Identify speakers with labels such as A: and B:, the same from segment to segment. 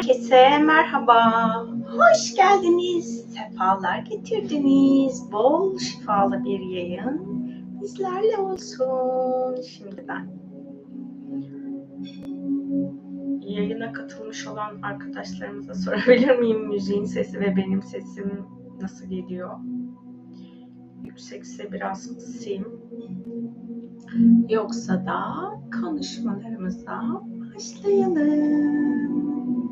A: Herkese merhaba, hoş geldiniz, sefalar getirdiniz, bol şifalı bir yayın bizlerle olsun. Şimdiden yayına katılmış olan arkadaşlarımıza sorabilir miyim? Müziğin sesi ve benim sesim nasıl geliyor? Yüksekse biraz kısayım. Yoksa da konuşmalarımıza başlayalım.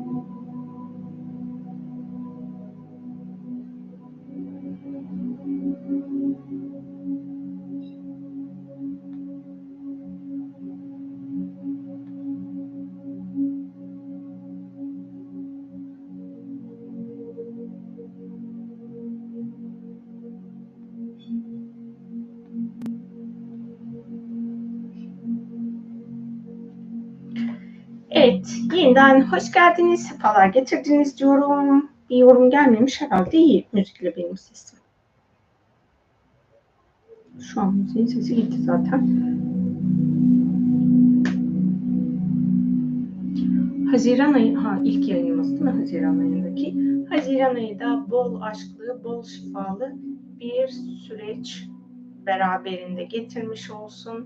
A: Evet, yeniden hoş geldiniz, sefalar getirdiniz diyorum. Bir yorum gelmemiş herhalde, iyi müzikle benim sesim. Şu an müziğin sesi gitti zaten. Haziran ayı, ilk yayınımız değil mi Haziran ayındaki? Haziran ayı da bol aşklı, bol şifalı bir süreç beraberinde getirmiş olsun.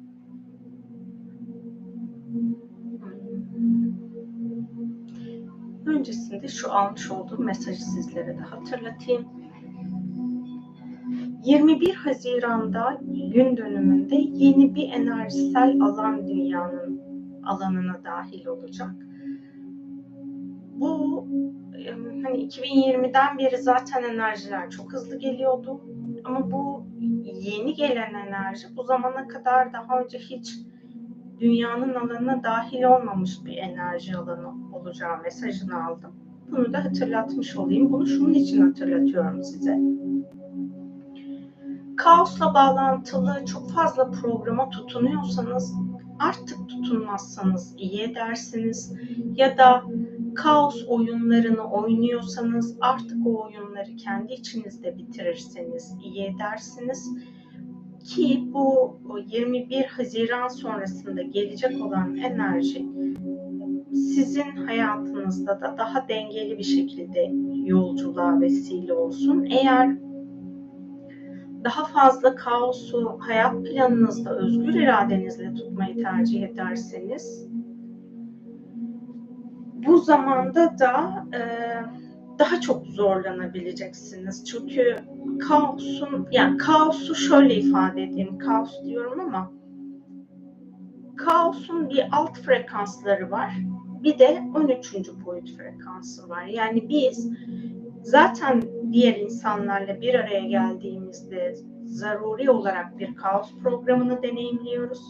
A: Öncesinde şu almış olduğum mesajı sizlere de hatırlatayım. 21 Haziran'da gün dönümünde yeni bir enerjisel alan dünyanın alanına dahil olacak. Bu hani 2020'den beri zaten enerjiler çok hızlı geliyordu. Ama bu yeni gelen enerji bu zamana kadar daha önce hiç dünyanın alanına dahil olmamış bir enerji alanı olacağı mesajını aldım. Bunu da hatırlatmış olayım. Bunu şunun için hatırlatıyorum size. Kaosla bağlantılı çok fazla programa tutunuyorsanız artık tutunmazsanız iyi edersiniz. Ya da kaos oyunlarını oynuyorsanız artık o oyunları kendi içinizde bitirirseniz iyi edersiniz. Ki bu 21 Haziran sonrasında gelecek olan enerji sizin hayatınızda da daha dengeli bir şekilde yolculuğa vesile olsun. Eğer daha fazla kaosu hayat planınızda özgür iradenizle tutmayı tercih ederseniz bu zamanda da daha çok zorlanabileceksiniz. Çünkü kaosu şöyle ifade edeyim, kaos diyorum ama kaosun bir alt frekansları var. Bir de 13. boyut frekansı var. Yani biz zaten diğer insanlarla bir araya geldiğimizde zaruri olarak bir kaos programını deneyimliyoruz.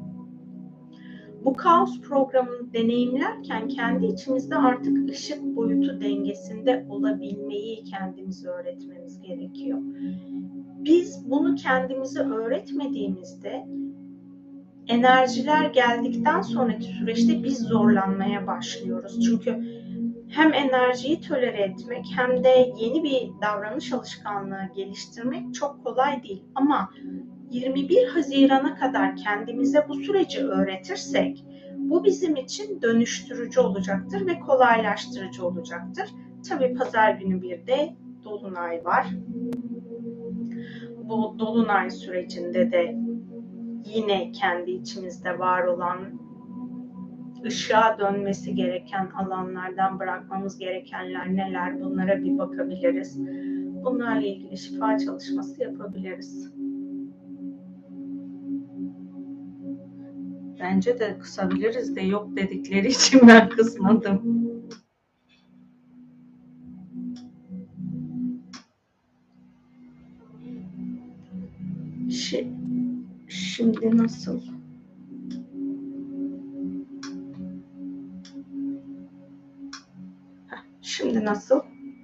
A: Bu kaos programını deneyimlerken kendi içimizde artık ışık boyutu dengesinde olabilmeyi kendimize öğretmemiz gerekiyor. Biz bunu kendimize öğretmediğimizde enerjiler geldikten sonraki süreçte biz zorlanmaya başlıyoruz. Çünkü hem enerjiyi tolere etmek hem de yeni bir davranış alışkanlığı geliştirmek çok kolay değil. Ama 21 Haziran'a kadar kendimize bu süreci öğretirsek bu bizim için dönüştürücü olacaktır ve kolaylaştırıcı olacaktır. Tabii pazar günü bir de Dolunay var. Bu Dolunay sürecinde de yine kendi içimizde var olan ışığa dönmesi gereken alanlardan bırakmamız gerekenler neler, bunlara bir bakabiliriz. Bunlarla ilgili şifa çalışması yapabiliriz. Bence de kısabiliriz de yok dedikleri için ben kısmadım. Şimdi nasıl? Şimdi nasıl?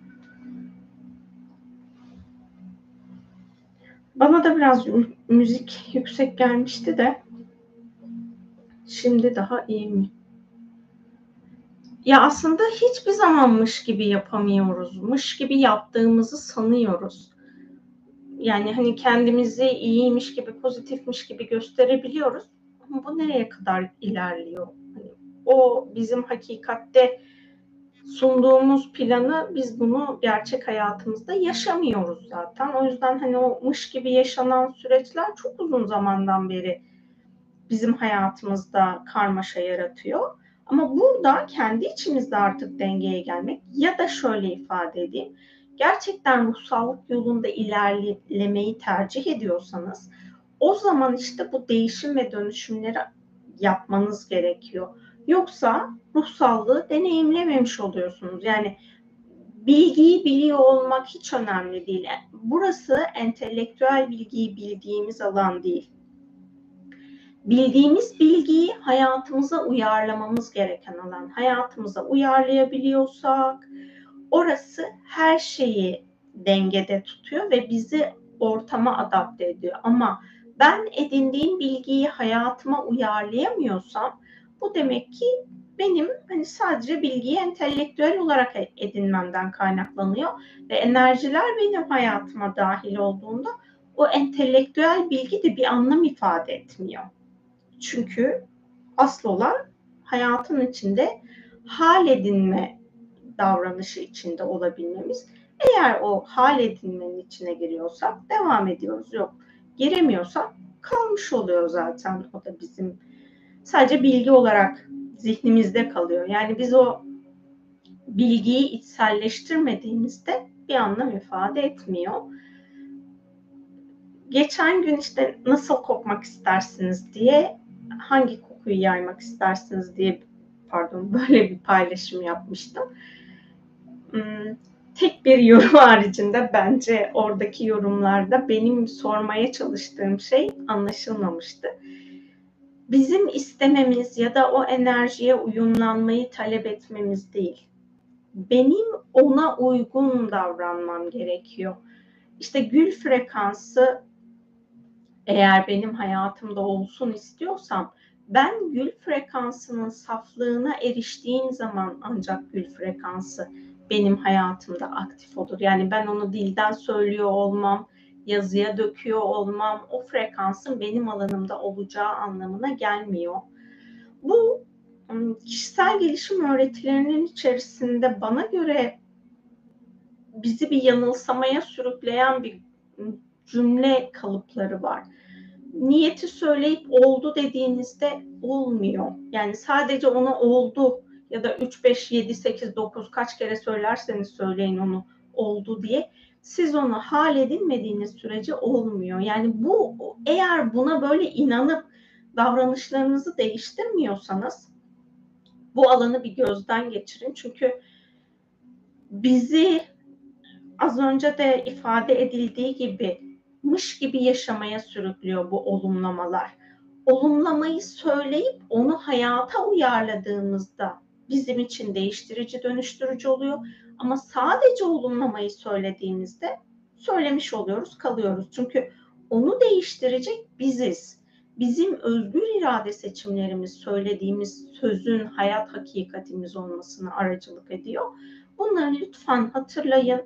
A: Bana da biraz müzik yüksek gelmişti de şimdi daha iyi mi? Ya aslında hiçbir zamanmış gibi yapamıyoruz. Mış gibi yaptığımızı sanıyoruz. Yani hani kendimizi iyiymiş gibi, pozitifmiş gibi gösterebiliyoruz. Ama bu nereye kadar ilerliyor? Hani o bizim hakikatte sunduğumuz planı biz bunu gerçek hayatımızda yaşamıyoruz zaten. O yüzden hani o mış gibi yaşanan süreçler çok uzun zamandan beri bizim hayatımızda karmaşa yaratıyor. Ama burada kendi içimizde artık dengeye gelmek ya da şöyle ifade edeyim. Gerçekten ruhsallık yolunda ilerlemeyi tercih ediyorsanız o zaman işte bu değişim ve dönüşümleri yapmanız gerekiyor. Yoksa ruhsallığı deneyimlememiş oluyorsunuz. Yani bilgiyi biliyor olmak hiç önemli değil. Burası entelektüel bilgiyi bildiğimiz alan değil. Bildiğimiz bilgiyi hayatımıza uyarlamamız gereken alan. Hayatımıza uyarlayabiliyorsak orası her şeyi dengede tutuyor ve bizi ortama adapte ediyor. Ama ben edindiğim bilgiyi hayatıma uyarlayamıyorsam bu demek ki benim hani sadece bilgiyi entelektüel olarak edinmemden kaynaklanıyor ve enerjiler benim hayatıma dahil olduğunda o entelektüel bilgi de bir anlam ifade etmiyor. Çünkü asıl olan hayatın içinde hal edinme davranışı içinde olabilmemiz. Eğer o hal edinmenin içine giriyorsak devam ediyoruz. Yok giremiyorsak kalmış oluyor zaten. O da bizim sadece bilgi olarak zihnimizde kalıyor. Yani biz o bilgiyi içselleştirmediğimizde bir anlam ifade etmiyor. Geçen gün işte nasıl kokmak istersiniz diye, hangi kokuyu yaymak istersiniz diye böyle bir paylaşım yapmıştım. Tek bir yorum haricinde bence oradaki yorumlarda benim sormaya çalıştığım şey anlaşılmamıştı. Bizim istememiz ya da o enerjiye uyumlanmayı talep etmemiz değil. Benim ona uygun davranmam gerekiyor. İşte gül frekansı eğer benim hayatımda olsun istiyorsam ben gül frekansının saflığına eriştiğim zaman ancak gül frekansı benim hayatımda aktif olur. Yani ben onu dilden söylüyor olmam, yazıya döküyor olmam o frekansın benim alanımda olacağı anlamına gelmiyor. Bu kişisel gelişim öğretilerinin içerisinde bana göre bizi bir yanılsamaya sürükleyen bir cümle kalıpları var. Niyeti söyleyip oldu dediğinizde olmuyor. Yani sadece ona oldu ya da 3, 5, 7, 8, 9 kaç kere söylerseniz söyleyin onu oldu diye. Siz onu hal edinmediğiniz sürece olmuyor. Yani bu eğer buna böyle inanıp davranışlarınızı değiştirmiyorsanız bu alanı bir gözden geçirin. Çünkü bizi az önce de ifade edildiği gibi mış gibi yaşamaya sürüklüyor bu olumlamalar. Olumlamayı söyleyip onu hayata uyarladığımızda bizim için değiştirici, dönüştürücü oluyor. Ama sadece olumlamayı söylediğimizde söylemiş oluyoruz, kalıyoruz. Çünkü onu değiştirecek biziz. Bizim özgür irade seçimlerimiz, söylediğimiz sözün hayat hakikatimiz olmasına aracılık ediyor. Bunları lütfen hatırlayın.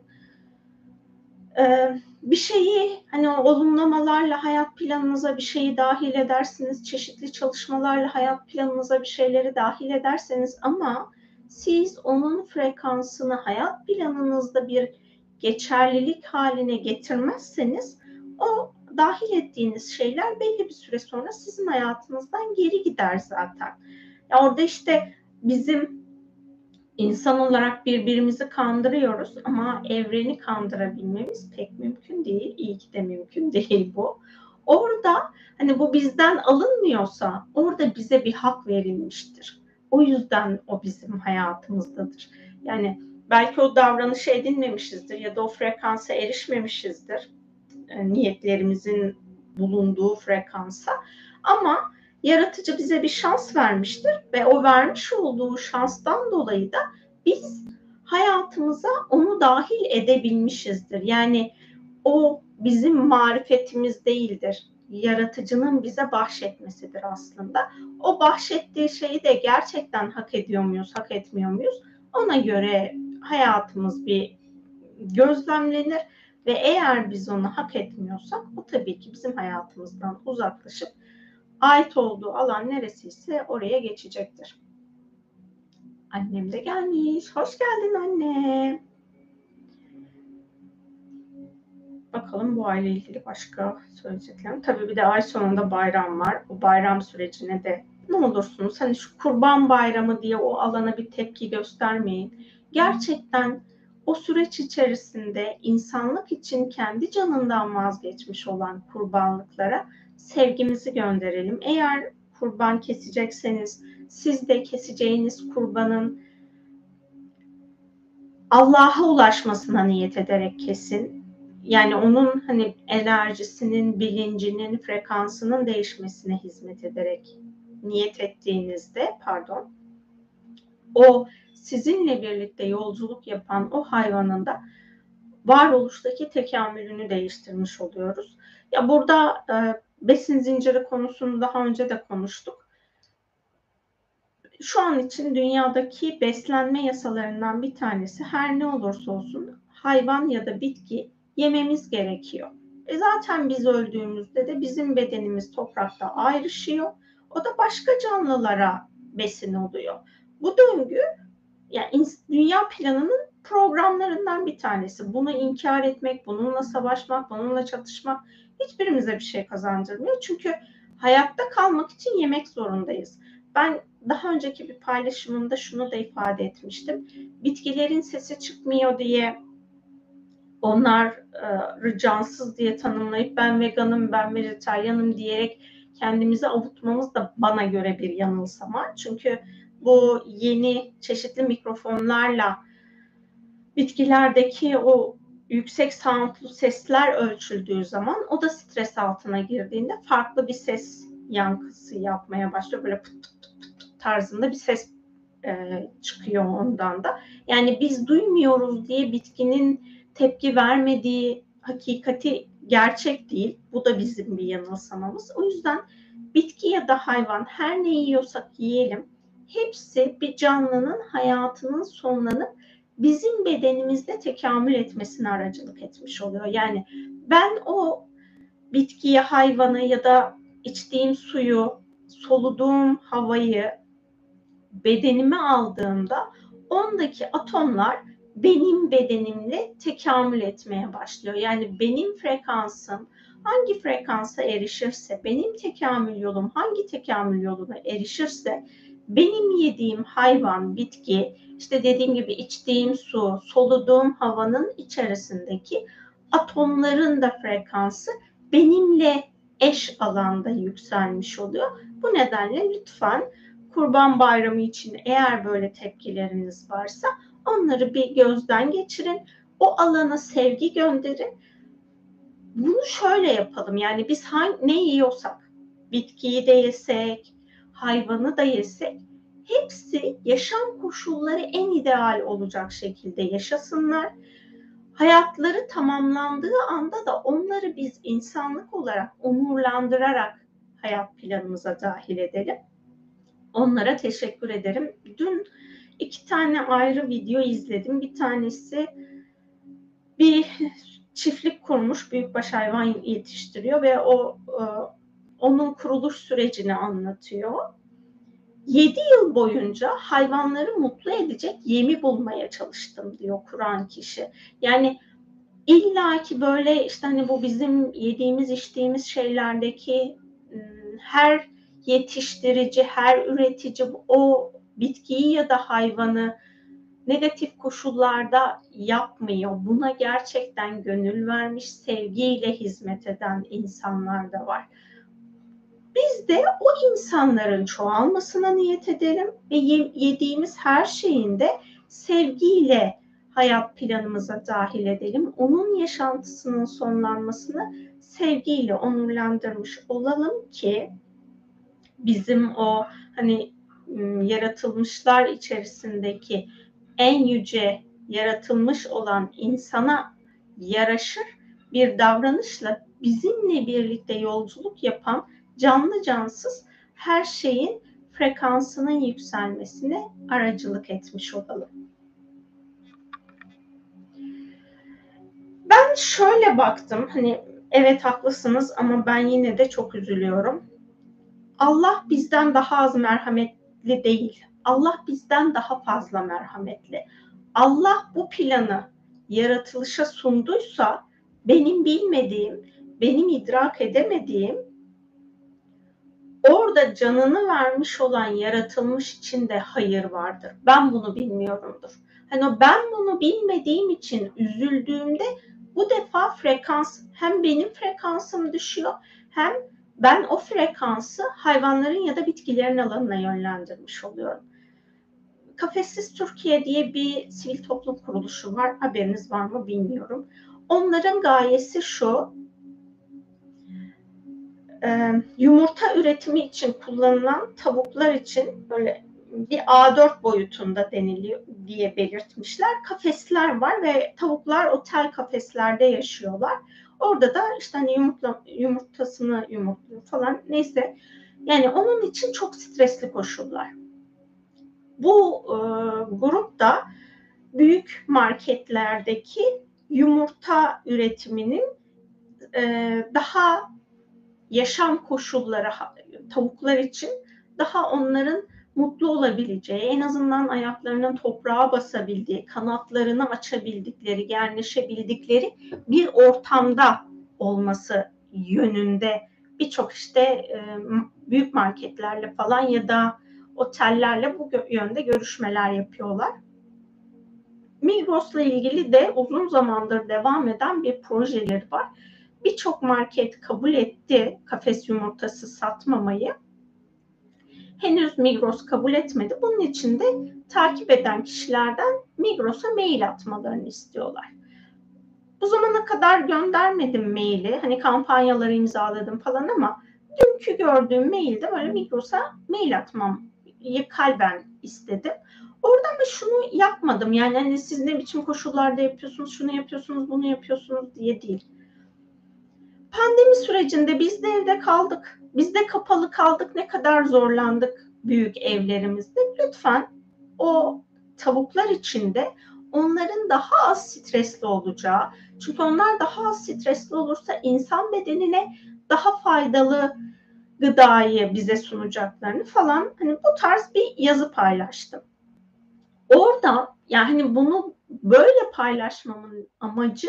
A: Bir şeyi hani olumlamalarla hayat planınıza bir şeyi dahil edersiniz, çeşitli çalışmalarla hayat planınıza bir şeyleri dahil ederseniz ama siz onun frekansını hayat planınızda bir geçerlilik haline getirmezseniz o dahil ettiğiniz şeyler belli bir süre sonra sizin hayatınızdan geri gider zaten. Ya orada işte bizim İnsan olarak birbirimizi kandırıyoruz ama evreni kandırabilmemiz pek mümkün değil. İyi ki de mümkün değil bu. Orada hani bu bizden alınmıyorsa orada bize bir hak verilmiştir. O yüzden o bizim hayatımızdadır. Yani belki o davranışı edinmemişizdir ya da o frekansa erişmemişizdir. Niyetlerimizin bulunduğu frekansa. Ama yaratıcı bize bir şans vermiştir ve o vermiş olduğu şanstan dolayı da biz hayatımıza onu dahil edebilmişizdir. Yani o bizim marifetimiz değildir. Yaratıcının bize bahşetmesidir aslında. O bahşettiği şeyi de gerçekten hak ediyor muyuz, hak etmiyor muyuz? Ona göre hayatımız bir gözlemlenir ve eğer biz onu hak etmiyorsak o tabii ki bizim hayatımızdan uzaklaşıp ait olduğu alan neresiyse oraya geçecektir. Annem de gelmiş. Hoş geldin anne. Bakalım bu ayla ilgili başka söyleyeceklerim. Tabii bir de ay sonunda bayram var. O bayram sürecine de ne olursunuz hani şu Kurban Bayramı diye o alana bir tepki göstermeyin. Gerçekten o süreç içerisinde insanlık için kendi canından vazgeçmiş olan kurbanlıklara sevgimizi gönderelim. Eğer kurban kesecekseniz siz de keseceğiniz kurbanın Allah'a ulaşmasına niyet ederek kesin. Yani onun hani enerjisinin, bilincinin, frekansının değişmesine hizmet ederek niyet ettiğinizde, o sizinle birlikte yolculuk yapan o hayvanın da varoluştaki tekamülünü değiştirmiş oluyoruz. Ya burada besin zinciri konusunu daha önce de konuştuk. Şu an için dünyadaki beslenme yasalarından bir tanesi her ne olursa olsun hayvan ya da bitki yememiz gerekiyor. Zaten biz öldüğümüzde de bizim bedenimiz toprakta ayrışıyor. O da başka canlılara besin oluyor. Bu döngü yani dünya planının programlarından bir tanesi. Bunu inkar etmek, bununla savaşmak, bununla çatışmak hiçbirimize bir şey kazandırmıyor. Çünkü hayatta kalmak için yemek zorundayız. Ben daha önceki bir paylaşımımda şunu da ifade etmiştim. Bitkilerin sesi çıkmıyor diye onları cansız diye tanımlayıp ben veganım, ben vejetaryenim diyerek kendimizi avutmamız da bana göre bir yanılsama. Çünkü bu yeni çeşitli mikrofonlarla bitkilerdeki o yüksek soundlu sesler ölçüldüğü zaman o da stres altına girdiğinde farklı bir ses yankısı yapmaya başlıyor. Böyle pıt pıt pıt pıt tarzında bir ses çıkıyor ondan da. Yani biz duymuyoruz diye bitkinin tepki vermediği hakikati gerçek değil. Bu da bizim bir yanılsamamız. O yüzden bitki ya da hayvan her ne yiyorsak yiyelim hepsi bir canlının hayatının sonlanıp bizim bedenimizde tekamül etmesine aracılık etmiş oluyor. Yani ben o bitkiyi, hayvanı ya da içtiğim suyu, soluduğum havayı bedenime aldığımda ondaki atomlar benim bedenimle tekamül etmeye başlıyor. Yani benim frekansım hangi frekansa erişirse, benim tekamül yolum hangi tekamül yoluna erişirse benim yediğim hayvan, bitki, işte dediğim gibi içtiğim su, soluduğum havanın içerisindeki atomların da frekansı benimle eş alanda yükselmiş oluyor. Bu nedenle lütfen Kurban Bayramı için eğer böyle tepkileriniz varsa onları bir gözden geçirin. O alana sevgi gönderin. Bunu şöyle yapalım. Yani biz ne yiyorsak, bitkiyi de yesek, hayvanı da yesek, hepsi yaşam koşulları en ideal olacak şekilde yaşasınlar. Hayatları tamamlandığı anda da onları biz insanlık olarak onurlandırarak hayat planımıza dahil edelim. Onlara teşekkür ederim. Dün 2 tane ayrı video izledim. Bir tanesi bir çiftlik kurmuş, büyükbaş hayvan yetiştiriyor ve onun kuruluş sürecini anlatıyor. 7 yıl boyunca hayvanları mutlu edecek yemi bulmaya çalıştım diyor kuran kişi. Yani illaki böyle işte hani bu bizim yediğimiz içtiğimiz şeylerdeki her yetiştirici, her üretici o bitkiyi ya da hayvanı negatif koşullarda yapmıyor. Buna gerçekten gönül vermiş, sevgiyle hizmet eden insanlar da var. Biz de o insanların çoğalmasına niyet edelim ve yediğimiz her şeyin de sevgiyle hayat planımıza dahil edelim. Onun yaşantısının sonlanmasını sevgiyle onurlandırmış olalım ki bizim o hani yaratılmışlar içerisindeki en yüce yaratılmış olan insana yaraşır bir davranışla bizimle birlikte yolculuk yapan canlı cansız her şeyin frekansının yükselmesine aracılık etmiş olalım. Ben şöyle baktım, hani evet haklısınız ama ben yine de çok üzülüyorum. Allah bizden daha az merhametli değil. Allah bizden daha fazla merhametli. Allah bu planı yaratılışa sunduysa benim bilmediğim, benim idrak edemediğim, orada canını vermiş olan yaratılmış içinde hayır vardır. Ben bunu bilmiyorumdur. Hani ben bunu bilmediğim için üzüldüğümde bu defa frekans, hem benim frekansım düşüyor, hem ben o frekansı hayvanların ya da bitkilerin alanına yönlendirmiş oluyorum. Kafessiz Türkiye diye bir sivil toplum kuruluşu var. Haberiniz var mı bilmiyorum. Onların gayesi şu: yumurta üretimi için kullanılan tavuklar için böyle bir A4 boyutunda deniliyor diye belirtmişler. Kafesler var ve tavuklar otel kafeslerde yaşıyorlar. Orada da işte hani yumurtasını yumurtluyor falan, neyse. Yani onun için çok stresli koşullar. Bu grup da büyük marketlerdeki yumurta üretiminin daha yaşam koşulları tavuklar için daha onların mutlu olabileceği, en azından ayaklarının toprağa basabildiği, kanatlarını açabildikleri, yerleşebildikleri bir ortamda olması yönünde birçok işte büyük marketlerle falan ya da otellerle bu yönde görüşmeler yapıyorlar. Migros'la ilgili de uzun zamandır devam eden bir projeleri var. Birçok market kabul etti kafes yumurtası satmamayı. Henüz Migros kabul etmedi. Bunun için de takip eden kişilerden Migros'a mail atmalarını istiyorlar. Bu zamana kadar göndermedim maili. Hani kampanyaları imzaladım falan ama dünkü gördüğüm mailde böyle Migros'a mail atmayı kalben istedim. Oradan da şunu yapmadım. Yani hani siz ne biçim koşullarda yapıyorsunuz, şunu yapıyorsunuz, bunu yapıyorsunuz diye değil. Pandemi sürecinde biz de evde kaldık. Biz de kapalı kaldık. Ne kadar zorlandık büyük evlerimizde. Lütfen o tavuklar içinde onların daha az stresli olacağı, çünkü onlar daha az stresli olursa insan bedenine daha faydalı gıdayı bize sunacaklarını falan, hani bu tarz bir yazı paylaştım. Orada yani bunu böyle paylaşmamın amacı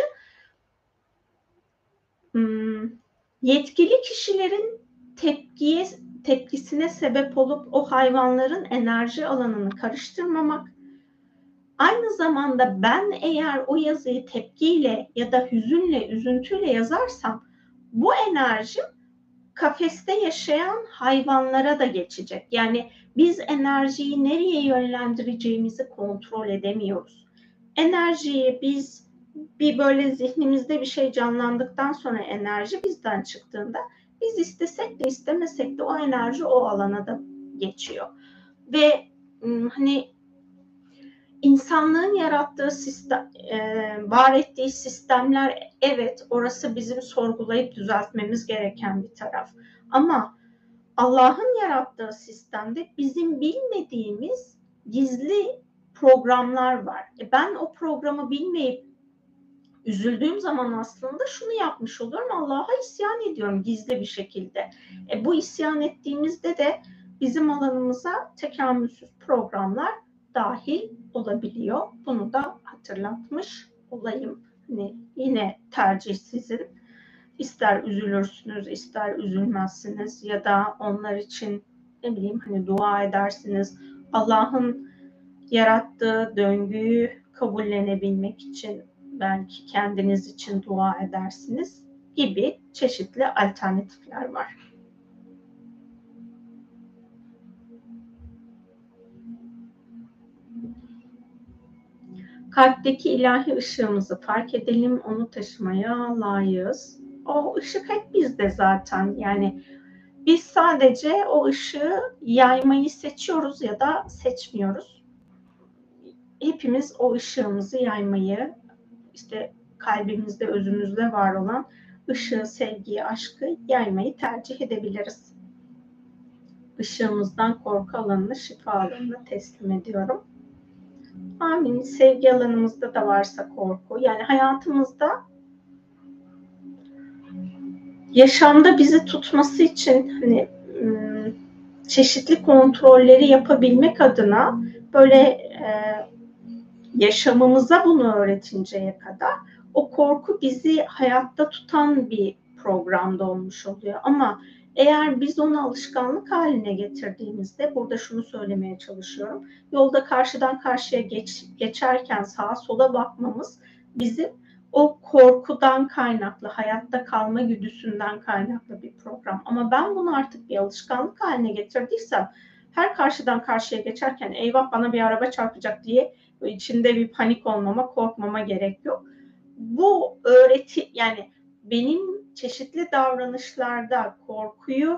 A: yetkili kişilerin tepkisine sebep olup o hayvanların enerji alanını karıştırmamak. Aynı zamanda ben eğer o yazıyı tepkiyle ya da hüzünle, üzüntüyle yazarsam bu enerjim kafeste yaşayan hayvanlara da geçecek. Yani biz enerjiyi nereye yönlendireceğimizi kontrol edemiyoruz. Enerjiyi biz bir böyle zihnimizde bir şey canlandıktan sonra enerji bizden çıktığında biz istesek de istemesek de o enerji o alana da geçiyor. Ve hani insanlığın yarattığı sistem, var ettiği sistemler, evet orası bizim sorgulayıp düzeltmemiz gereken bir taraf. Ama Allah'ın yarattığı sistemde bizim bilmediğimiz gizli programlar var. Ben o programı bilmeyip üzüldüğüm zaman aslında şunu yapmış oluyorum: Allah'a isyan ediyorum gizli bir şekilde. Bu isyan ettiğimizde de bizim alanımıza tekamülsüz programlar dahil olabiliyor. Bunu da hatırlatmış olayım. Hani yine tercih sizin. İster üzülürsünüz, ister üzülmezsiniz ya da onlar için ne bileyim hani dua edersiniz. Allah'ın yarattığı döngüyü kabullenebilmek için belki kendiniz için dua edersiniz gibi çeşitli alternatifler var. Kalpteki ilahi ışığımızı fark edelim, onu taşımaya layığız. O ışık hep bizde zaten. Yani biz sadece o ışığı yaymayı seçiyoruz ya da seçmiyoruz. Hepimiz o ışığımızı yaymayı, işte kalbimizde, özümüzde var olan ışığı, sevgiyi, aşkı yaymayı tercih edebiliriz. Işığımızdan korku alanını, şifa alanına teslim ediyorum. Amin. Sevgi alanımızda da varsa korku, yani hayatımızda yaşamda bizi tutması için hani çeşitli kontrolleri yapabilmek adına böyle yaşamımıza bunu öğretinceye kadar o korku bizi hayatta tutan bir programda olmuş oluyor. Ama eğer biz onu alışkanlık haline getirdiğimizde, burada şunu söylemeye çalışıyorum. Yolda karşıdan karşıya geçerken sağa sola bakmamız bizim o korkudan kaynaklı, hayatta kalma güdüsünden kaynaklı bir program. Ama ben bunu artık bir alışkanlık haline getirdiysem, her karşıdan karşıya geçerken eyvah bana bir araba çarpacak diye içinde bir panik olmama, korkmama gerek yok. Bu öğreti, yani benim çeşitli davranışlarda korkuyu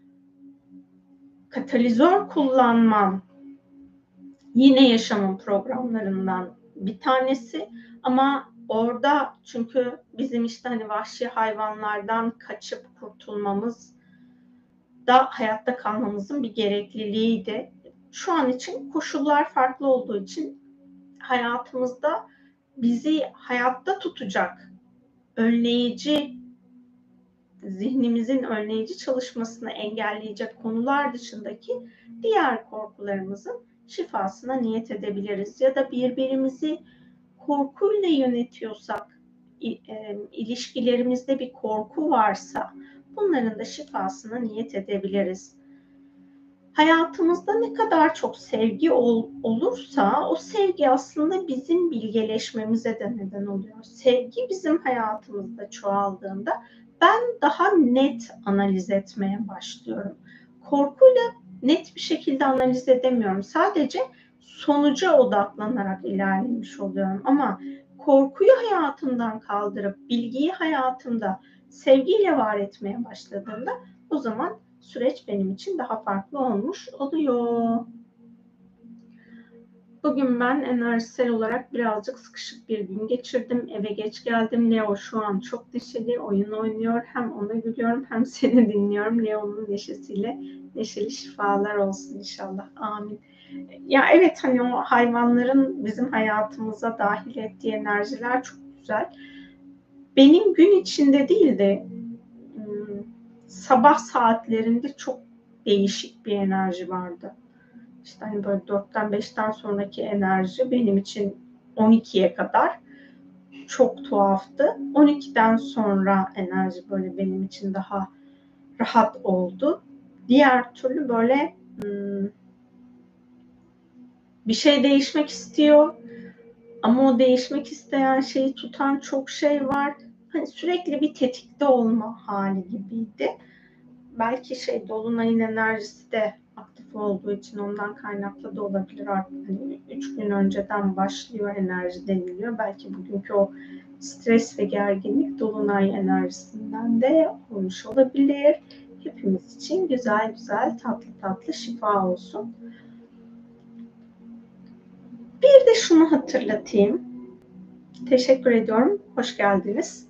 A: katalizör kullanmam yine yaşamın programlarından bir tanesi. Ama orada çünkü bizim işte hani vahşi hayvanlardan kaçıp kurtulmamız da hayatta kalmamızın bir gerekliliğiydi. Şu an için koşullar farklı olduğu için hayatımızda bizi hayatta tutacak, önleyici, zihnimizin önleyici çalışmasını engelleyecek konular dışındaki diğer korkularımızın şifasına niyet edebiliriz. Ya da birbirimizi korkuyla yönetiyorsak, ilişkilerimizde bir korku varsa bunların da şifasına niyet edebiliriz. Hayatımızda ne kadar çok sevgi olursa o sevgi aslında bizim bilgeleşmemize de neden oluyor. Sevgi bizim hayatımızda çoğaldığında ben daha net analiz etmeye başlıyorum. Korkuyla net bir şekilde analiz edemiyorum. Sadece sonuca odaklanarak ilerlemiş oluyorum. Ama korkuyu hayatımdan kaldırıp bilgiyi hayatımda sevgiyle var etmeye başladığımda o zaman süreç benim için daha farklı olmuş oluyor. Bugün ben enerjisel olarak birazcık sıkışık bir gün geçirdim. Eve geç geldim. Leo şu an çok neşeli, oyun oynuyor. Hem ona gülüyorum hem seni dinliyorum. Leo'nun neşesiyle neşeli şifalar olsun inşallah. Amin. Ya evet, hani o hayvanların bizim hayatımıza dahil ettiği enerjiler çok güzel. Benim gün içinde değil de sabah saatlerinde çok değişik bir enerji vardı. İşte hani böyle 4'ten 5'ten sonraki enerji benim için 12'ye kadar çok tuhaftı. 12'den sonra enerji böyle benim için daha rahat oldu. Diğer türlü böyle bir şey değişmek istiyor ama o değişmek isteyen şeyi tutan çok şey var. Hani sürekli bir tetikte olma hali gibiydi. Belki dolunayın enerjisi de aktif olduğu için ondan kaynaklı da olabilir. Artık hani 3 gün önceden başlıyor enerji deniliyor. Belki bugünkü o stres ve gerginlik dolunay enerjisinden de olmuş olabilir. Hepimiz için güzel güzel tatlı tatlı şifa olsun. Bir de şunu hatırlatayım. Teşekkür ediyorum. Hoş geldiniz.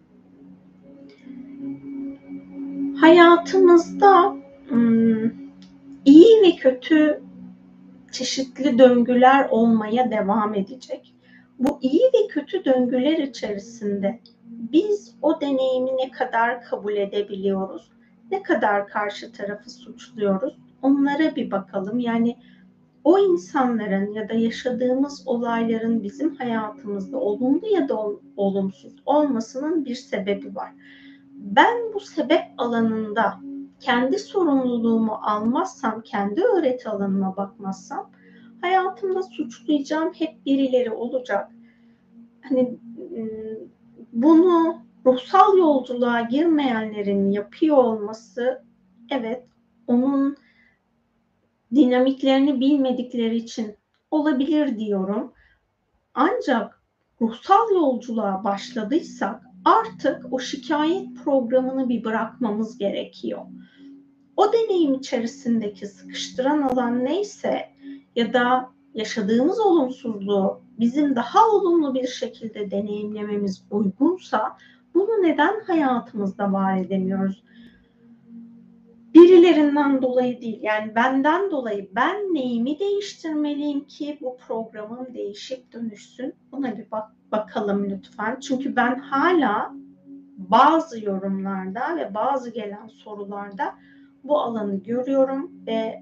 A: Hayatımızda iyi ve kötü çeşitli döngüler olmaya devam edecek. Bu iyi ve kötü döngüler içerisinde biz o deneyimi ne kadar kabul edebiliyoruz, ne kadar karşı tarafı suçluyoruz, onlara bir bakalım. Yani o insanların ya da yaşadığımız olayların bizim hayatımızda olumlu ya da olumsuz olmasının bir sebebi var. Ben bu sebep alanında kendi sorumluluğumu almazsam, kendi öğreti alanıma bakmazsam hayatımda suçlayacağım hep birileri olacak. Hani bunu ruhsal yolculuğa girmeyenlerin yapıyor olması, evet, onun dinamiklerini bilmedikleri için olabilir diyorum. Ancak ruhsal yolculuğa başladıysak artık o şikayet programını bir bırakmamız gerekiyor. O deneyim içerisindeki sıkıştıran alan neyse ya da yaşadığımız olumsuzluğu bizim daha olumlu bir şekilde deneyimlememiz uygunsa bunu neden hayatımızda var edemiyoruz? Birilerinden dolayı değil, yani benden dolayı ben neyimi değiştirmeliyim ki bu programım değişip dönüşsün? Buna bir bakalım lütfen. Çünkü ben hala bazı yorumlarda ve bazı gelen sorularda bu alanı görüyorum ve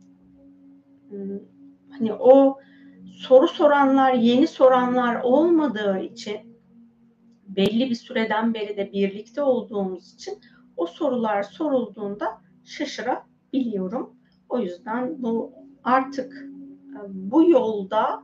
A: hani o soru soranlar, yeni soranlar olmadığı için, belli bir süreden beri de birlikte olduğumuz için o sorular sorulduğunda şaşırabiliyorum. O yüzden bu artık bu yolda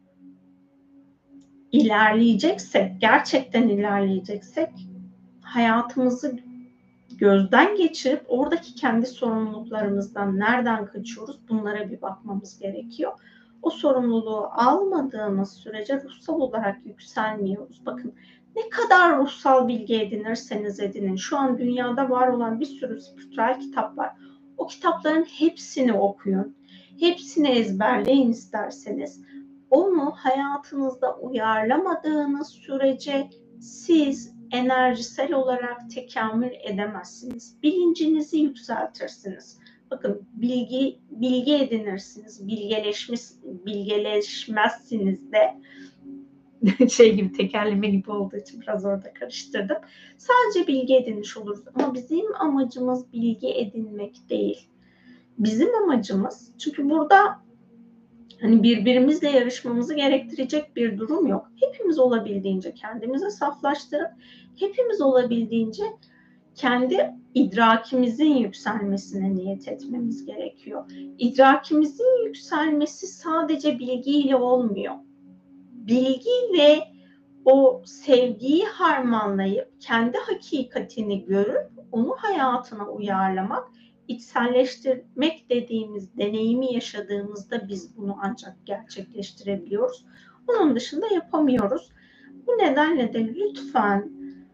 A: ilerleyeceksek, gerçekten ilerleyeceksek, hayatımızı gözden geçirip oradaki kendi sorumluluklarımızdan nereden kaçıyoruz, bunlara bir bakmamız gerekiyor. O sorumluluğu almadığımız sürece ruhsal olarak yükselmiyoruz. Bakın, ne kadar ruhsal bilgi edinirseniz edinin, şu an dünyada var olan bir sürü spiritüel kitap var. O kitapların hepsini okuyun, hepsini ezberleyin isterseniz. Onu hayatınızda uyarlamadığınız sürece siz enerjisel olarak tekamül edemezsiniz. Bilincinizi yükseltirsiniz. Bakın, bilgi edinirsiniz, bilgeleşmezsiniz de. Şey gibi, tekerleme gibi olduğu için biraz orada karıştırdım. Sadece bilgi edinmiş oluruz ama bizim amacımız bilgi edinmek değil. Bizim amacımız, çünkü burada hani birbirimizle yarışmamızı gerektirecek bir durum yok. Hepimiz olabildiğince kendimizi saflaştırıp hepimiz olabildiğince kendi idrakimizin yükselmesine niyet etmemiz gerekiyor. İdrakimizin yükselmesi sadece bilgiyle olmuyor. Bilgiyle o sevgiyi harmanlayıp kendi hakikatini görüp onu hayatına uyarlamak, içselleştirmek dediğimiz deneyimi yaşadığımızda biz bunu ancak gerçekleştirebiliyoruz. Onun dışında yapamıyoruz. Bu nedenle de lütfen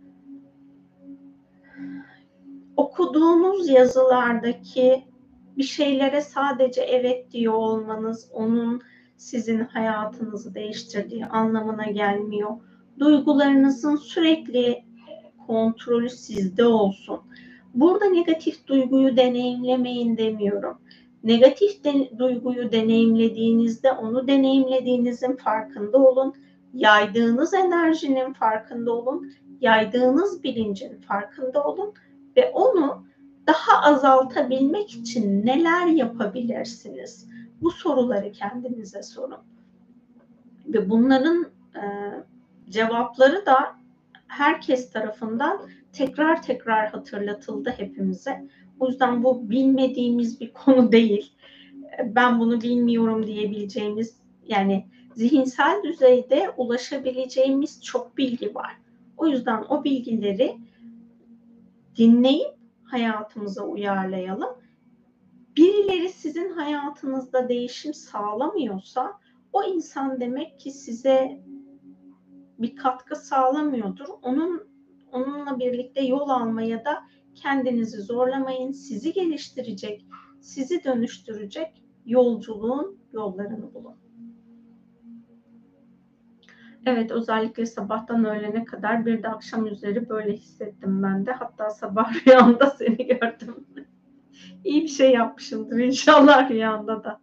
A: okuduğunuz yazılardaki bir şeylere sadece evet diyor olmanız onun sizin hayatınızı değiştirdiği anlamına gelmiyor. Duygularınızın sürekli kontrolü sizde olsun. Burada negatif duyguyu deneyimlemeyin demiyorum. Negatif duyguyu deneyimlediğinizde onu deneyimlediğinizin farkında olun. Yaydığınız enerjinin farkında olun. Yaydığınız bilincin farkında olun ve onu daha azaltabilmek için neler yapabilirsiniz? Bu soruları kendinize sorun. Ve bunların cevapları da herkes tarafından tekrar tekrar hatırlatıldı hepimize. O yüzden bu bilmediğimiz bir konu değil. Ben bunu bilmiyorum diyebileceğimiz, yani zihinsel düzeyde ulaşabileceğimiz çok bilgi var. O yüzden o bilgileri dinleyip hayatımıza uyarlayalım. Birileri sizin hayatınızda değişim sağlamıyorsa o insan demek ki size bir katkı sağlamıyordur. Onunla birlikte yol almaya da kendinizi zorlamayın. Sizi geliştirecek, sizi dönüştürecek yolculuğun yollarını bulun. Evet, özellikle sabahtan öğlene kadar, bir de akşam üzeri böyle hissettim ben de. Hatta sabah rüyamda seni gördüm. İyi bir şey yapmışımdır inşallah rüyanda da.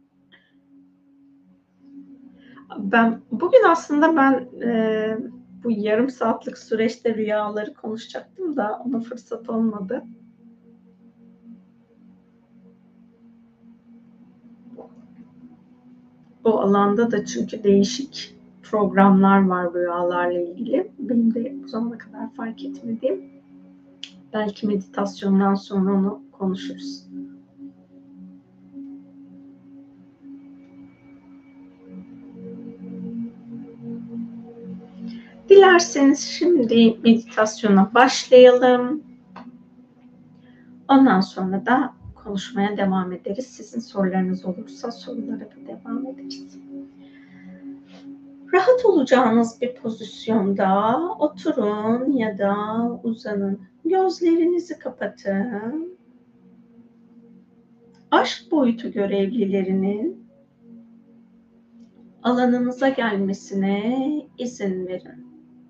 A: Bugün aslında bu yarım saatlik süreçte rüyaları konuşacaktım da ona fırsat olmadı. O alanda da çünkü değişik programlar var rüyalarla ilgili. Benim de bu zamana kadar fark etmediğim. Belki meditasyondan sonra onu konuşuruz. Dilerseniz şimdi meditasyona başlayalım. Ondan sonra da konuşmaya devam ederiz. Sizin sorularınız olursa sorulara da devam ederiz. Rahat olacağınız bir pozisyonda oturun ya da uzanın. Gözlerinizi kapatın. Aşk boyutu görevlilerinin alanınıza gelmesine izin verin.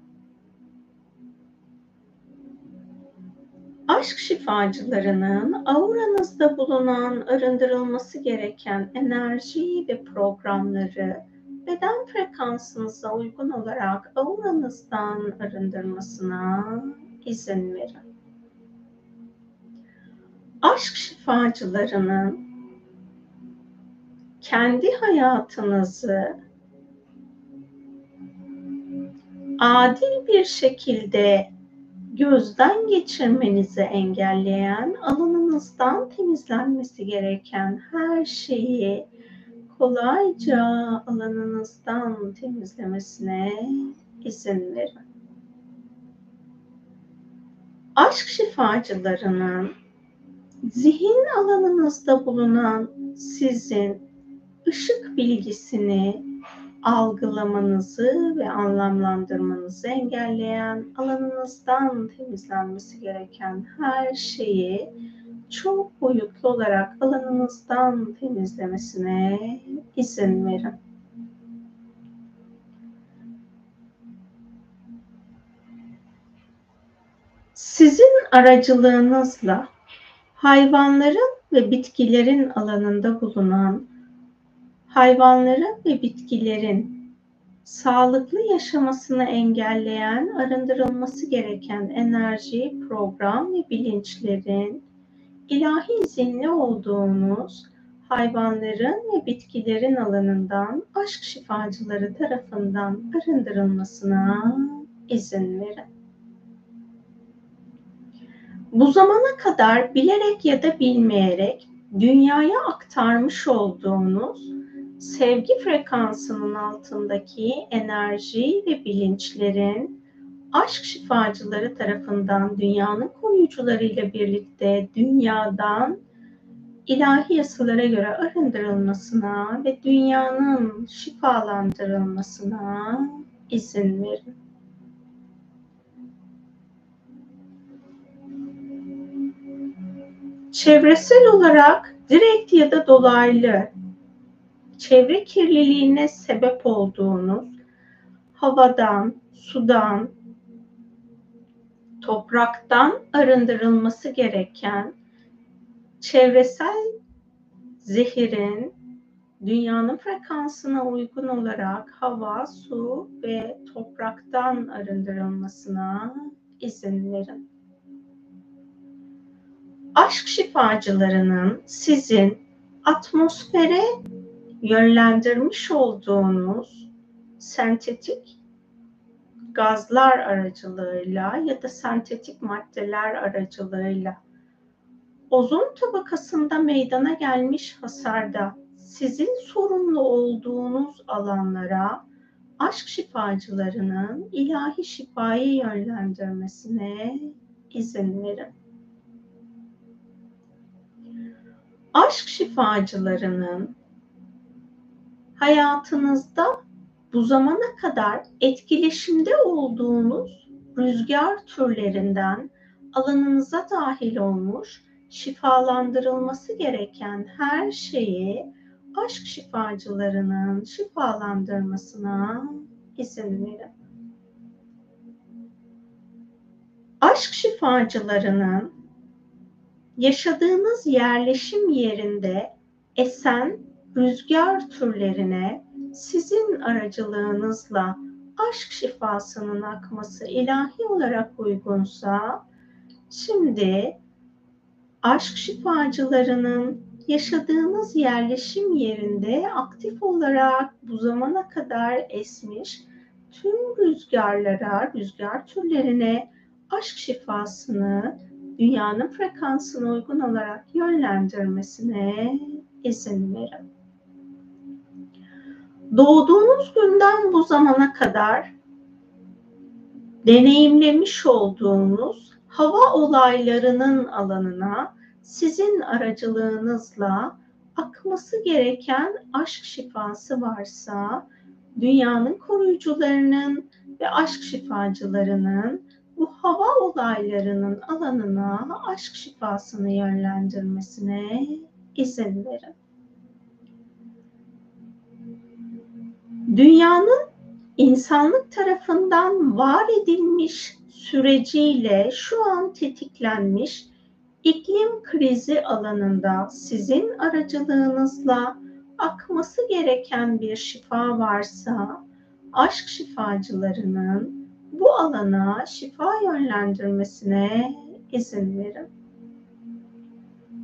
A: Aşk şifacılarının auranızda bulunan arındırılması gereken enerji ve programları beden frekansınıza uygun olarak auranızdan arındırmasına izin verin. aşk şifacılarının kendi hayatınızı adil bir şekilde gözden geçirmenizi engelleyen, alanınızdan temizlenmesi gereken her şeyi kolayca alanınızdan temizlemesine izin verin. Aşk şifacılarının zihin alanınızda bulunan sizin ışık bilgisini algılamanızı ve anlamlandırmanızı engelleyen, alanınızdan temizlenmesi gereken her şeyi çok boyutlu olarak alanınızdan temizlemesine izin verin. Sizin aracılığınızla hayvanların ve bitkilerin alanında bulunan hayvanların ve bitkilerin sağlıklı yaşamasını engelleyen, arındırılması gereken enerji, program ve bilinçlerin ilahi izinli olduğunuz hayvanların ve bitkilerin alanından aşk şifacıları tarafından arındırılmasına izin verin. Bu zamana kadar bilerek ya da bilmeyerek dünyaya aktarmış olduğunuz sevgi frekansının altındaki enerji ve bilinçlerin aşk şifacıları tarafından dünyanın koruyucularıyla birlikte dünyadan ilahi yasalara göre arındırılmasına ve dünyanın şifalandırılmasına izin verin. Çevresel olarak direkt ya da dolaylı çevre kirliliğine sebep olduğunuz havadan, sudan, topraktan arındırılması gereken çevresel zehirin dünyanın frekansına uygun olarak hava, su ve topraktan arındırılmasına izin verin. Aşk şifacılarının sizin atmosfere yönlendirmiş olduğunuz sentetik gazlar aracılığıyla ya da sentetik maddeler aracılığıyla ozon tabakasında meydana gelmiş hasarda sizin sorumlu olduğunuz alanlara aşk şifacılarının ilahi şifayı yönlendirmesine izin verin. Aşk şifacılarının hayatınızda bu zamana kadar etkileşimde olduğunuz rüzgar türlerinden alanınıza dahil olmuş, şifalandırılması gereken her şeyi aşk şifacılarının şifalandırmasına izin verin. Aşk şifacılarının yaşadığınız yerleşim yerinde esen rüzgar türlerine sizin aracılığınızla aşk şifasının akması ilahi olarak uygunsa, şimdi aşk şifacılarının yaşadığınız yerleşim yerinde aktif olarak bu zamana kadar esmiş tüm rüzgarlara, rüzgar türlerine aşk şifasını dünyanın frekansına uygun olarak yönlendirmesine izin verin. Doğduğunuz günden bu zamana kadar deneyimlemiş olduğunuz hava olaylarının alanına sizin aracılığınızla akması gereken aşk şifası varsa, dünyanın koruyucularının ve aşk şifacılarının bu hava olaylarının alanına aşk şifasını yönlendirmesine izin verin. Dünyanın insanlık tarafından var edilmiş süreciyle şu an tetiklenmiş iklim krizi alanında sizin aracılığınızla akması gereken bir şifa varsa, aşk şifacılarının bu alana şifa yönlendirmesine izin verin.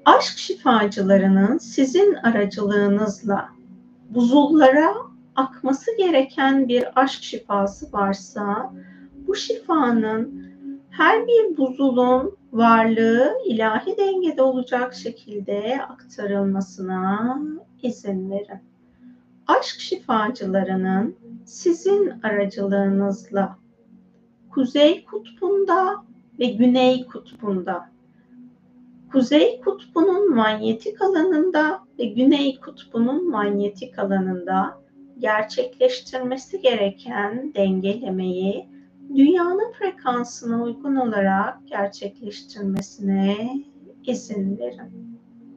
A: Aşk şifacılarının sizin aracılığınızla buzullara akması gereken bir aşk şifası varsa, bu şifanın her bir buzulun varlığı ilahi dengede olacak şekilde aktarılmasına izin verin. Aşk şifacılarının sizin aracılığınızla Kuzey Kutbu'nda ve Güney Kutbu'nda, Kuzey Kutbu'nun manyetik alanında ve Güney Kutbu'nun manyetik alanında gerçekleştirmesi gereken dengelemeyi dünyanın frekansına uygun olarak gerçekleştirmesine izin verin.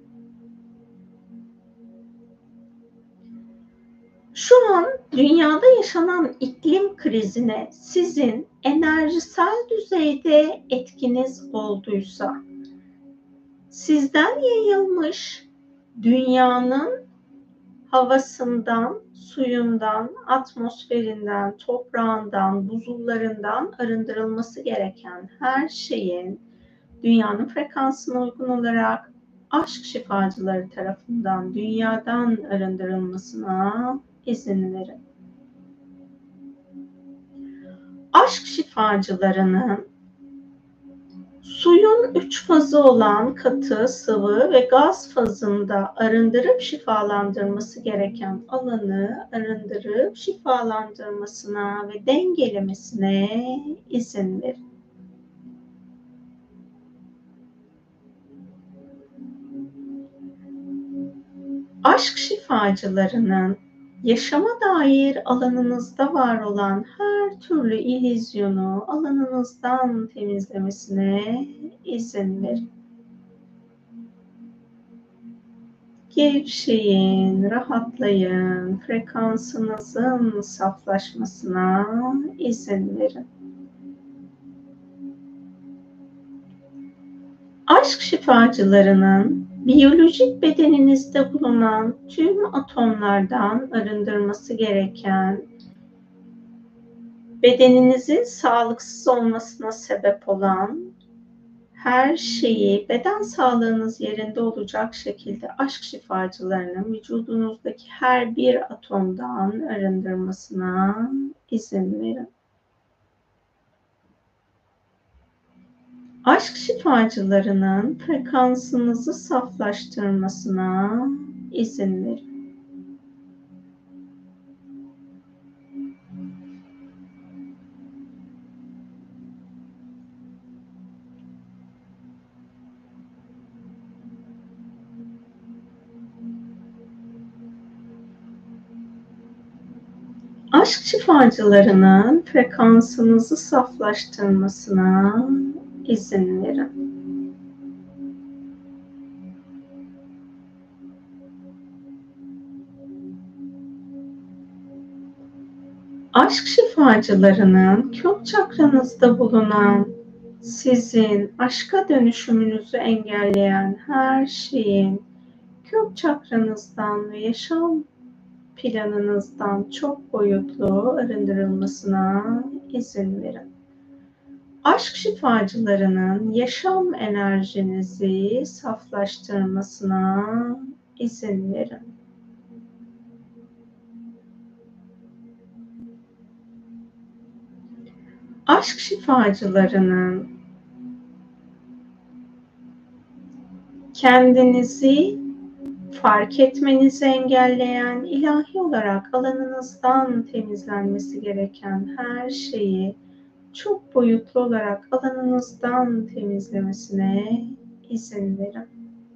A: Şu an dünyada yaşanan iklim krizine sizin enerjisel düzeyde etkiniz olduysa, sizden yayılmış dünyanın havasından, suyundan, atmosferinden, toprağından, buzullarından arındırılması gereken her şeyin dünyanın frekansına uygun olarak aşk şifacıları tarafından dünyadan arındırılmasına izin verin. Aşk şifacılarının suyun 3 fazı olan katı, sıvı ve gaz fazında arındırıp şifalandırması gereken alanı arındırıp şifalandırmasına ve dengelemesine izin verin. Aşk şifacılarının yaşama dair alanınızda var olan her türlü illüzyonu alanınızdan temizlemesine izin verin. Gevşeyin, rahatlayın, frekansınızın saflaşmasına izin verin. Aşk şifacılarının biyolojik bedeninizde bulunan tüm atomlardan arındırması gereken, bedeninizin sağlıksız olmasına sebep olan her şeyi beden sağlığınız yerinde olacak şekilde aşk şifacılarının vücudunuzdaki her bir atomdan arındırmasına izin verin. Aşk şifacılarının frekansınızı saflaştırmasına izin verin. Aşk şifacılarının frekansınızı saflaştırmasına izin verin. Aşk şifacılarının kök çakranızda bulunan, sizin aşka dönüşümünüzü engelleyen her şeyin kök çakranızdan ve yaşam planınızdan çok boyutlu arındırılmasına izin verin. Aşk şifacılarının yaşam enerjinizi saflaştırmasına izin verin. Aşk şifacılarının kendinizi fark etmenizi engelleyen, ilahi olarak alanınızdan temizlenmesi gereken her şeyi çok boyutlu olarak alanınızdan temizlemesine izin verin.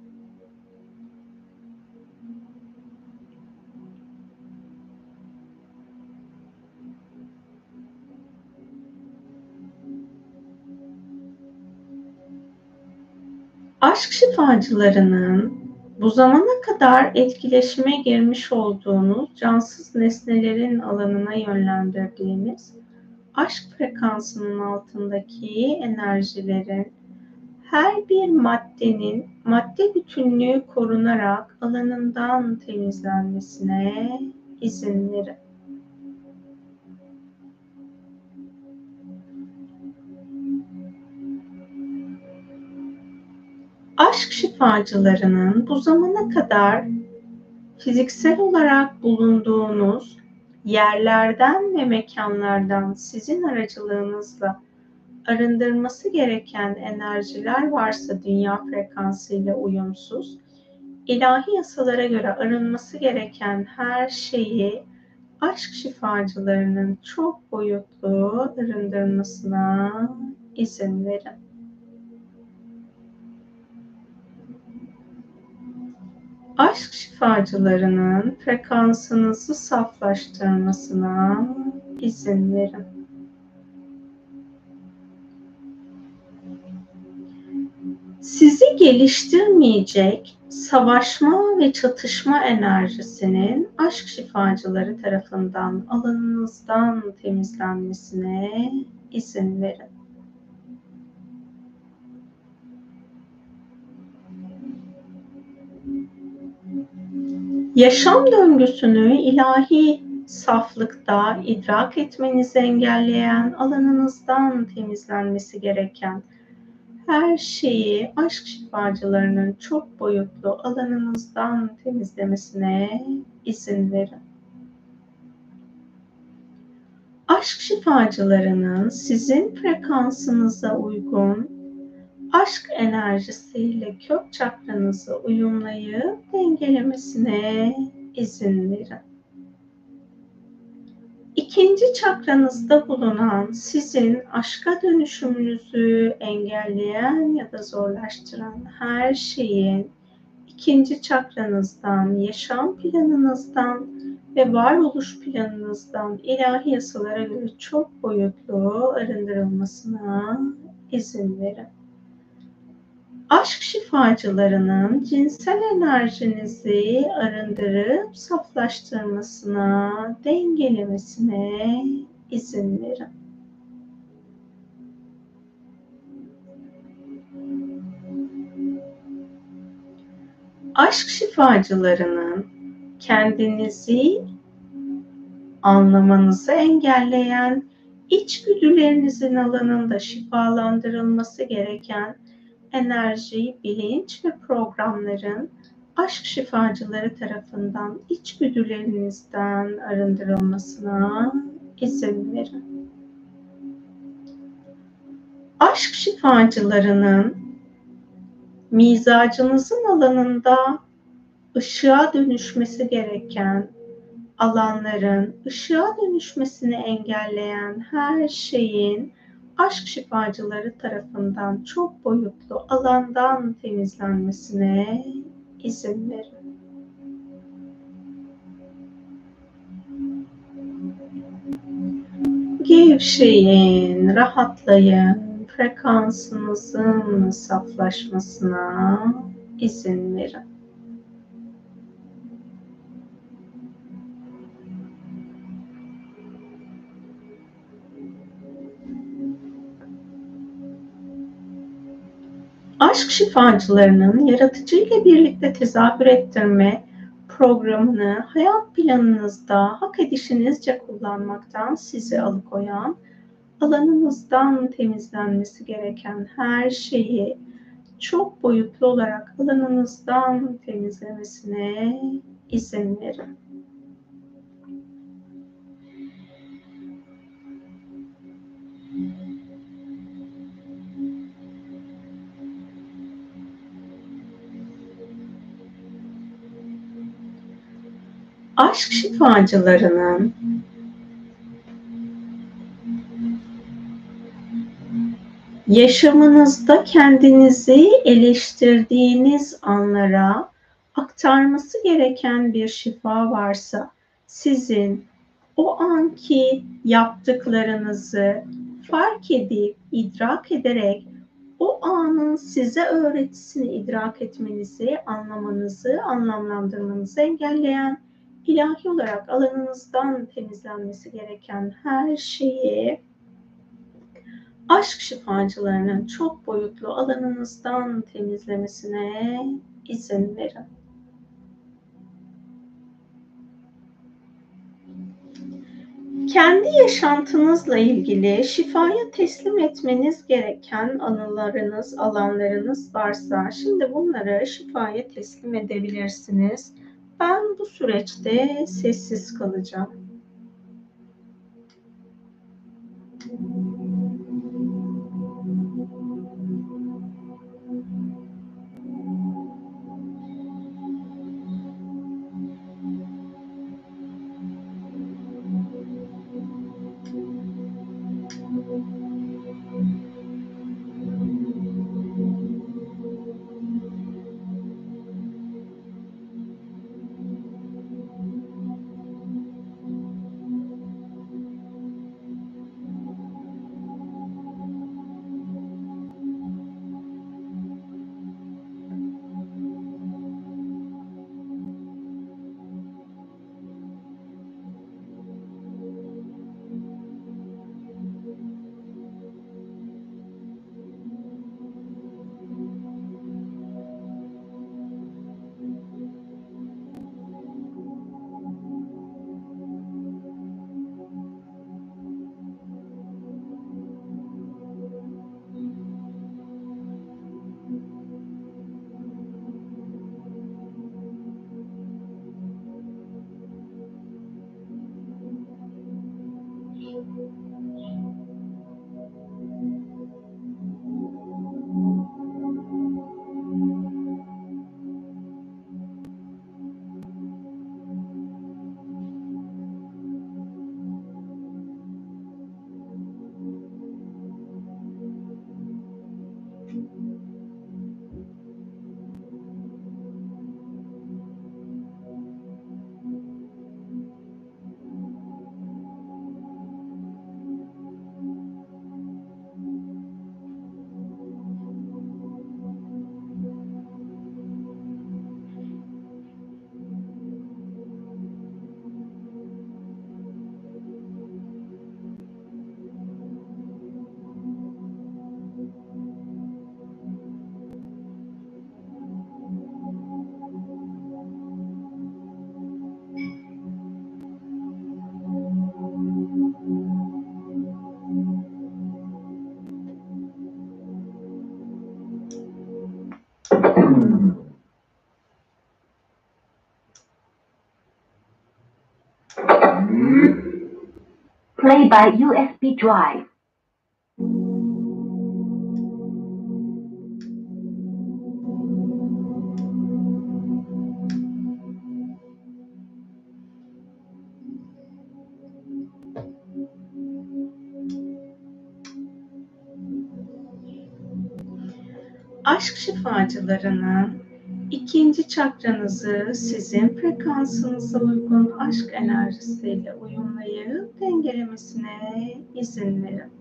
A: Aşk şifacılarının bu zamana kadar etkileşime girmiş olduğunuz cansız nesnelerin alanına yönlendirdiğiniz aşk frekansının altındaki enerjilerin her bir maddenin madde bütünlüğü korunarak alanından temizlenmesine izin verin. Aşk şifacılarının bu zamana kadar fiziksel olarak bulunduğunuz yerlerden ve mekanlardan sizin aracılığınızla arındırması gereken enerjiler varsa dünya frekansıyla uyumsuz, ilahi yasalara göre arınması gereken her şeyi aşk şifacılarının çok boyutlu arındırmasına izin verin. Aşk şifacılarının frekansınızı saflaştırmasına izin verin. Sizi geliştirmeyecek savaşma ve çatışma enerjisinin aşk şifacıları tarafından alanınızdan temizlenmesine izin verin. Yaşam döngüsünü ilahi saflıkta idrak etmenizi engelleyen, alanınızdan temizlenmesi gereken her şeyi aşk şifacılarının çok boyutlu alanınızdan temizlemesine izin verin. Aşk şifacılarının sizin frekansınıza uygun aşk enerjisiyle kök çakranızı uyumlayıp dengelemesine izin verin. İkinci çakranızda bulunan sizin aşka dönüşümünüzü engelleyen ya da zorlaştıran her şeyin ikinci çakranızdan, yaşam planınızdan ve varoluş planınızdan ilahi yasalara göre çok boyutlu arındırılmasına izin verin. Aşk şifacılarının cinsel enerjinizi arındırıp saflaştırmasına, dengelemesine izin verin. Aşk şifacılarının kendinizi anlamanızı engelleyen, içgüdülerinizin alanında şifalandırılması gereken enerji, bilinç ve programların aşk şifacıları tarafından içgüdülerinizden arındırılmasına izin verin. Aşk şifacılarının mizacınızın alanında ışığa dönüşmesi gereken alanların ışığa dönüşmesini engelleyen her şeyin aşk şifacıları tarafından çok boyutlu alandan temizlenmesine izin verin. Gevşeyin, rahatlayın, frekansınızın saflaşmasına izin verin. Aşk şifacılarının yaratıcı ile birlikte tezahür ettirme programını hayat planınızda hak edişinizce kullanmaktan sizi alıkoyan, alanınızdan temizlenmesi gereken her şeyi çok boyutlu olarak alanınızdan temizlemesine izin verin. Aşk şifacılarının yaşamınızda kendinizi eleştirdiğiniz anlara aktarması gereken bir şifa varsa, sizin o anki yaptıklarınızı fark edip, idrak ederek o anın size öğretisini idrak etmenizi, anlamanızı, anlamlandırmanızı engelleyen, ilahi olarak alanınızdan temizlenmesi gereken her şeyi aşk şifacılarının çok boyutlu alanınızdan temizlemesine izin verin. Kendi yaşantınızla ilgili şifaya teslim etmeniz gereken anılarınız, alanlarınız varsa şimdi bunları şifaya teslim edebilirsiniz. Ben bu süreçte sessiz kalacağım.
B: Play by USB drive.
A: Aşk şifacılarının ikinci çakranızı sizin frekansınıza uygun aşk enerjisiyle uyumlayıp dengelemesine izin verin.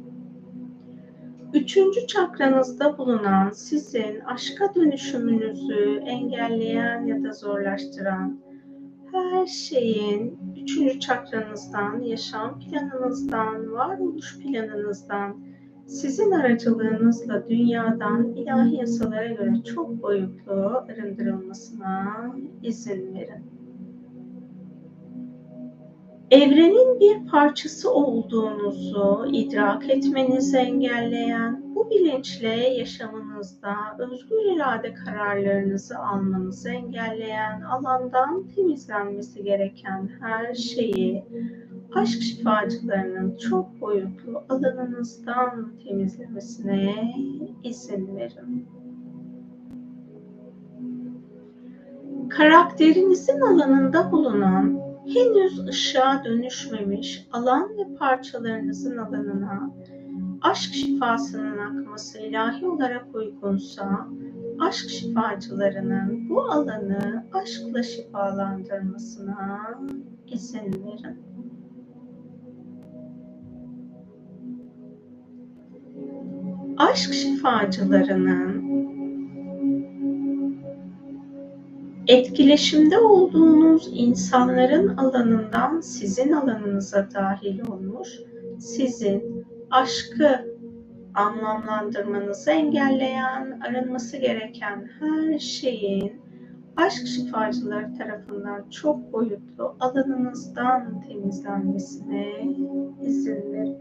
A: Üçüncü çakranızda bulunan sizin aşka dönüşümünüzü engelleyen ya da zorlaştıran her şeyin üçüncü çakranızdan, yaşam planınızdan, varoluş planınızdan, sizin aracılığınızla dünyadan ilahi yasalara göre çok boyutlu arındırılmasına izin verin. Evrenin bir parçası olduğunuzu idrak etmenizi engelleyen, bu bilinçle yaşamınızda özgür irade kararlarınızı almanızı engelleyen, alandan temizlenmesi gereken her şeyi aşk şifacılarının çok boyutlu alanınızdan temizlemesine izin verin. Karakterinizin alanında bulunan, henüz ışığa dönüşmemiş alan ve parçalarınızın alanına aşk şifasının akması ilahi olarak uygunsa, aşk şifacılarının bu alanı aşkla şifalandırmasına izin verin. Aşk şifacılarının etkileşimde olduğunuz insanların alanından sizin alanınıza dahil olmuş, sizin aşkı anlamlandırmanızı engelleyen, arınması gereken her şeyin aşk şifacıları tarafından çok boyutlu alanınızdan temizlenmesine izin verin.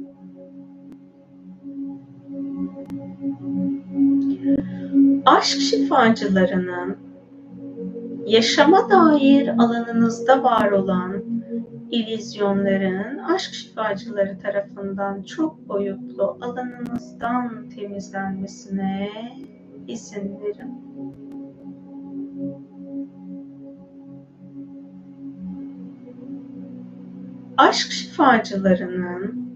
A: Aşk şifacılarının yaşama dair alanınızda var olan illüzyonların aşk şifacıları tarafından çok boyutlu alanınızdan temizlenmesine izin verin. Aşk şifacılarının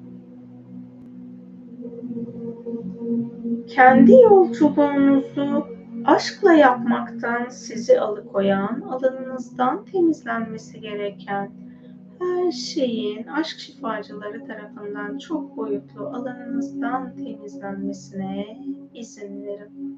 A: kendi yolculuğunuzu aşkla yapmaktan sizi alıkoyan, alanınızdan temizlenmesi gereken her şeyin aşk şifacıları tarafından çok boyutlu alanınızdan temizlenmesine izin verin.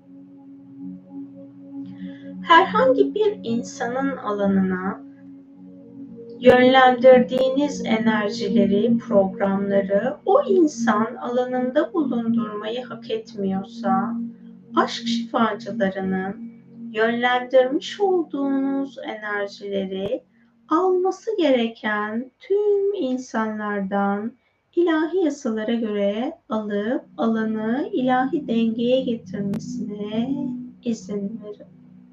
A: Herhangi bir insanın alanına yönlendirdiğiniz enerjileri, programları o insan alanında bulundurmayı hak etmiyorsa, aşk şifacılarının yönlendirmiş olduğunuz enerjileri alması gereken tüm insanlardan ilahi yasalara göre alıp alanı ilahi dengeye getirmesine izin verin.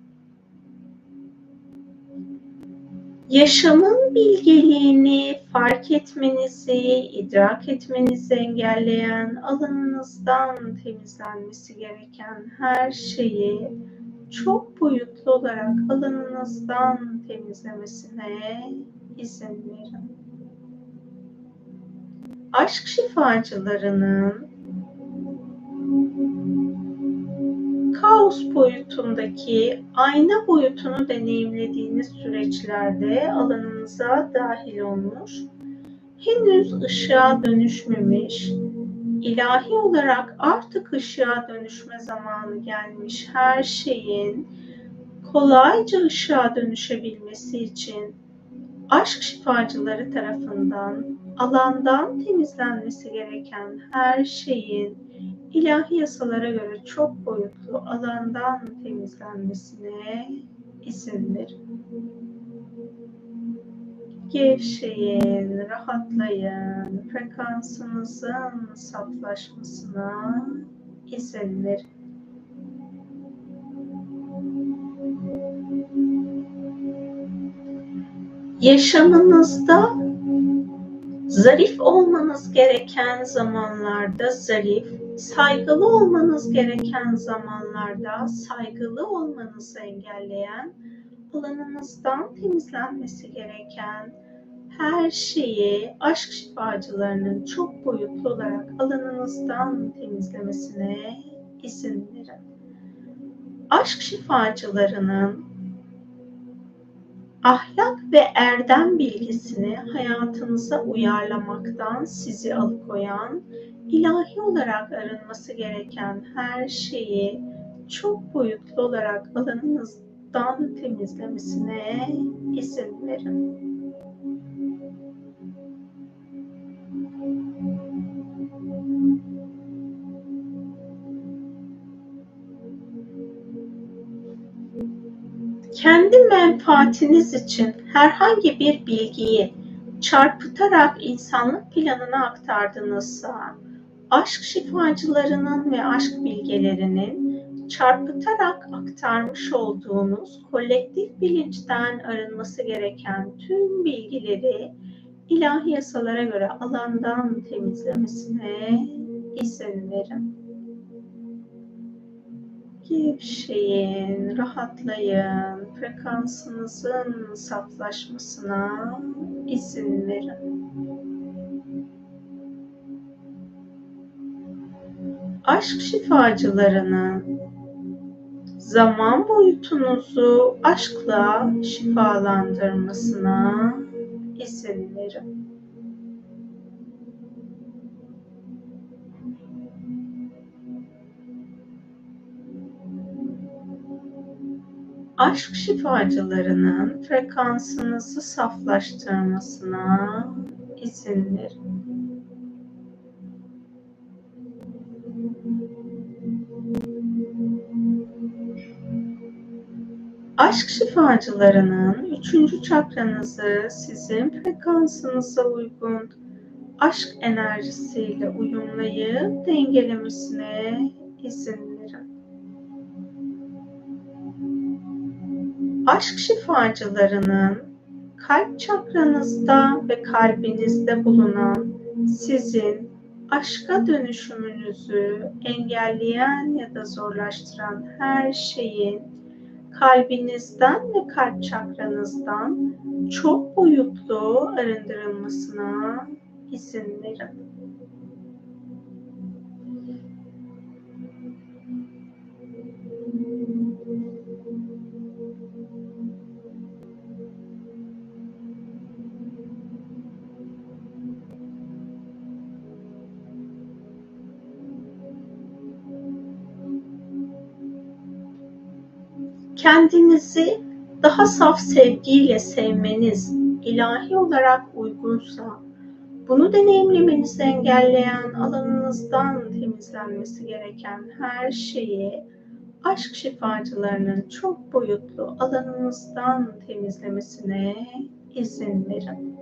A: Yaşamın bilgeliğini fark etmenizi, idrak etmenizi engelleyen, alanınızdan temizlenmesi gereken her şeyi çok boyutlu olarak alanınızdan temizlemesine izin verin. Aşk şifacılarının kaos boyutundaki ayna boyutunu deneyimlediğiniz süreçlerde alanınıza dahil olmuş, henüz ışığa dönüşmemiş, ilahi olarak artık ışığa dönüşme zamanı gelmiş her şeyin kolayca ışığa dönüşebilmesi için aşk şifacıları tarafından alandan temizlenmesi gereken her şeyin ilahi yasalara göre çok boyutlu alandan temizlenmesine izin verin. Gevşeyin, rahatlayın, frekansınızın saflaşmasına izin verin. Yaşamınızda zarif olmanız gereken zamanlarda zarif, saygılı olmanız gereken zamanlarda saygılı olmanızı engelleyen, alanınızdan temizlenmesi gereken her şeyi aşk şifacılarının çok boyutlu olarak alanınızdan temizlemesine izin verin. Aşk şifacılarının ahlak ve erdem bilgisini hayatınıza uyarlamaktan sizi alıkoyan, ilahi olarak arınması gereken her şeyi çok boyutlu olarak alanınızdan temizlemesine izin verin. Kendi menfaatiniz için herhangi bir bilgiyi çarpıtarak insanlık planına aktardınızsa, aşk şifacılarının ve aşk bilgelerinin çarpıtarak aktarmış olduğunuz kolektif bilinçten arınması gereken tüm bilgileri ilahi yasalara göre alandan temizlemesine izin verin. Gevşeyin, rahatlayın, frekansınızın saflaşmasına izin verin. Aşk şifacılarının zaman boyutunuzu aşkla şifalandırmasına izin verin. Aşk şifacılarının frekansınızı saflaştırmasına izin verin. Aşk şifacılarının 3. çakranızı sizin frekansınıza uygun aşk enerjisiyle uyumlayıp dengelemesine izin verin. Aşk şifacılarının kalp çakranızda ve kalbinizde bulunan sizin aşka dönüşümünüzü engelleyen ya da zorlaştıran her şeyin kalbinizden ve kalp çakranızdan çok boyutlu arındırılmasına izin verin. Kendinizi daha saf sevgiyle sevmeniz ilahi olarak uygunsa, bunu deneyimlemenizi engelleyen alanınızdan temizlenmesi gereken her şeyi aşk şifacılarının çok boyutlu alanınızdan temizlemesine izin verin.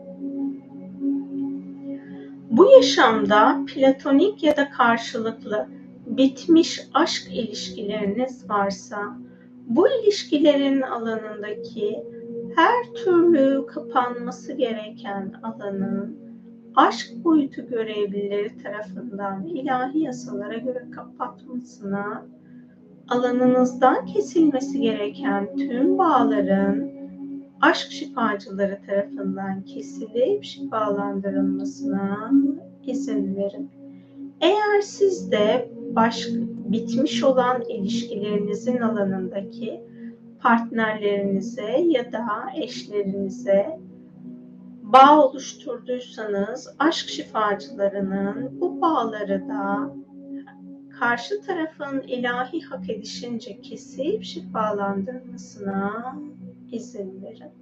A: Bu yaşamda platonik ya da karşılıklı bitmiş aşk ilişkileriniz varsa, bu ilişkilerin alanındaki her türlü kapanması gereken alanın aşk boyutu görevlileri tarafından ilahi yasalara göre kapatmasına, alanınızdan kesilmesi gereken tüm bağların aşk şifacıları tarafından kesilip şifalandırılmasına izin verin. Eğer siz de bitmiş olan ilişkilerinizin alanındaki partnerlerinize ya da eşlerinize bağ oluşturduysanız, aşk şifacılarının bu bağları da karşı tarafın ilahi hak edişince kesip şifalandırmasına izin verin.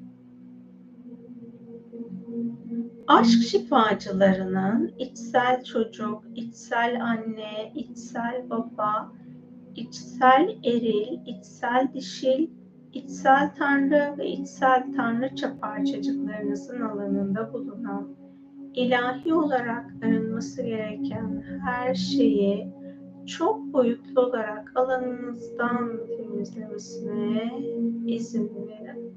A: Aşk şifacılarının içsel çocuk, içsel anne, içsel baba, içsel eril, içsel dişil, içsel tanrı ve içsel tanrıça parçacıklarınızın alanında bulunan ilahi olarak arınması gereken her şeyi çok boyutlu olarak alanınızdan temizlemesine izin verin.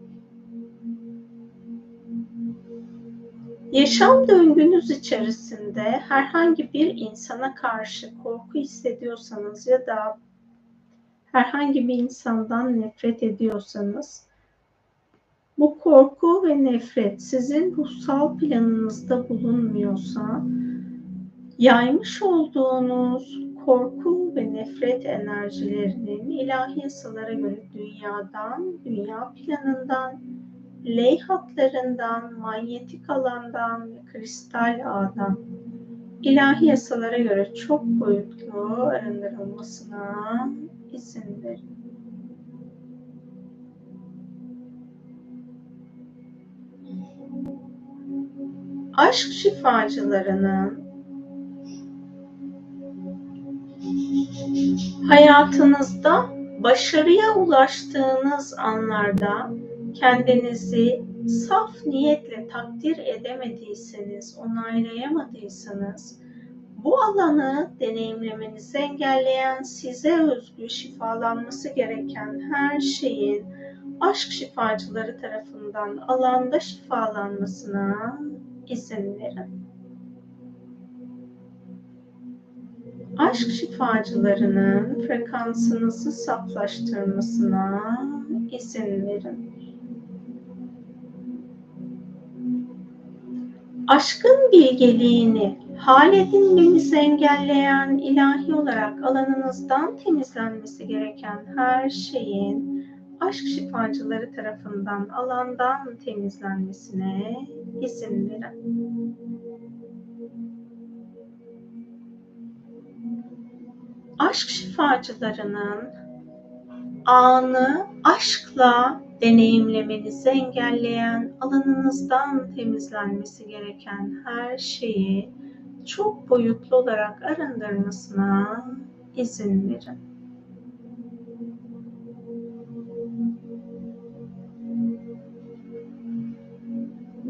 A: Yaşam döngünüz içerisinde herhangi bir insana karşı korku hissediyorsanız ya da herhangi bir insandan nefret ediyorsanız, bu korku ve nefret sizin ruhsal planınızda bulunmuyorsa, yaymış olduğunuz korku ve nefret enerjilerinin ilahi yasalara göre dünyadan, dünya planından, leyhatlarından, manyetik alandan ve kristal ağdan ilahi yasalara göre çok boyutlu arındırılmasına izin verin. Aşk şifacılarının hayatınızda başarıya ulaştığınız anlarda kendinizi saf niyetle takdir edemediyseniz, onaylayamadıysanız, bu alanı deneyimlemenizi engelleyen, size özgü şifalanması gereken her şeyin aşk şifacıları tarafından alanda şifalanmasına izin verin. Aşk şifacılarının frekansınızı saflaştırmasına izin verin. Aşkın bilgeliğini hal edinmenizi engelleyen, ilahi olarak alanınızdan temizlenmesi gereken her şeyin aşk şifacıları tarafından alandan temizlenmesine izin verin. Aşk şifacılarının anı aşkla deneyimlemenizi engelleyen, alanınızdan temizlenmesi gereken her şeyi çok boyutlu olarak arındırmasına izin verin.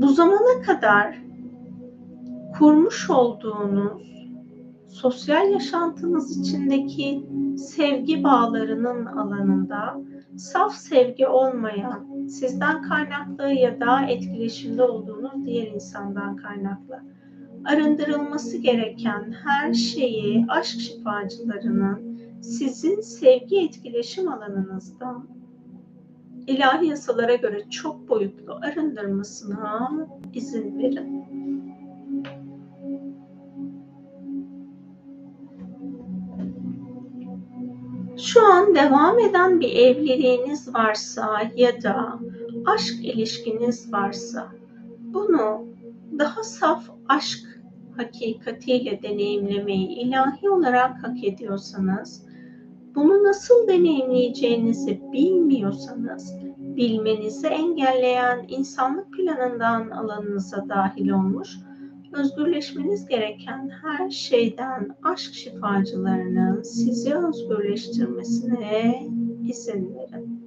A: Bu zamana kadar kurmuş olduğunuz sosyal yaşantınız içindeki sevgi bağlarının alanında saf sevgi olmayan, sizden kaynaklı ya da etkileşimde olduğunuz diğer insandan kaynaklı arındırılması gereken her şeyi aşk şifacılarının sizin sevgi etkileşim alanınızdan ilahi yasalara göre çok boyutlu arındırmasına izin verin. Şu an devam eden bir evliliğiniz varsa ya da aşk ilişkiniz varsa bunu daha saf aşk hakikatiyle deneyimlemeyi ilahi olarak hak ediyorsanız, bunu nasıl deneyimleyeceğinizi bilmiyorsanız, bilmenizi engelleyen insanlık planından alanınıza dahil olmuş, özgürleşmeniz gereken her şeyden aşk şifacılarının sizi özgürleştirmesine izin verin.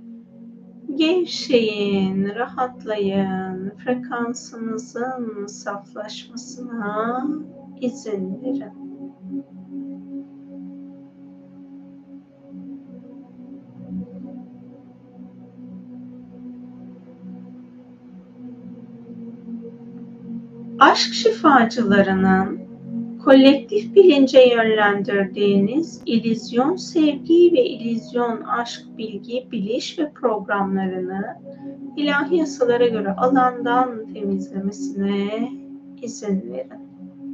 A: Gevşeyin, rahatlayın, frekansınızın saflaşmasına izin verin. Aşk şifacılarının kolektif bilince yönlendirdiğiniz illüzyon sevgi ve illüzyon aşk bilgi, biliş ve programlarını ilahi yasalara göre alandan temizlemesine izin verin.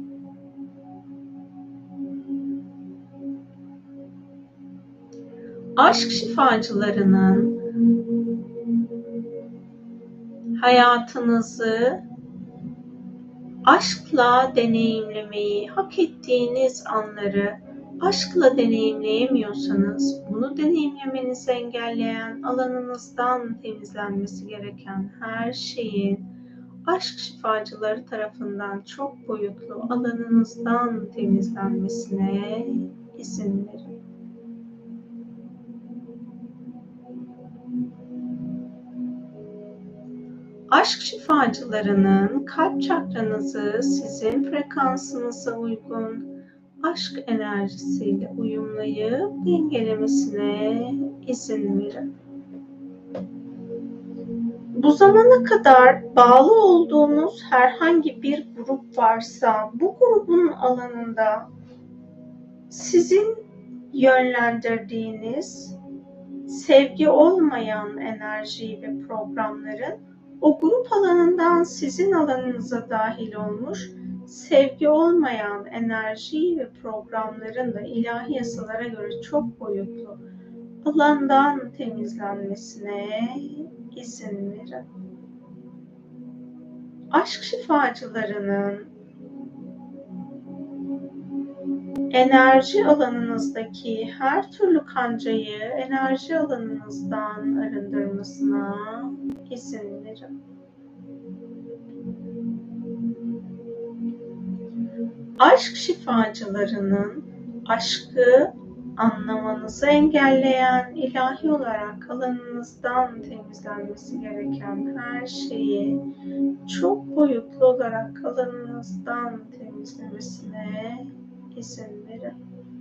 A: Aşk şifacılarının hayatınızı aşkla deneyimlemeyi, hak ettiğiniz anları aşkla deneyimleyemiyorsanız, bunu deneyimlemenizi engelleyen, alanınızdan temizlenmesi gereken her şeyin aşk şifacıları tarafından çok boyutlu alanınızdan temizlenmesine izin verin. Aşk şifacılarının kalp çakranızı sizin frekansınıza uygun aşk enerjisiyle uyumlayıp dengelemesine izin verin. Bu zamana kadar bağlı olduğunuz herhangi bir grup varsa, bu grubun alanında sizin yönlendirdiğiniz sevgi olmayan enerji ve programların o grup alanından sizin alanınıza dahil olmuş sevgi olmayan enerji ve programların da ilahi yasalara göre çok boyutlu alandan temizlenmesine izin verin. Aşk şifacılarının enerji alanınızdaki her türlü kancayı enerji alanınızdan arındırmasına izin verin. Aşk şifacılarının aşkı anlamanızı engelleyen, ilahi olarak alanınızdan temizlenmesi gereken her şeyi çok boyutlu olarak alanınızdan temizlemesine izin verin.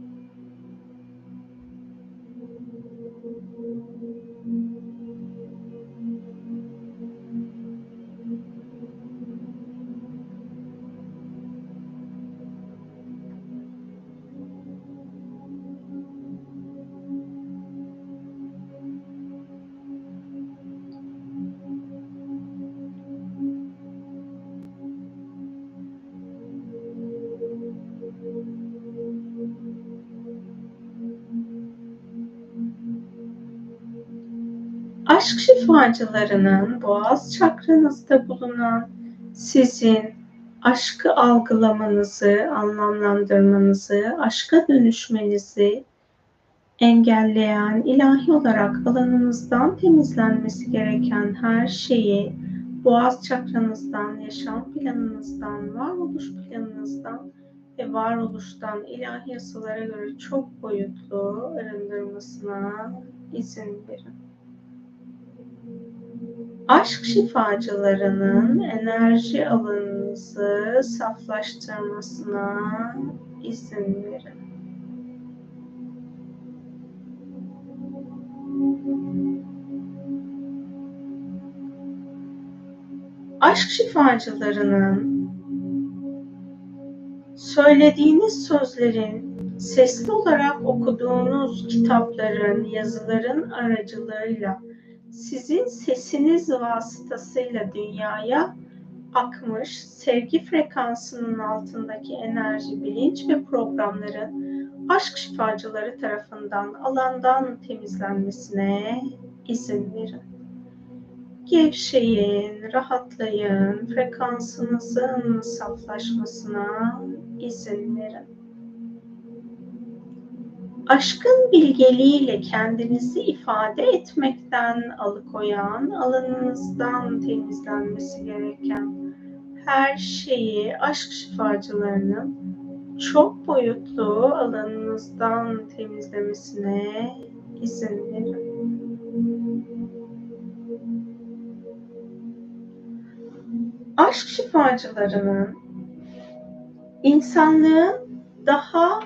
A: Aşk şifacılarının boğaz çakranızda bulunan sizin aşkı algılamanızı, anlamlandırmanızı, aşka dönüşmenizi engelleyen, ilahi olarak alanınızdan temizlenmesi gereken her şeyi boğaz çakranızdan, yaşam planınızdan, varoluş planınızdan ve varoluştan ilahi yasalara göre çok boyutlu arındırmasına izin verin. Aşk şifacılarının enerji alanınızı saflaştırmasına izin verin. Aşk şifacılarının söylediğiniz sözlerin, sesli olarak okuduğunuz kitapların, yazıların aracılığıyla sizin sesiniz vasıtasıyla dünyaya akmış, sevgi frekansının altındaki enerji, bilinç ve programların aşk şifacıları tarafından alandan temizlenmesine izin verin. Gevşeyin, rahatlayın, frekansınızın saflaşmasına izin verin. Aşkın bilgeliğiyle kendinizi ifade etmekten alıkoyan, alanınızdan temizlenmesi gereken her şeyi aşk şifacılarının çok boyutlu alanınızdan temizlemesine izin verin. Aşk şifacılarının insanlığın daha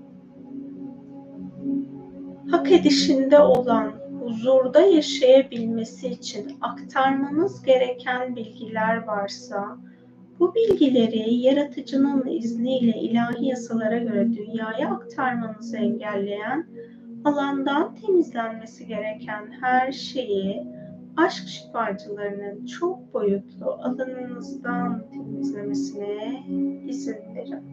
A: hak edişinde olan huzurda yaşayabilmesi için aktarmanız gereken bilgiler varsa, bu bilgileri yaratıcının izniyle ilahi yasalara göre dünyaya aktarmanızı engelleyen, alandan temizlenmesi gereken her şeyi aşk şifacılarının çok boyutlu alanınızdan temizlemesine izin verin.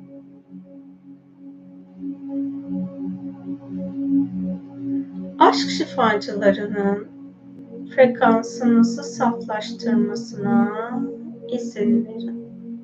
A: Aşk şifacılarının frekansınızı saflaştırmasına izin verin.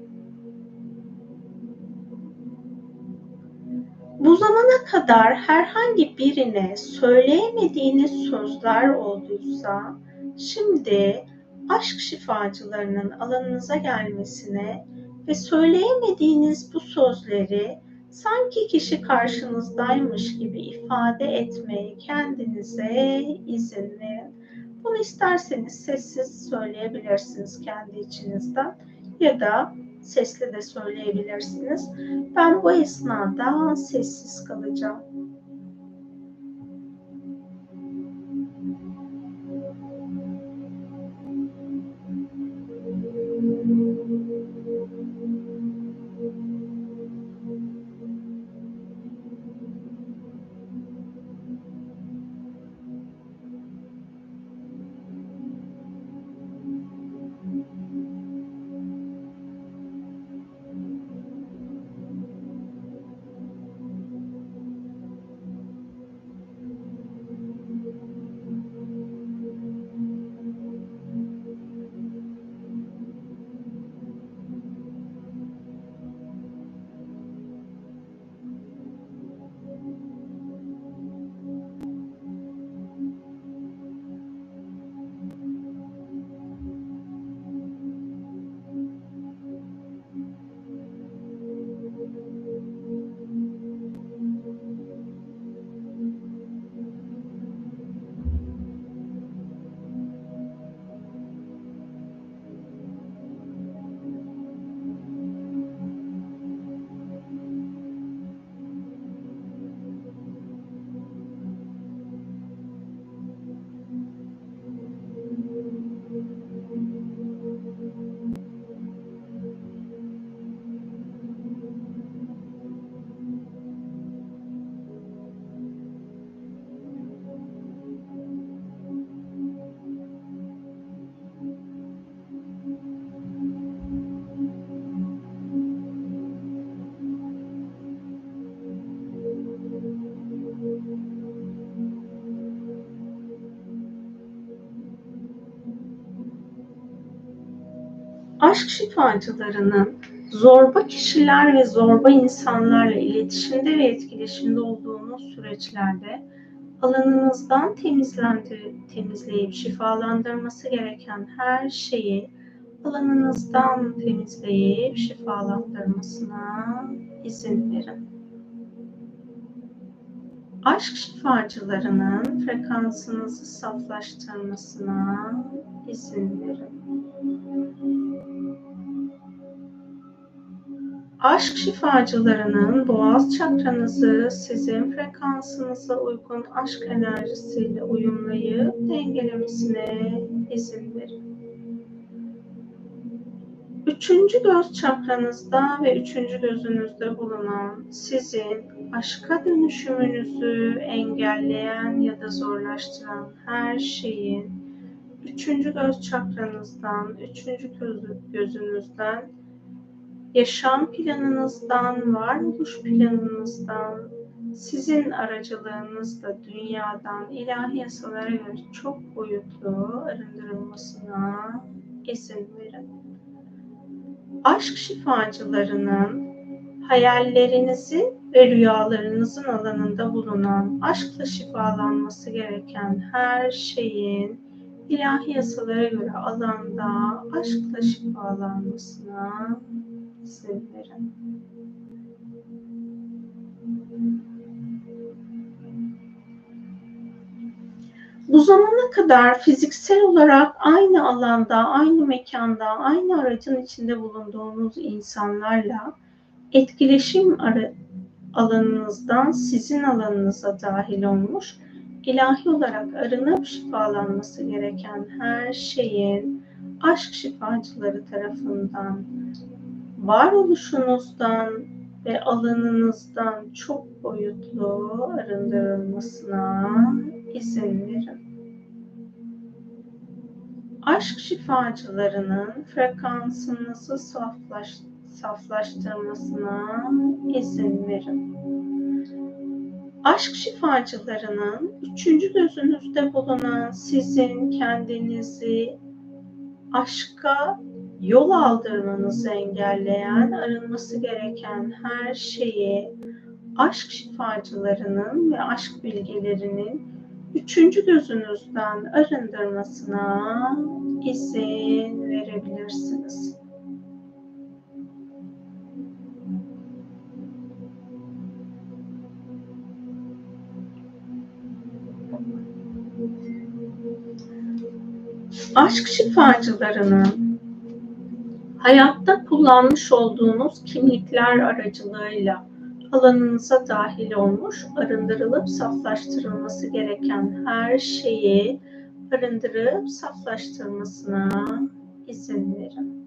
A: Bu zamana kadar herhangi birine söyleyemediğiniz sözler olduysa, şimdi aşk şifacılarının alanınıza gelmesine ve söyleyemediğiniz bu sözleri sanki kişi karşınızdaymış gibi ifade etmeye kendinize izin verin. Bunu isterseniz sessiz söyleyebilirsiniz kendi içinizden ya da sesli de söyleyebilirsiniz. Ben bu esnada sessiz kalacağım. Aşk şifacılarının zorba kişiler ve zorba insanlarla iletişimde ve etkileşimde olduğunuz süreçlerde alanınızdan temizleyip şifalandırması gereken her şeyi alanınızdan temizleyip şifalandırmasına izin verin. aşk şifacılarının frekansınızı saflaştırmasına izin verin. Aşk şifacılarının boğaz çakranızı sizin frekansınıza uygun aşk enerjisiyle uyumlayıp dengelemesine izin verin. Üçüncü göz çakranızda ve üçüncü gözünüzde bulunan sizin aşka dönüşümünüzü engelleyen ya da zorlaştıran her şeyin üçüncü göz çakranızdan, üçüncü gözünüzden, yaşam planınızdan, varoluş planınızdan, sizin aracılığınızla dünyadan ilahi yasalara göre çok boyutlu arındırılmasına izin verin. Aşk şifacılarının hayallerinizin ve rüyalarınızın alanında bulunan aşkla şifalanması gereken her şeyin ilahi yasalara göre alanda aşkla şifalanmasına izin verin. Bu zamana kadar fiziksel olarak aynı alanda, aynı mekanda, aynı aracın içinde bulunduğunuz insanlarla etkileşim alanınızdan sizin alanınıza dahil olmuş, ilahi olarak arınıp şifalanması gereken her şeyin aşk şifacıları tarafından varoluşunuzdan ve alanınızdan çok boyutlu arındırılmasına izin verin. Aşk şifacılarının frekansınızı saflaştırmasına izin verin. Aşk şifacılarının üçüncü gözünüzde bulunan sizin kendinizi aşka yol aldırmanızı engelleyen, arınması gereken her şeyi aşk şifacılarının ve aşk bilgelerinin üçüncü gözünüzden arındırmasına izin verebilirsiniz. Aşk şifacılarının hayatta kullanmış olduğunuz kimlikler aracılığıyla alanınıza dahil olmuş, arındırılıp saflaştırılması gereken her şeyi arındırıp saflaştırmasına izin verin.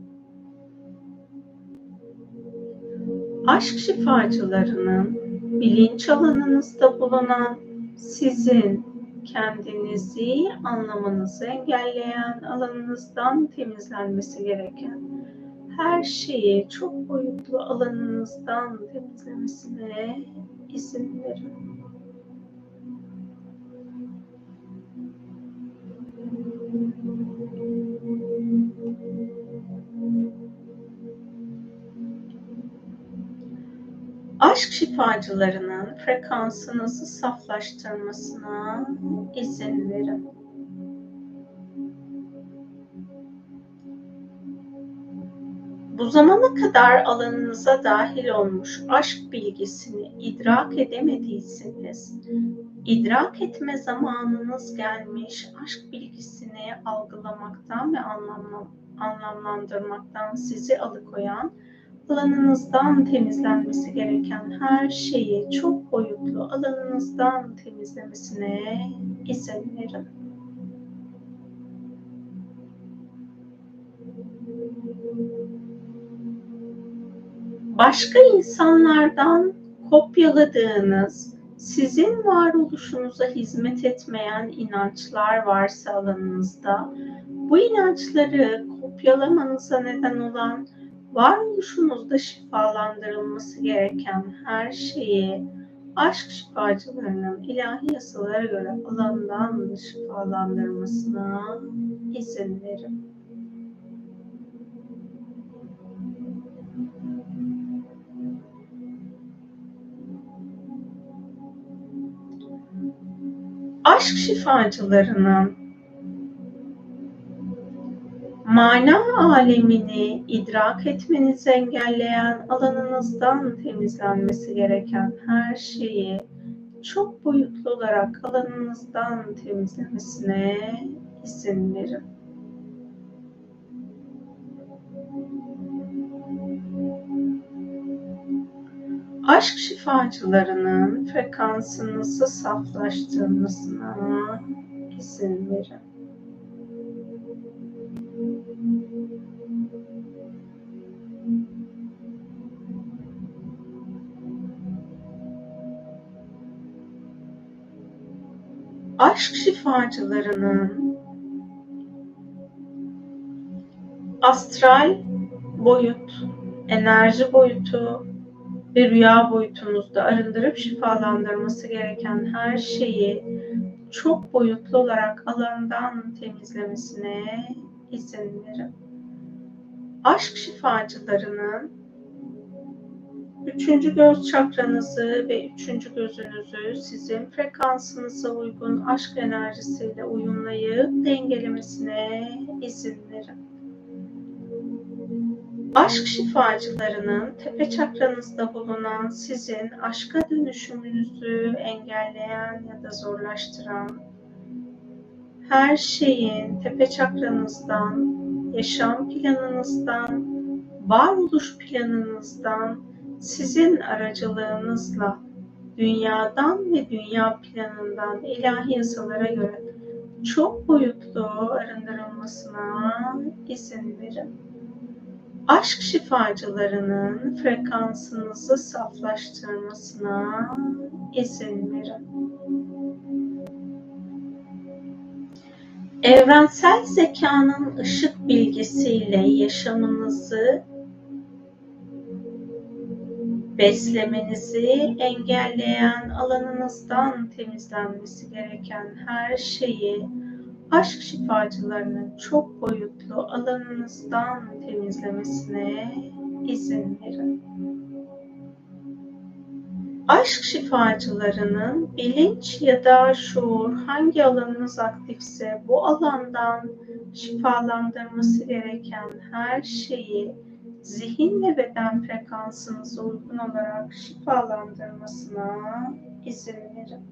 A: Aşk şifacılarının bilinç alanınızda bulunan sizin kendinizi anlamanızı engelleyen, alanınızdan temizlenmesi gereken her şeyi çok boyutlu alanınızdan temizlemesine izin verin. Aşk şifacılarının frekansınızı saflaştırmasına izin verin. Bu zamana kadar alanınıza dahil olmuş aşk bilgisini idrak edemediyseniz, idrak etme zamanınız gelmiş, aşk bilgisini algılamaktan ve anlamlandırmaktan sizi alıkoyan, alanınızdan temizlenmesi gereken her şeyi çok boyutlu alanınızdan temizlemesine izin verin. Başka insanlardan kopyaladığınız, sizin varoluşunuza hizmet etmeyen inançlar varsa alanınızda, bu inançları kopyalamanıza neden olan, varoluşunuzda şifalandırılması gereken her şeyi aşk şifacılarının ilahi yasalara göre alandan şifalandırmasına izin verin. Aşk şifacılarının mana alemini idrak etmenizi engelleyen, alanınızdan temizlenmesi gereken her şeyi çok boyutlu olarak alanınızdan temizlemesine izin verin. Aşk şifacılarının frekansınızı saflaştırmasına izin verin. Aşk şifacılarının astral boyut, enerji boyutu ve rüya boyutunuzda arındırıp şifalandırması gereken her şeyi çok boyutlu olarak alandan temizlemesine izin verin. Aşk şifacılarının 3. göz çakranızı ve 3. gözünüzü sizin frekansınıza uygun aşk enerjisiyle uyumlayıp dengelemesine izin verin. Aşk şifacılarının tepe çakranızda bulunan sizin aşka dönüşümünüzü engelleyen ya da zorlaştıran her şeyin tepe çakranızdan, yaşam planınızdan, varoluş planınızdan, sizin aracılığınızla dünyadan ve dünya planından ilahi yasalara göre çok boyutlu arındırılmasına izin verin. Aşk şifacılarının frekansınızı saflaştırmasına izin verin. Evrensel zekanın ışık bilgisiyle yaşamınızı beslemenizi engelleyen alanınızdan temizlenmesi gereken her şeyi aşk şifacılarının çok boyutlu alanınızdan temizlemesine izin verin. Aşk şifacılarının bilinç ya da şuur hangi alanınız aktifse bu alandan şifalandırması gereken her şeyi zihin ve beden frekansınıza uygun olarak şifalandırmasına izin verin.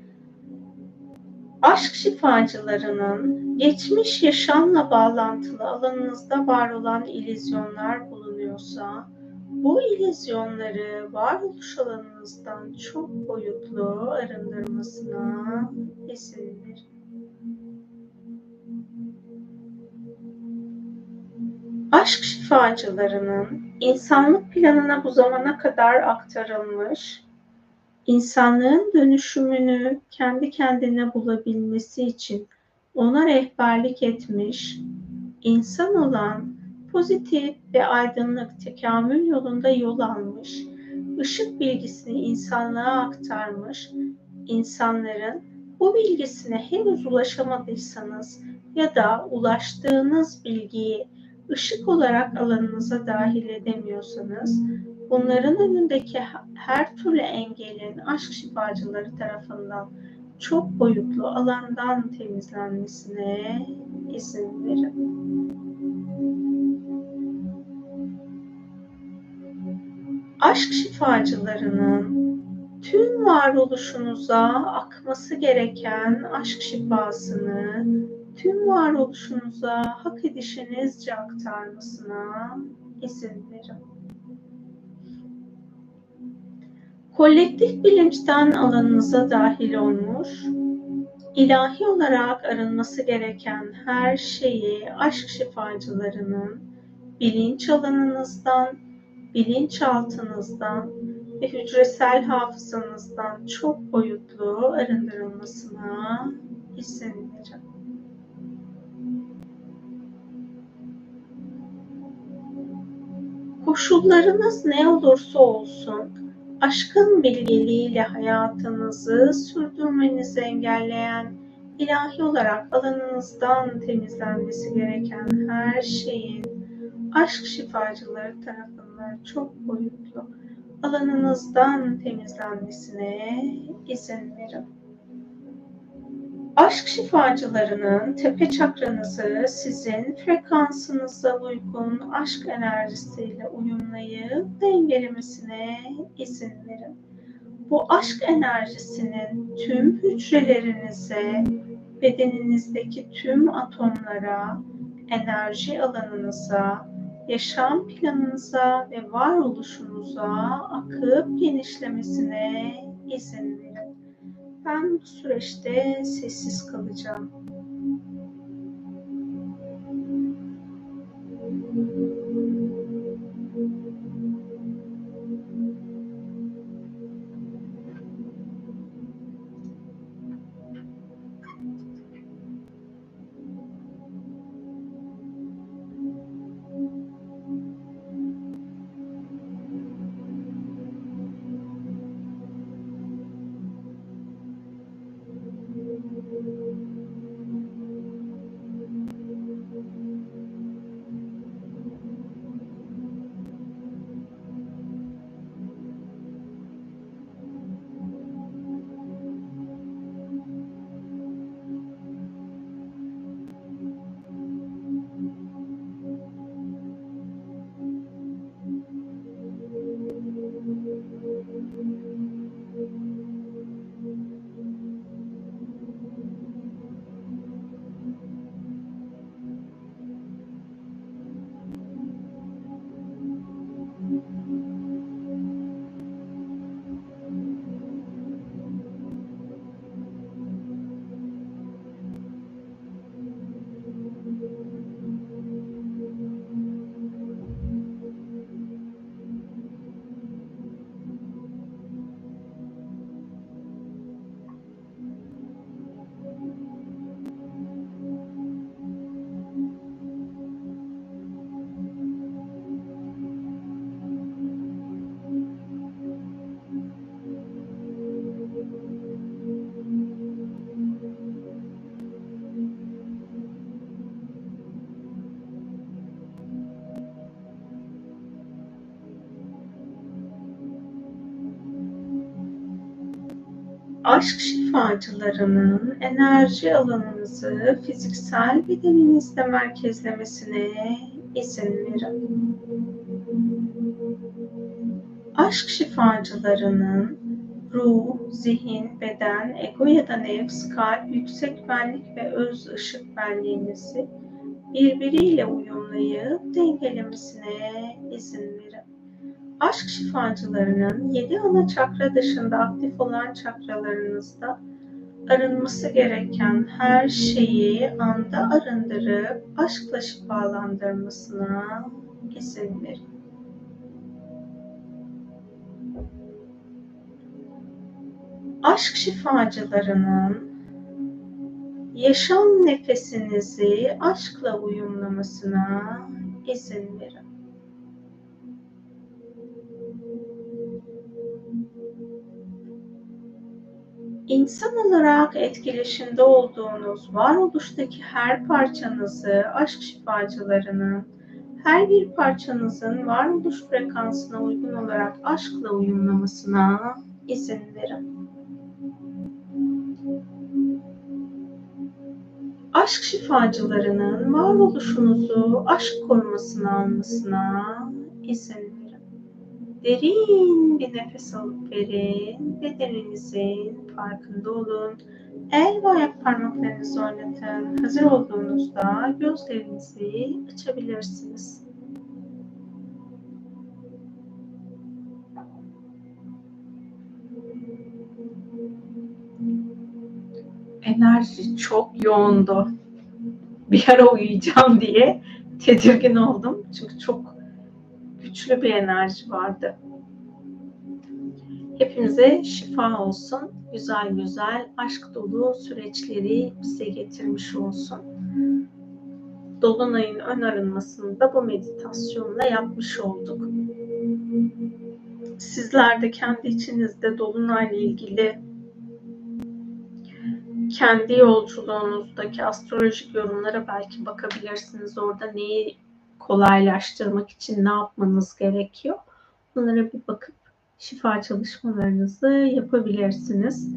A: Aşk şifacılarının geçmiş yaşamla bağlantılı alanınızda var olan illüzyonlar bulunuyorsa, bu illüzyonları varoluş alanınızdan çok boyutlu arındırmasına izin verin. Aşk şifacılarının insanlık planına bu zamana kadar aktarılmış, insanlığın dönüşümünü kendi kendine bulabilmesi için ona rehberlik etmiş, insan olan pozitif ve aydınlık tekamül yolunda yol almış, ışık bilgisini insanlığa aktarmış, insanların bu bilgisine henüz ulaşamadıysanız ya da ulaştığınız bilgiyi ışık olarak alanınıza dahil edemiyorsanız, bunların önündeki her türlü engelin aşk şifacıları tarafından çok boyutlu alandan temizlenmesine izin verin. Aşk şifacılarının tüm varoluşunuza akması gereken aşk şifasını tüm varoluşunuza hak edişinizce aktarmasına izin verin. Kolektif bilinçten alanınıza dahil olmuş, ilahi olarak arınması gereken her şeyi aşk şifacılarının bilinç alanınızdan, bilinçaltınızdan ve hücresel hafızanızdan çok boyutlu arındırılmasına izin verin. Koşullarınız ne olursa olsun, aşkın bilgeliğiyle hayatınızı sürdürmenizi engelleyen, ilahi olarak alanınızdan temizlenmesi gereken her şeyin aşk şifacıları tarafından çok boyutlu alanınızdan temizlenmesine izin verin. Aşk şifacılarının tepe çakranızı sizin frekansınıza uygun aşk enerjisiyle uyumlayıp dengelemesine izin verin. bu aşk enerjisinin tüm hücrelerinize, bedeninizdeki tüm atomlara, enerji alanınıza, yaşam planınıza ve varoluşunuza akıp genişlemesine izin verin. Ben bu süreçte sessiz kalacağım. Aşk şifacılarının enerji alanınızı fiziksel bedeninizde merkezlemesine izin verin. Aşk şifacılarının ruh, zihin, beden, ego ya da nefs, kalp, yüksek benlik ve öz ışık benliğinizi birbiriyle uyumlayıp dengelemesine izin verin. Aşk şifacılarının 7 ana çakra dışında aktif olan çakralarınızda arınması gereken her şeyi anda arındırıp aşkla şifalandırmasına izin verin. Aşk şifacılarının yaşam nefesinizi aşkla uyumlamasına izin verin. İnsan olarak etkileşimde olduğunuz varoluştaki her parçanızı aşk şifacılarının her bir parçanızın varoluş frekansına uygun olarak aşkla uyumlamasına izin verin. Aşk şifacılarının varoluşunuzu aşk korumasına almasına izin verin. Derin bir nefes alıp verin. Bedeninizin farkında olun. El ve ayak parmaklarınızı oynatın. Hazır olduğunuzda gözlerinizi açabilirsiniz. Enerji çok yoğundu. Bir ara uyuyacağım diye tedirgin oldum. Çünkü çok güçlü bir enerji vardı. Hepimize şifa olsun. Güzel güzel aşk dolu süreçleri bize getirmiş olsun. Dolunay'ın ön arınmasını da bu meditasyonla yapmış olduk. Sizler de kendi içinizde Dolunay'la ilgili kendi yolculuğunuzdaki astrolojik yorumlara belki bakabilirsiniz. Orada neyi kolaylaştırmak için ne yapmanız gerekiyor? Bunlara bir bakıp şifa çalışmalarınızı yapabilirsiniz.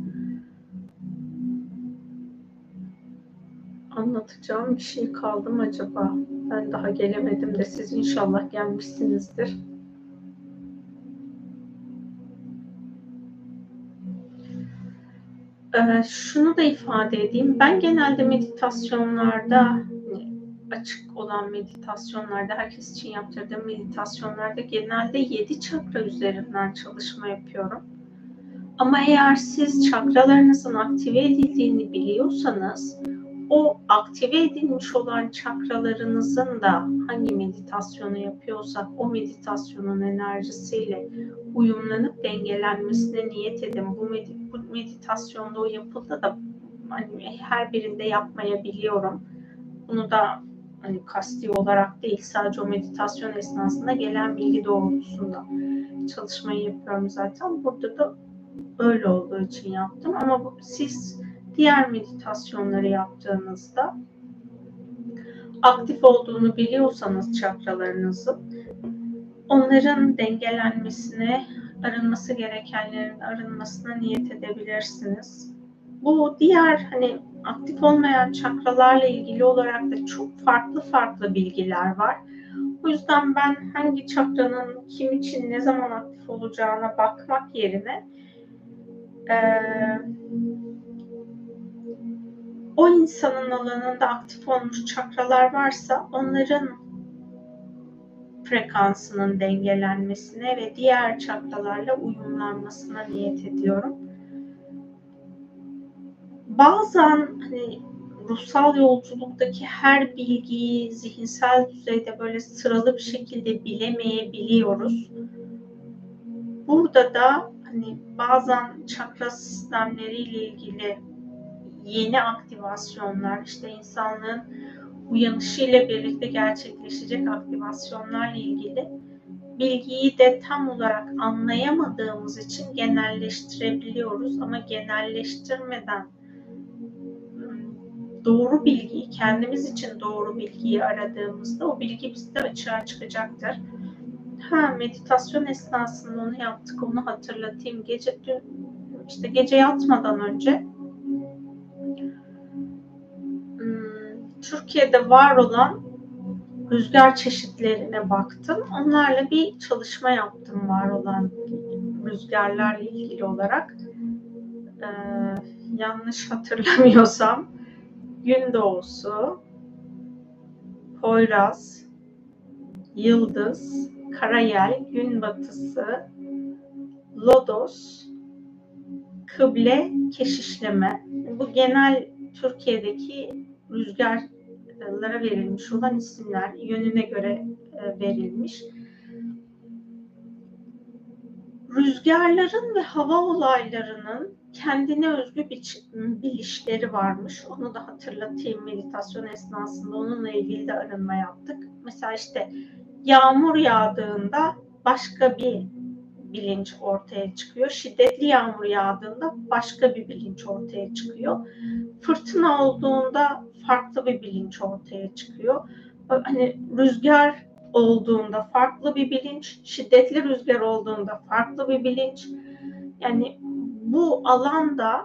A: Anlatacağım bir şey kaldı mı acaba? Ben daha gelemedim de siz inşallah gelmişsinizdir. Şunu da ifade edeyim. Ben genelde meditasyonlarda, hani, açık olan meditasyonlarda, herkes için yaptırdığım meditasyonlarda genelde 7 çakra üzerinden çalışma yapıyorum. Ama eğer siz çakralarınızın aktive edildiğini biliyorsanız, o aktive edilmiş olan çakralarınızın da hangi meditasyonu yapıyorsak o meditasyonun enerjisiyle uyumlanıp dengelenmesine niyet edin. Bu meditasyonda o yapıldı da hani her birinde yapmayabiliyorum. Bunu da hani kasti olarak değil, sadece o meditasyon esnasında gelen bilgi doğrultusunda çalışmayı yapıyorum zaten. Burada da öyle olduğu için yaptım. Ama siz diğer meditasyonları yaptığınızda aktif olduğunu biliyorsanız çakralarınızın, onların dengelenmesine, arınması gerekenlerin arınmasına niyet edebilirsiniz. Bu diğer hani aktif olmayan çakralarla ilgili olarak da çok farklı bilgiler var. O yüzden ben hangi çakranın kim için ne zaman aktif olacağına bakmak yerine o insanın alanında aktif olmuş çakralar varsa onların frekansının dengelenmesine ve diğer çakralarla uyumlanmasına niyet ediyorum. Bazen hani ruhsal yolculuktaki her bilgiyi zihinsel düzeyde böyle sıralı bir şekilde bilemeyebiliyoruz. Burada da hani bazen çakra sistemleriyle ilgili yeni aktivasyonlar, işte insanlığın uyanışıyla birlikte gerçekleşecek aktivasyonlarla ilgili bilgiyi de tam olarak anlayamadığımız için genelleştirebiliyoruz. Ama genelleştirmeden doğru bilgiyi, kendimiz için doğru bilgiyi aradığımızda o bilgi bizde açığa çıkacaktır. Meditasyon esnasında onu yaptık, onu hatırlatayım. Gece yatmadan önce Türkiye'de var olan rüzgar çeşitlerine baktım. Onlarla bir çalışma yaptım var olan rüzgarlarla ilgili olarak. Yanlış hatırlamıyorsam Gündoğusu, Poyraz, Yıldız, Karayel, Günbatısı, Lodos, Kıble, Keşişleme. Bu genel Türkiye'deki rüzgarlara verilmiş olan isimler, yönüne göre verilmiş. Rüzgarların ve hava olaylarının kendine özgü bilişleri varmış. Onu da hatırlatayım, meditasyon esnasında onunla ilgili de arınma yaptık. Mesela işte yağmur yağdığında başka bir bilinç ortaya çıkıyor. Şiddetli yağmur yağdığında başka bir bilinç ortaya çıkıyor. Fırtına olduğunda farklı bir bilinç ortaya çıkıyor. Hani rüzgar olduğunda farklı bir bilinç, şiddetli rüzgar olduğunda farklı bir bilinç. Yani bu alanda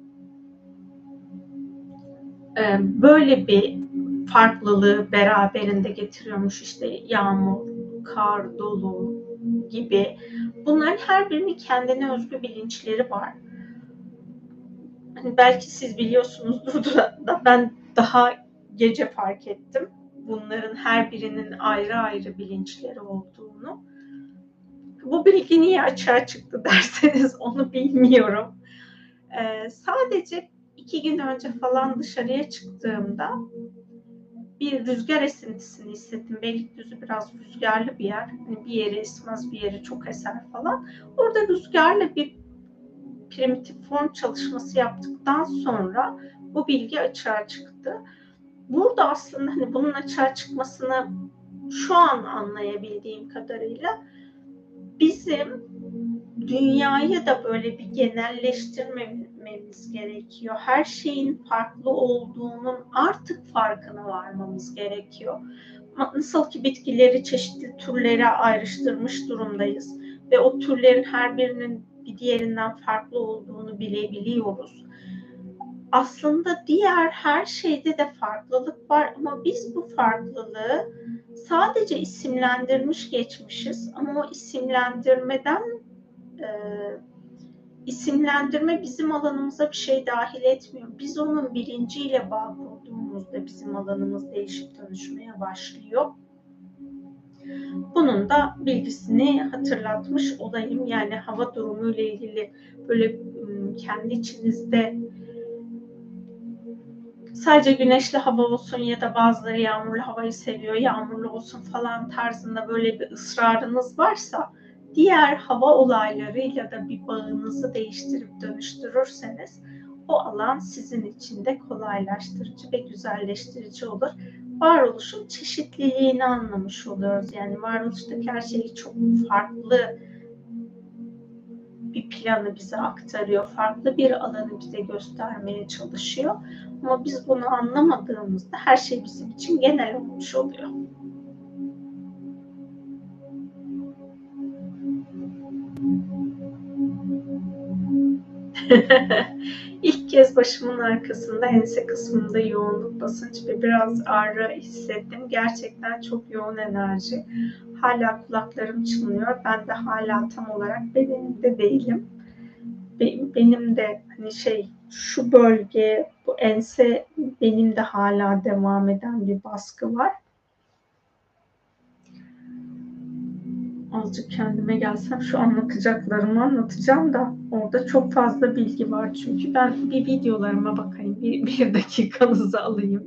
A: böyle bir farklılığı beraberinde getiriyormuş, işte yağmur, kar, dolu gibi. Bunların her birinin kendine özgü bilinçleri var. Hani belki siz biliyorsunuzdur da ben daha gece fark ettim. Bunların her birinin ayrı bilinçleri olduğunu. Bu bilgi niye açığa çıktı derseniz onu bilmiyorum. Sadece 2 gün önce falan dışarıya çıktığımda bir rüzgar esintisini hissettim. Beylikdüzü biraz rüzgarlı bir yer. Hani bir yeri esmez, bir yeri çok eser falan. Orada rüzgarla bir primitif form çalışması yaptıktan sonra bu bilgi açığa çıktı. Burada aslında hani bunun açığa çıkmasını şu an anlayabildiğim kadarıyla bizim dünyayı da böyle bir genelleştirmemiz gerekiyor. Her şeyin farklı olduğunun artık farkına varmamız gerekiyor. Nasıl ki bitkileri çeşitli türlere ayrıştırmış durumdayız ve o türlerin her birinin bir diğerinden farklı olduğunu bilebiliyoruz. Aslında diğer her şeyde de farklılık var ama biz bu farklılığı sadece isimlendirmiş geçmişiz ama o isimlendirmeden isimlendirme bizim alanımıza bir şey dahil etmiyor. Biz onun bilinciyle bağ kurduğumuzda bizim alanımız değişip dönüşmeye başlıyor. Bunun da bilgisini hatırlatmış olayım. Yani hava durumu ile ilgili böyle kendi içinizde sadece güneşli hava olsun ya da bazıları yağmurlu havayı seviyor, yağmurlu olsun falan tarzında böyle bir ısrarınız varsa diğer hava olaylarıyla da bir bağınızı değiştirip dönüştürürseniz o alan sizin için de kolaylaştırıcı ve güzelleştirici olur. Varoluşun çeşitliliğini anlamış oluyoruz. Yani varoluştaki her şeyi çok farklı bir planı bize aktarıyor. Farklı bir alanı bize göstermeye çalışıyor. Ama biz bunu anlamadığımızda her şey bizim için genel olmuş oluyor. İlk kez başımın arkasında ense kısmında yoğunluk, basınç ve biraz ağrı hissettim. Gerçekten çok yoğun enerji. Hala kulaklarım çınlıyor. Ben de hala tam olarak bedenimde değilim. Benim de hani şu bölge, bu ense benim de hala devam eden bir baskı var. Azıcık kendime gelsem şu anlatacaklarımı anlatacağım da orada çok fazla bilgi var çünkü. Ben bir videolarıma bakayım. Bir dakikanızı alayım.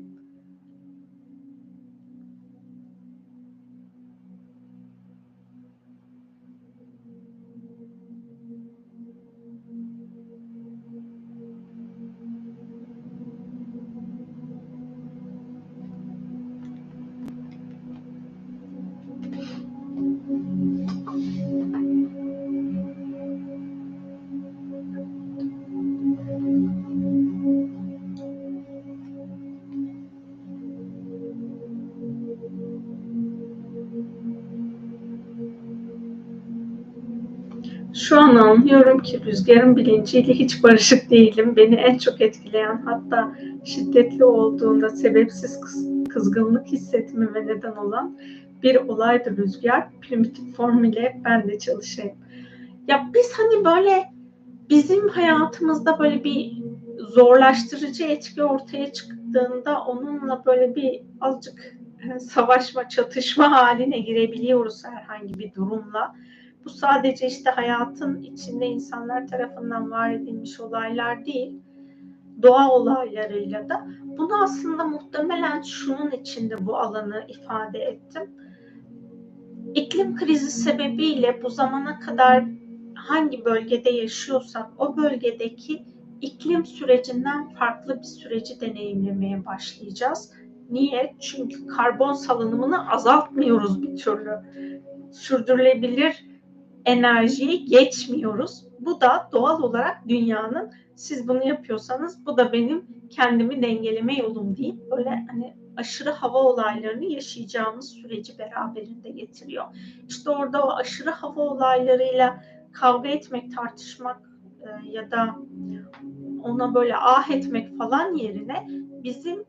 A: Şu an anlıyorum ki rüzgarın bilinciyle hiç barışık değilim. Beni en çok etkileyen, hatta şiddetli olduğunda sebepsiz kızgınlık hissetmeme neden olan bir olaydı rüzgar. Primitif formüle ben de çalışayım. Ya biz hani böyle bizim hayatımızda böyle bir zorlaştırıcı etki ortaya çıktığında onunla böyle bir azıcık savaşma, çatışma haline girebiliyoruz herhangi bir durumla. Bu sadece işte hayatın içinde insanlar tarafından var edilmiş olaylar değil, doğa olaylarıyla da. Bunu aslında muhtemelen şunun içinde bu alanı ifade ettim. İklim krizi sebebiyle bu zamana kadar hangi bölgede yaşıyorsak o bölgedeki iklim sürecinden farklı bir süreci deneyimlemeye başlayacağız. Niye? Çünkü karbon salınımını azaltmıyoruz bir türlü. Sürdürülebilir enerjiyi geçmiyoruz. Bu da doğal olarak dünyanın siz bunu yapıyorsanız bu da benim kendimi dengeleme yolum deyip böyle hani aşırı hava olaylarını yaşayacağımız süreci beraberinde getiriyor. İşte orada o aşırı hava olaylarıyla kavga etmek, tartışmak ya da ona böyle ah etmek falan yerine bizim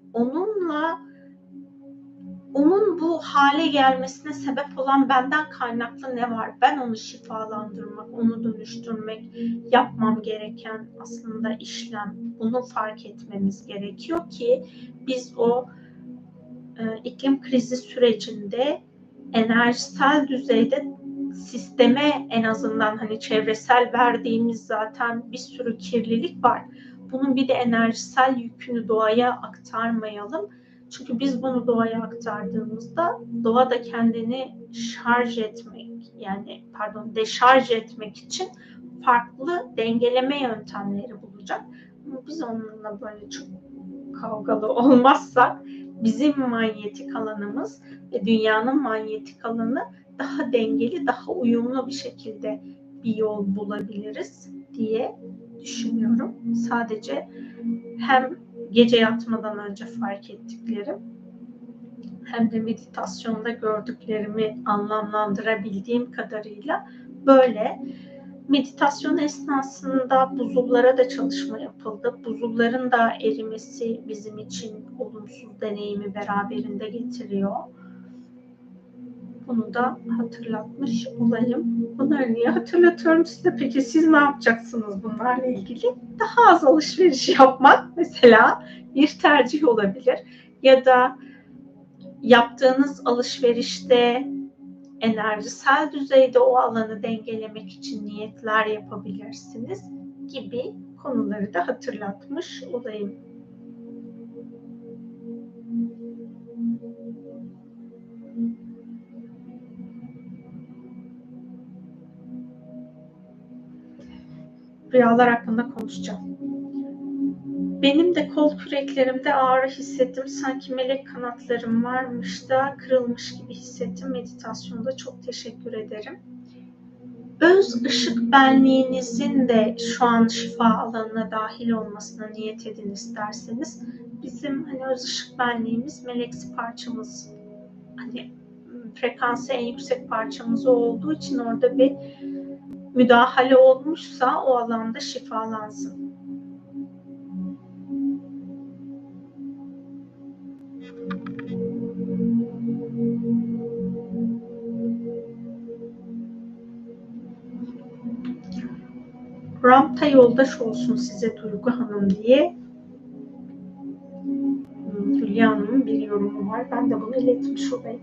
A: onun bu hale gelmesine sebep olan benden kaynaklı ne var? Ben onu şifalandırmak, onu dönüştürmek, yapmam gereken aslında işlem. Bunu fark etmemiz gerekiyor ki biz o iklim krizi sürecinde enerjisel düzeyde sisteme en azından hani çevresel verdiğimiz zaten bir sürü kirlilik var. Bunun bir de enerjisel yükünü doğaya aktarmayalım. Çünkü biz bunu doğaya aktardığımızda doğa da kendini deşarj etmek için farklı dengeleme yöntemleri bulacak. Ama biz onunla böyle çok kavgalı olmazsak bizim manyetik alanımız ve dünyanın manyetik alanı daha dengeli, daha uyumlu bir şekilde bir yol bulabiliriz diye düşünüyorum. Sadece hem gece yatmadan önce fark ettiklerim hem de meditasyonda gördüklerimi anlamlandırabildiğim kadarıyla böyle. Meditasyon esnasında buzullara da çalışma yapıldı. Buzulların da erimesi bizim için olumsuz deneyimi beraberinde getiriyor. Bunu da hatırlatmış olayım. Bunları niye hatırlatıyorum size? Peki siz ne yapacaksınız bunlarla ilgili? Daha az alışveriş yapmak mesela bir tercih olabilir. Ya da yaptığınız alışverişte enerjisel düzeyde o alanı dengelemek için niyetler yapabilirsiniz gibi konuları da hatırlatmış olayım. Rüyalar hakkında konuşacağım. Benim de kol küreklerimde ağrı hissettim. Sanki melek kanatlarım varmış da kırılmış gibi hissettim. Meditasyonda çok teşekkür ederim. Öz ışık benliğinizin de şu an şifa alanına dahil olmasına niyet edin isterseniz. Bizim hani öz ışık benliğimiz meleksi parçamız. Hani frekansı en yüksek parçamız olduğu için orada bir müdahale olmuşsa o alanda şifalansın. Rampta yoldaş olsun size Duygu Hanım diye Hülya Hanım'ın bir yorumu var. Ben de bunu iletmiş olayım.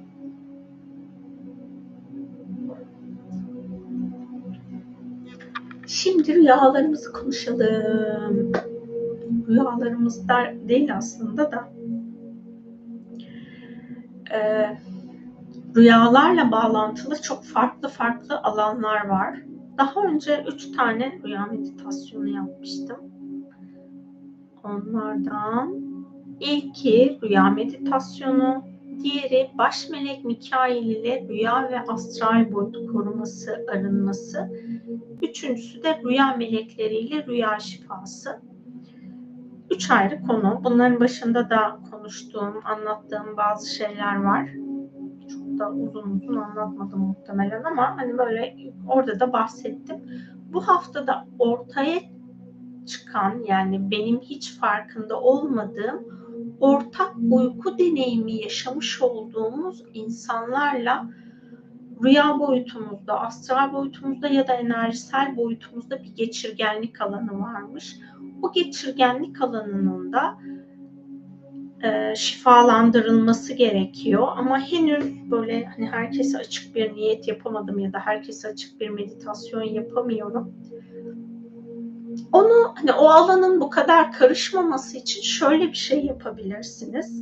A: Şimdi rüyalarımızı konuşalım. Rüyalarımızda değil aslında da rüyalarla bağlantılı çok farklı alanlar var. Daha önce 3 tane rüya meditasyonu yapmıştım. Onlardan ilki rüya meditasyonu, diğeri baş melek Mikail ile rüya ve astral boyut koruması, arınması. Üçüncüsü de rüya melekleriyle rüya şifası. 3 ayrı konu. Bunların başında da konuştuğum, anlattığım bazı şeyler var. Çok da uzun anlatmadım muhtemelen ama hani böyle orada da bahsettim. Bu haftada ortaya çıkan, yani benim hiç farkında olmadığım ortak uyku deneyimi yaşamış olduğumuz insanlarla rüya boyutumuzda, astral boyutumuzda ya da enerjisel boyutumuzda bir geçirgenlik alanı varmış. O geçirgenlik alanının da şifalandırılması gerekiyor ama henüz böyle hani herkese açık bir niyet yapamadım ya da herkese açık bir meditasyon yapamıyorum. Onu hani o alanın bu kadar karışmaması için şöyle bir şey yapabilirsiniz.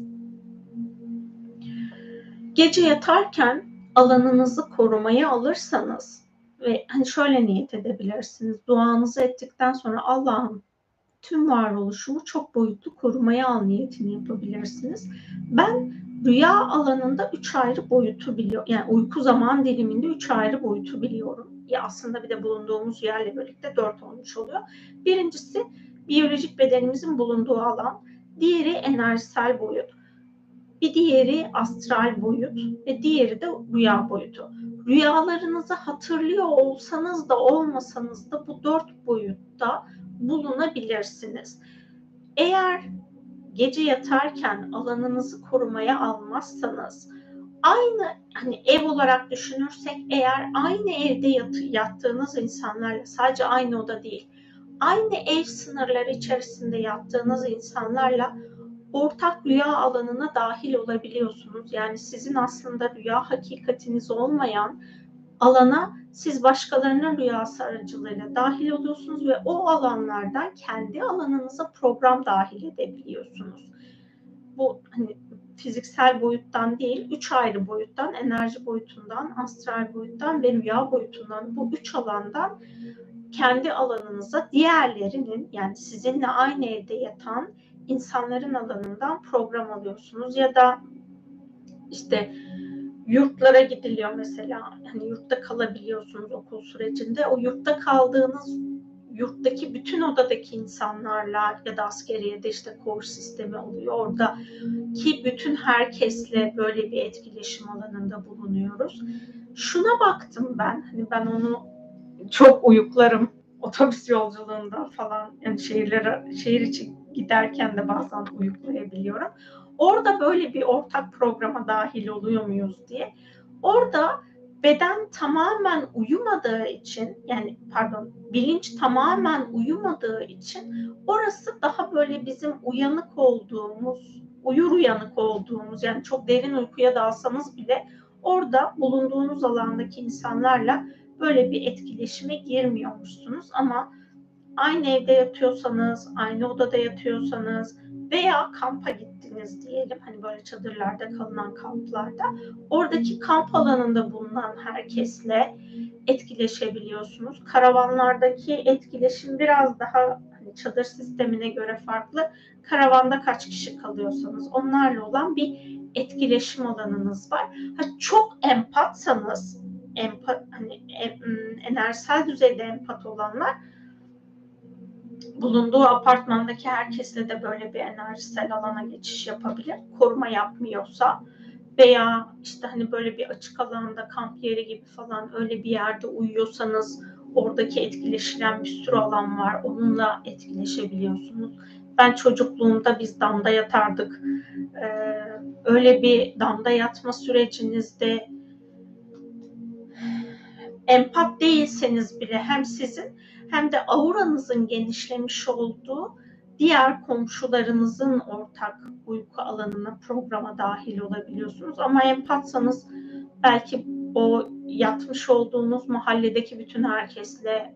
A: Gece yatarken alanınızı korumaya alırsanız ve hani şöyle niyet edebilirsiniz. Duanızı ettikten sonra Allah'ım tüm varoluşumu çok boyutlu korumaya al niyetini yapabilirsiniz. Ben rüya alanında 3 ayrı boyutu biliyorum. Yani uyku zaman diliminde 3 ayrı boyutu biliyorum. Ya aslında bir de bulunduğumuz yerle birlikte 4 olmuş oluyor. Birincisi biyolojik bedenimizin bulunduğu alan. Diğeri enerjisel boyut. Bir diğeri astral boyut ve diğeri de rüya boyutu. Rüyalarınızı hatırlıyor olsanız da olmasanız da bu 4 boyutta bulunabilirsiniz. Eğer gece yatarken alanınızı korumaya almazsanız, aynı hani ev olarak düşünürsek eğer aynı evde yattığınız insanlarla, sadece aynı oda değil, aynı ev sınırları içerisinde yattığınız insanlarla ortak rüya alanına dahil olabiliyorsunuz. Yani sizin aslında rüya hakikatiniz olmayan alana siz başkalarının rüyası aracılığıyla dahil oluyorsunuz ve o alanlardan kendi alanınıza program dahil edebiliyorsunuz. Bu hani fiziksel boyuttan değil, 3 ayrı boyuttan, enerji boyutundan, astral boyuttan ve rüya boyutundan, bu 3 alandan kendi alanınıza diğerlerinin, yani sizinle aynı evde yatan insanların alanından program alıyorsunuz. Ya da işte yurtlara gidiliyor mesela. Hani yurtta kalabiliyorsunuz okul sürecinde. O yurtta kaldığınız yurttaki bütün odadaki insanlarla ya da askeriyede işte koğuş sistemi oluyor. Oradaki bütün herkesle böyle bir etkileşim alanında bulunuyoruz. Şuna baktım ben. Hani ben onu çok uyuklarım. Otobüs yolculuğunda falan, yani şehir içi giderken de bazen uyuklayabiliyorum. Orada böyle bir ortak programa dahil oluyor muyuz diye. Orada beden tamamen uyumadığı için, yani pardon, bilinç tamamen uyumadığı için orası daha böyle bizim uyanık olduğumuz, uyanık olduğumuz, yani çok derin uykuya dalsanız bile orada bulunduğunuz alandaki insanlarla böyle bir etkileşime girmiyormuşsunuz. Ama aynı evde yatıyorsanız, aynı odada yatıyorsanız veya kampa gittiniz diyelim, hani böyle çadırlarda kalınan kamplarda, oradaki kamp alanında bulunan herkesle etkileşebiliyorsunuz. Karavanlardaki etkileşim biraz daha hani çadır sistemine göre farklı. Karavanda kaç kişi kalıyorsanız onlarla olan bir etkileşim alanınız var. Çok empatsanız, hani enerjisel düzeyde empat olanlar bulunduğu apartmandaki herkesle de böyle bir enerjisel alana geçiş yapabilir. Koruma yapmıyorsa veya işte hani böyle bir açık alanda, kamp yeri gibi falan öyle bir yerde uyuyorsanız oradaki etkileşilen bir sürü alan var. Onunla etkileşebiliyorsunuz. Ben çocukluğumda biz damda yatardık. Öyle bir damda yatma sürecinizde empat değilseniz bile hem sizin hem de auranızın genişlemiş olduğu diğer komşularınızın ortak uyku alanına, programa dahil olabiliyorsunuz. Ama empatsanız belki o yatmış olduğunuz mahalledeki bütün herkesle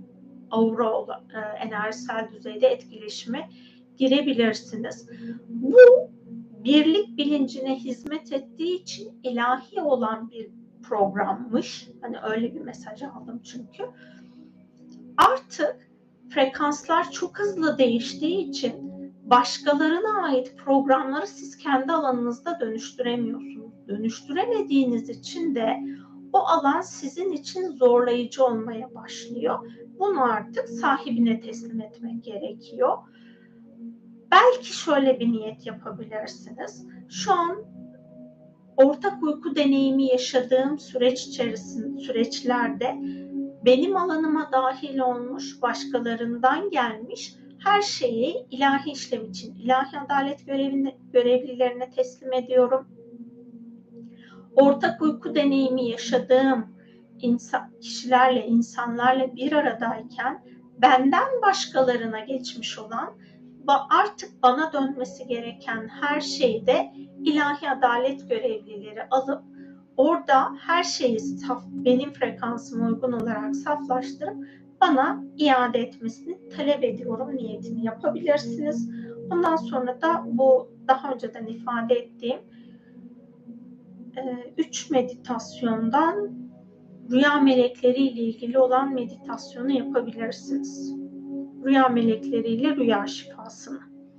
A: enerjisel düzeyde etkileşime girebilirsiniz. Bu birlik bilincine hizmet ettiği için ilahi olan bir programmış. Hani öyle bir mesaj aldım çünkü. Artık frekanslar çok hızlı değiştiği için başkalarına ait programları siz kendi alanınızda dönüştüremiyorsunuz. Dönüştüremediğiniz için de o alan sizin için zorlayıcı olmaya başlıyor. Bunu artık sahibine teslim etmek gerekiyor. Belki şöyle bir niyet yapabilirsiniz. Şu an ortak uyku deneyimi yaşadığım süreçlerde benim alanıma dahil olmuş, başkalarından gelmiş her şeyi ilahi işlem için, ilahi adalet görevlilerine teslim ediyorum. Ortak uyku deneyimi yaşadığım kişilerle, insanlarla bir aradayken benden başkalarına geçmiş olan artık bana dönmesi gereken her şeyi de ilahi adalet görevlileri alıp orada her şeyi benim frekansıma uygun olarak saflaştırıp bana iade etmesini talep ediyorum niyetini yapabilirsiniz. Ondan sonra da bu daha önceden ifade ettiğim 3 meditasyondan rüya melekleri ile ilgili olan meditasyonu yapabilirsiniz. Rüya melekleriyle rüya şifasını.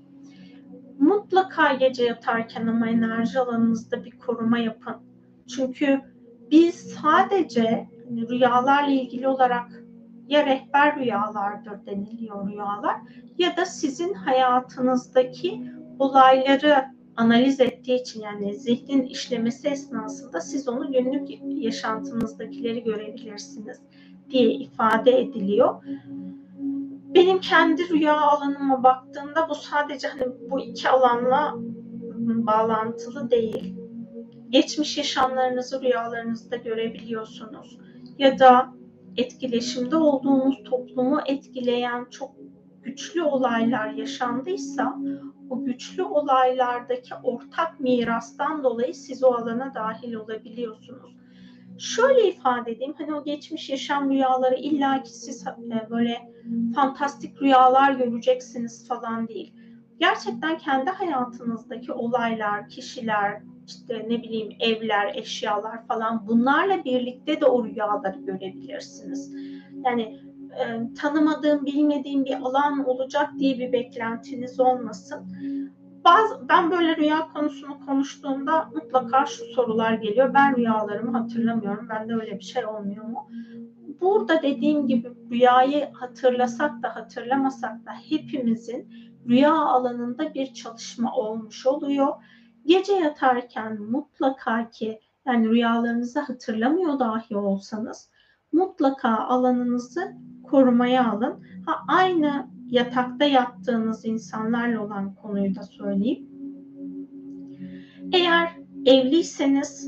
A: Mutlaka gece yatarken ama enerji alanınızda bir koruma yapın. Çünkü biz sadece rüyalarla ilgili olarak ya rehber rüyalardır deniliyor rüyalar ya da sizin hayatınızdaki olayları analiz ettiği için, yani zihnin işlemesi esnasında siz onu günlük yaşantınızdakileri görebilirsiniz diye ifade ediliyor. Benim kendi rüya alanıma baktığımda bu sadece hani bu iki alanla bağlantılı değil. Geçmiş yaşamlarınızı rüyalarınızda görebiliyorsunuz. Ya da etkileşimde olduğunuz toplumu etkileyen çok güçlü olaylar yaşandıysa o güçlü olaylardaki ortak mirastan dolayı siz o alana dahil olabiliyorsunuz. Şöyle ifade edeyim, hani o geçmiş yaşam rüyaları illaki siz böyle fantastik rüyalar göreceksiniz falan değil. Gerçekten kendi hayatınızdaki olaylar, kişiler, işte ne bileyim evler, eşyalar falan, bunlarla birlikte de o rüyaları görebilirsiniz. Yani tanımadığım, bilmediğim bir alan olacak diye bir beklentiniz olmasın. Ben böyle rüya konusunu konuştuğumda mutlaka şu sorular geliyor. Ben rüyalarımı hatırlamıyorum. Bende öyle bir şey olmuyor mu? Burada dediğim gibi rüyayı hatırlasak da hatırlamasak da hepimizin rüya alanında bir çalışma olmuş oluyor. Gece yatarken mutlaka ki, yani rüyalarınızı hatırlamıyor dahi olsanız mutlaka alanınızı korumaya alın. Aynı yatakta yattığınız insanlarla olan konuyu da söyleyeyim. Eğer evliyseniz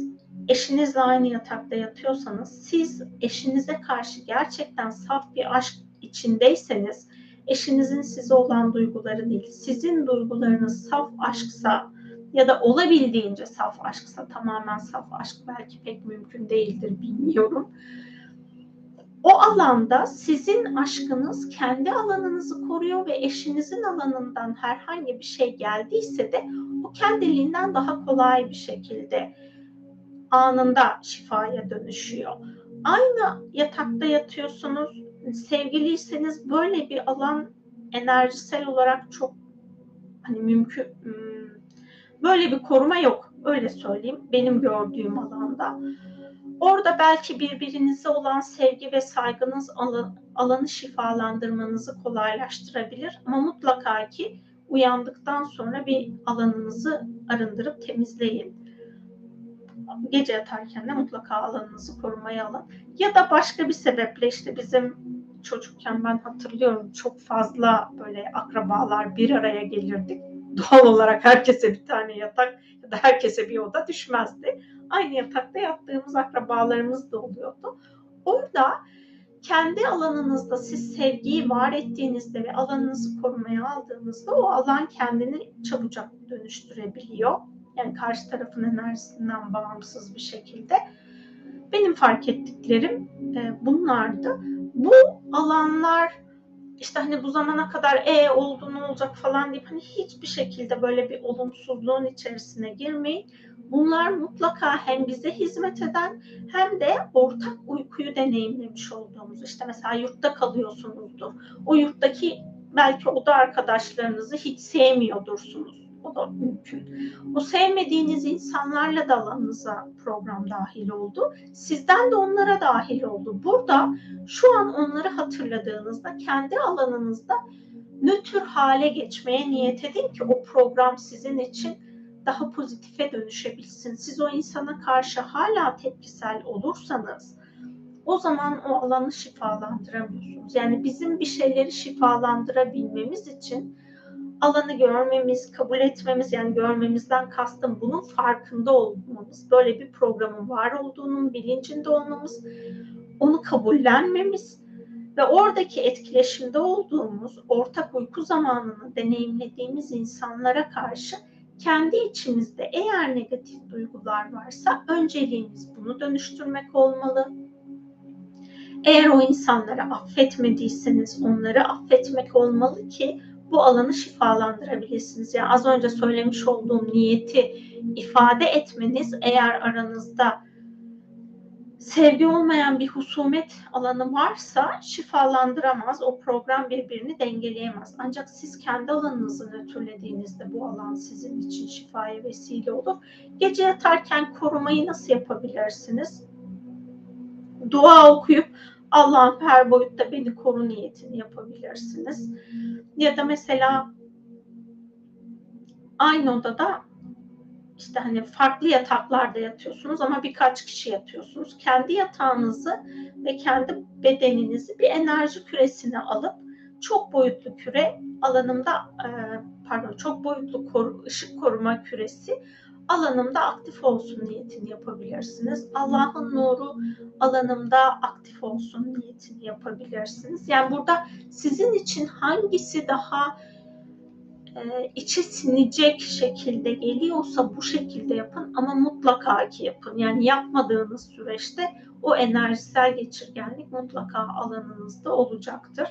A: eşinizle aynı yatakta yatıyorsanız, siz eşinize karşı gerçekten saf bir aşk içindeyseniz, eşinizin size olan duyguları değil, sizin duygularınız saf aşksa ya da olabildiğince saf aşksa, tamamen saf aşk belki pek mümkün değildir, bilmiyorum. O alanda sizin aşkınız kendi alanınızı koruyor ve eşinizin alanından herhangi bir şey geldiyse de o kendiliğinden daha kolay bir şekilde anında şifaya dönüşüyor. Aynı yatakta yatıyorsunuz, sevgiliyseniz böyle bir alan enerjisel olarak çok mümkün, böyle bir koruma yok, öyle söyleyeyim, benim gördüğüm alanda. Orada belki birbirinize olan sevgi ve saygınız alanı şifalandırmanızı kolaylaştırabilir ama mutlaka ki uyandıktan sonra bir alanınızı arındırıp temizleyin. Gece yatarken de mutlaka alanınızı korumaya alın. Ya da başka bir sebeple, işte bizim çocukken ben hatırlıyorum, çok fazla böyle akrabalar bir araya gelirdik. Doğal olarak herkese bir tane yatak ya da herkese bir oda düşmezdi. Aynı yatakta yattığımız akrabalarımız da oluyordu. Orada kendi alanınızda siz sevgiyi var ettiğinizde ve alanınızı korumaya aldığınızda o alan kendini çabucak dönüştürebiliyor. Yani karşı tarafın enerjisinden bağımsız bir şekilde. Benim fark ettiklerim bunlardı. Bu alanlar işte hani bu zamana kadar oldu ne olacak falan deyip hani hiçbir şekilde böyle bir olumsuzluğun içerisine girmeyin. Bunlar mutlaka hem bize hizmet eden hem de ortak uykuyu deneyimlemiş olduğumuz, işte mesela yurtta kalıyorsunuzdur. O yurttaki belki oda arkadaşlarınızı hiç sevmiyordursunuz. O da mümkün. O sevmediğiniz insanlarla da alanınıza program dahil oldu. Sizden de onlara dahil oldu. Burada şu an onları hatırladığınızda kendi alanınızda nötr hale geçmeye niyet edin ki o program sizin için daha pozitife dönüşebilsin. Siz o insana karşı hala tepkisel olursanız o zaman o alanı şifalandıramıyorsunuz. Yani bizim bir şeyleri şifalandırabilmemiz için alanı görmemiz, kabul etmemiz, yani görmemizden kastım bunun farkında olmamız, böyle bir programın var olduğunun bilincinde olmamız, onu kabullenmemiz ve oradaki etkileşimde olduğumuz, ortak uyku zamanını deneyimlediğimiz insanlara karşı kendi içimizde eğer negatif duygular varsa önceliğimiz bunu dönüştürmek olmalı. Eğer o insanları affetmediyseniz onları affetmek olmalı ki bu alanı şifalandırabilirsiniz. Yani az önce söylemiş olduğum niyeti ifade etmeniz, eğer aranızda sevgi olmayan bir husumet alanı varsa şifalandıramaz, o program birbirini dengeleyemez. Ancak siz kendi alanınızı nötrlediğinizde bu alan sizin için şifaya vesile olur. Gece yatarken korumayı nasıl yapabilirsiniz? Dua okuyup Allah'ım her boyutta beni koru niyetini yapabilirsiniz. Ya da mesela aynı odada işte hani farklı yataklarda yatıyorsunuz ama birkaç kişi yatıyorsunuz. Kendi yatağınızı ve kendi bedeninizi bir enerji küresine alıp çok boyutlu küre alanımda çok boyutlu ışık koruma küresi alanımda aktif olsun niyetini yapabilirsiniz. Allah'ın nuru alanımda aktif olsun niyetini yapabilirsiniz. Yani burada sizin için hangisi daha içe sinecek şekilde geliyorsa bu şekilde yapın ama mutlaka ki yapın. Yani yapmadığınız süreçte o enerjisel geçirgenlik mutlaka alanınızda olacaktır.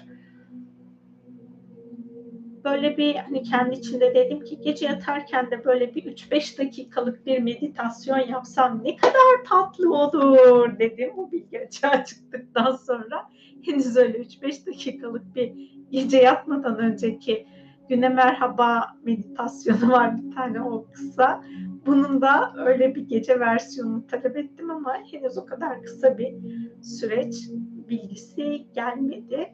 A: Böyle bir hani kendi içinde dedim ki gece yatarken de böyle bir 3-5 dakikalık bir meditasyon yapsam ne kadar tatlı olur dedim bu bilgi açığa çıktıktan sonra. Henüz öyle 3-5 dakikalık bir gece yatmadan önceki güne merhaba meditasyonu var bir tane, o kısa. Bunun da öyle bir gece versiyonunu talep ettim ama henüz o kadar kısa bir süreç bilgisi gelmedi.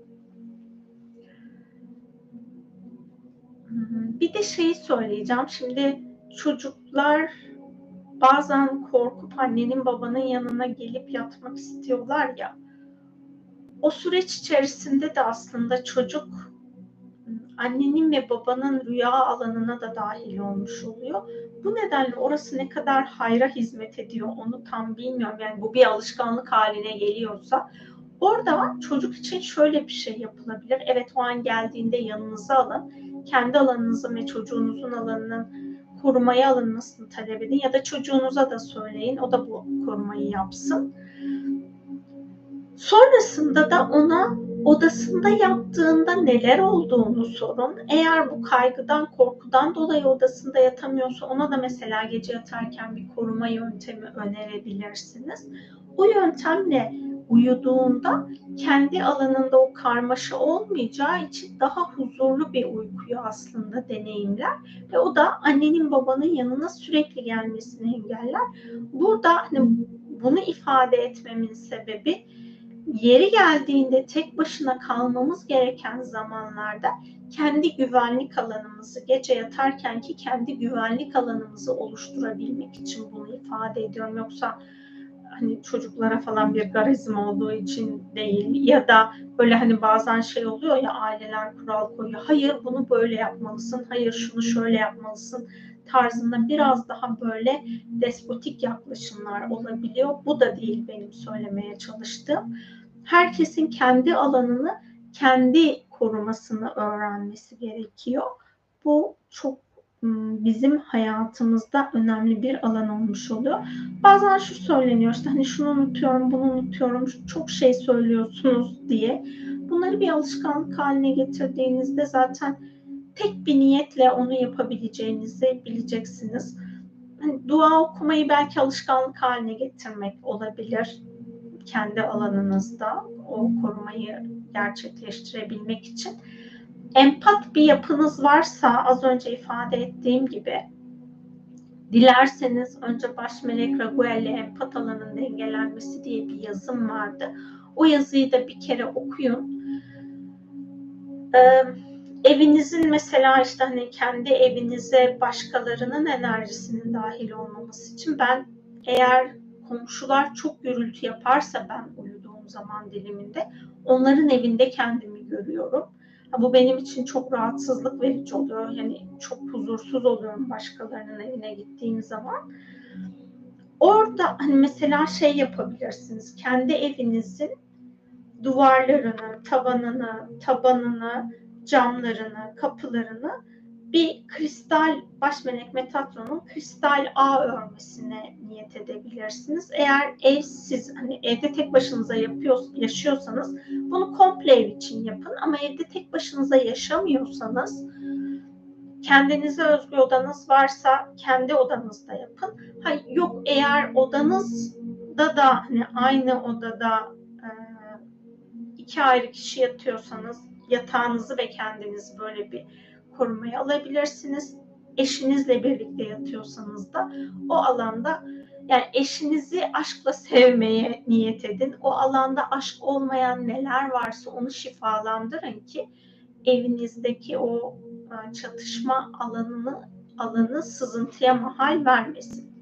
A: Bir de şeyi söyleyeceğim. Şimdi çocuklar bazen korkup annenin babanın yanına gelip yatmak istiyorlar ya. O süreç içerisinde de aslında çocuk annenin ve babanın rüya alanına da dahil olmuş oluyor. Bu nedenle orası ne kadar hayra hizmet ediyor onu tam bilmiyorum. Yani bu bir alışkanlık haline geliyorsa orada çocuk için şöyle bir şey yapılabilir. Evet, o an geldiğinde yanınıza alın. Kendi alanınızın ve çocuğunuzun alanının korumaya alınmasını talep edin ya da çocuğunuza da söyleyin. O da bu korumayı yapsın. Sonrasında da ona odasında yaptığında neler olduğunu sorun. Eğer bu kaygıdan, korkudan dolayı odasında yatamıyorsa ona da mesela gece yatarken bir koruma yöntemi önerebilirsiniz. O yöntemle uyuduğunda kendi alanında o karmaşa olmayacağı için daha huzurlu bir uykuyu aslında deneyimler ve o da annenin babanın yanına sürekli gelmesini engeller. Burada hani bunu ifade etmemin sebebi yeri geldiğinde tek başına kalmamız gereken zamanlarda kendi güvenlik alanımızı, gece yatarkenki kendi güvenlik alanımızı oluşturabilmek için bunu ifade ediyorum. Yoksa hani çocuklara falan bir garizm olduğu için değil ya da böyle hani bazen şey oluyor ya, aileler kural koyuyor. Hayır, bunu böyle yapmalısın, hayır şunu şöyle yapmalısın tarzında biraz daha böyle despotik yaklaşımlar olabiliyor. Bu da değil benim söylemeye çalıştığım. Herkesin kendi alanını, kendi korumasını öğrenmesi gerekiyor. Bu çok bizim hayatımızda önemli bir alan olmuş oluyor. Bazen şu söyleniyor işte hani şunu unutuyorum, bunu unutuyorum, çok şey söylüyorsunuz diye. Bunları bir alışkanlık haline getirdiğinizde zaten tek bir niyetle onu yapabileceğinizi bileceksiniz. Hani dua okumayı belki alışkanlık haline getirmek olabilir kendi alanınızda o korumayı gerçekleştirebilmek için. Empat bir yapınız varsa az önce ifade ettiğim gibi dilerseniz önce baş melek Raguel'le empat alanın dengelenmesi diye bir yazım vardı. O yazıyı da bir kere okuyun. Evinizin mesela işte hani kendi evinize başkalarının enerjisinin dahil olmaması için ben eğer komşular çok gürültü yaparsa ben uyuduğum zaman diliminde onların evinde kendimi görüyorum. Bu benim için çok rahatsızlık verici oluyor. Yani çok huzursuz oluyorum başkalarının evine gittiğim zaman. Orada hani mesela şey yapabilirsiniz. Kendi evinizin duvarlarını, tabanını, camlarını, kapılarını bir kristal, baş melek Metatron'un kristal ağ örmesine niyet edebilirsiniz. Eğer evsiz, hani evde tek başınıza yaşıyorsanız bunu komple ev için yapın. Ama evde tek başınıza yaşamıyorsanız, kendinize özgü odanız varsa kendi odanızda yapın. Yok, eğer odanızda da hani aynı odada iki ayrı kişi yatıyorsanız yatağınızı ve kendinizi böyle bir korumaya alabilirsiniz. Eşinizle birlikte yatıyorsanız da o alanda, yani eşinizi aşkla sevmeye niyet edin. O alanda aşk olmayan neler varsa onu şifalandırın ki evinizdeki o çatışma alanı sızıntıya mahal vermesin.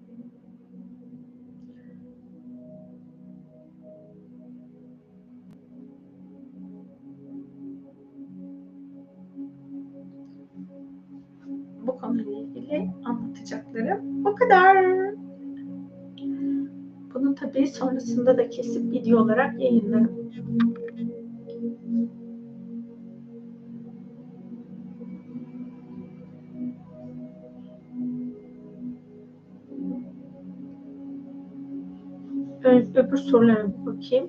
A: Bu konuyla ilgili anlatacaklarım bu kadar. Bunu tabii sonrasında da kesip video olarak yayınlarım. Öbür sorulara bir bakayım.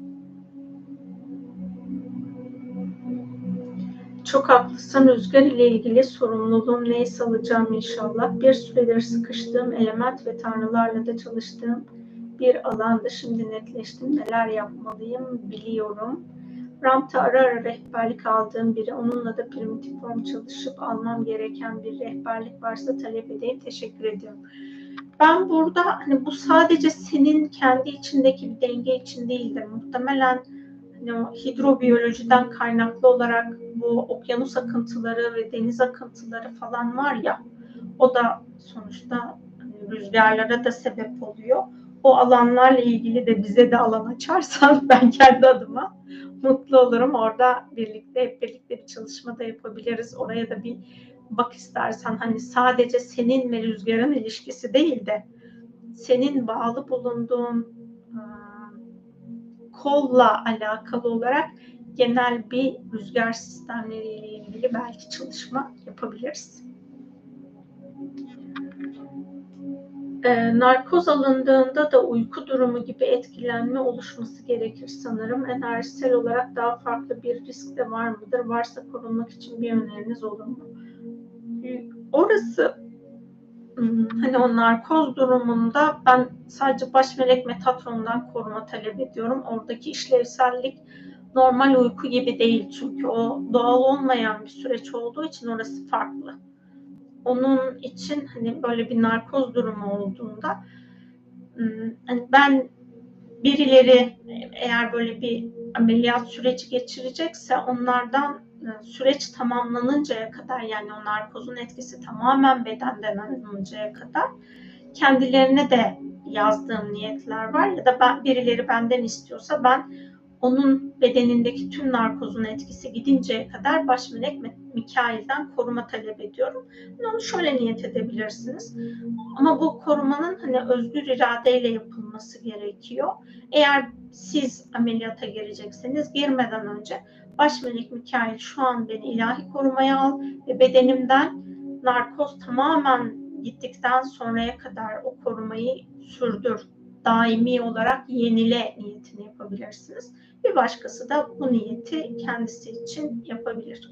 A: Çok haklısın. Rüzgar ile ilgili sorumluluğum neyse alacağım inşallah. Bir süredir sıkıştığım element ve tanrılarla da çalıştığım bir alanda şimdi netleştim. Neler yapmalıyım biliyorum. Ramp'ta ara ara rehberlik aldığım biri. Onunla da primitif form çalışıp almam gereken bir rehberlik varsa talep edeyim. Teşekkür ediyorum. Ben burada hani bu sadece senin kendi içindeki bir denge için değildir. Muhtemelen hani o hidrobiyolojiden kaynaklı olarak bu okyanus akıntıları ve deniz akıntıları falan var ya, o da sonuçta hani rüzgarlara da sebep oluyor. o alanlarla ilgili de bize de alan açarsan ben kendi adıma mutlu olurum. Orada hep birlikte bir çalışma da yapabiliriz. Oraya da bir bak istersen, hani sadece senin ve rüzgarın ilişkisi değil de senin bağlı bulunduğun kolla alakalı olarak genel bir rüzgar sistemleriyle ilgili belki çalışma yapabiliriz. Narkoz alındığında da uyku durumu gibi etkilenme oluşması gerekir sanırım. Enerjisel olarak daha farklı bir risk de var mıdır? Varsa korunmak için bir öneriniz olur mu? Orası hani o narkoz durumunda ben sadece baş melek Metatron'dan koruma talep ediyorum. Oradaki işlevsellik normal uyku gibi değil, çünkü o doğal olmayan bir süreç olduğu için orası farklı. Onun için hani böyle bir narkoz durumu olduğunda hani ben birileri eğer böyle bir ameliyat süreci geçirecekse onlardan süreç tamamlanıncaya kadar, yani o narkozun etkisi tamamen bedenden alınıncaya kadar kendilerine de yazdığım niyetler var ya da birileri benden istiyorsa ben onun bedenindeki tüm narkozun etkisi gidinceye kadar baş melek Mikail'den koruma talep ediyorum. Onu şöyle niyet edebilirsiniz. Ama bu korumanın hani özgür iradeyle yapılması gerekiyor. Eğer siz ameliyata girecekseniz girmeden önce baş melek Mikail şu an beni ilahi korumaya al ve bedenimden narkoz tamamen gittikten sonraya kadar o korumayı sürdür, daimi olarak yenile niyetini yapabilirsiniz. Bir başkası da bu niyeti kendisi için yapabilir.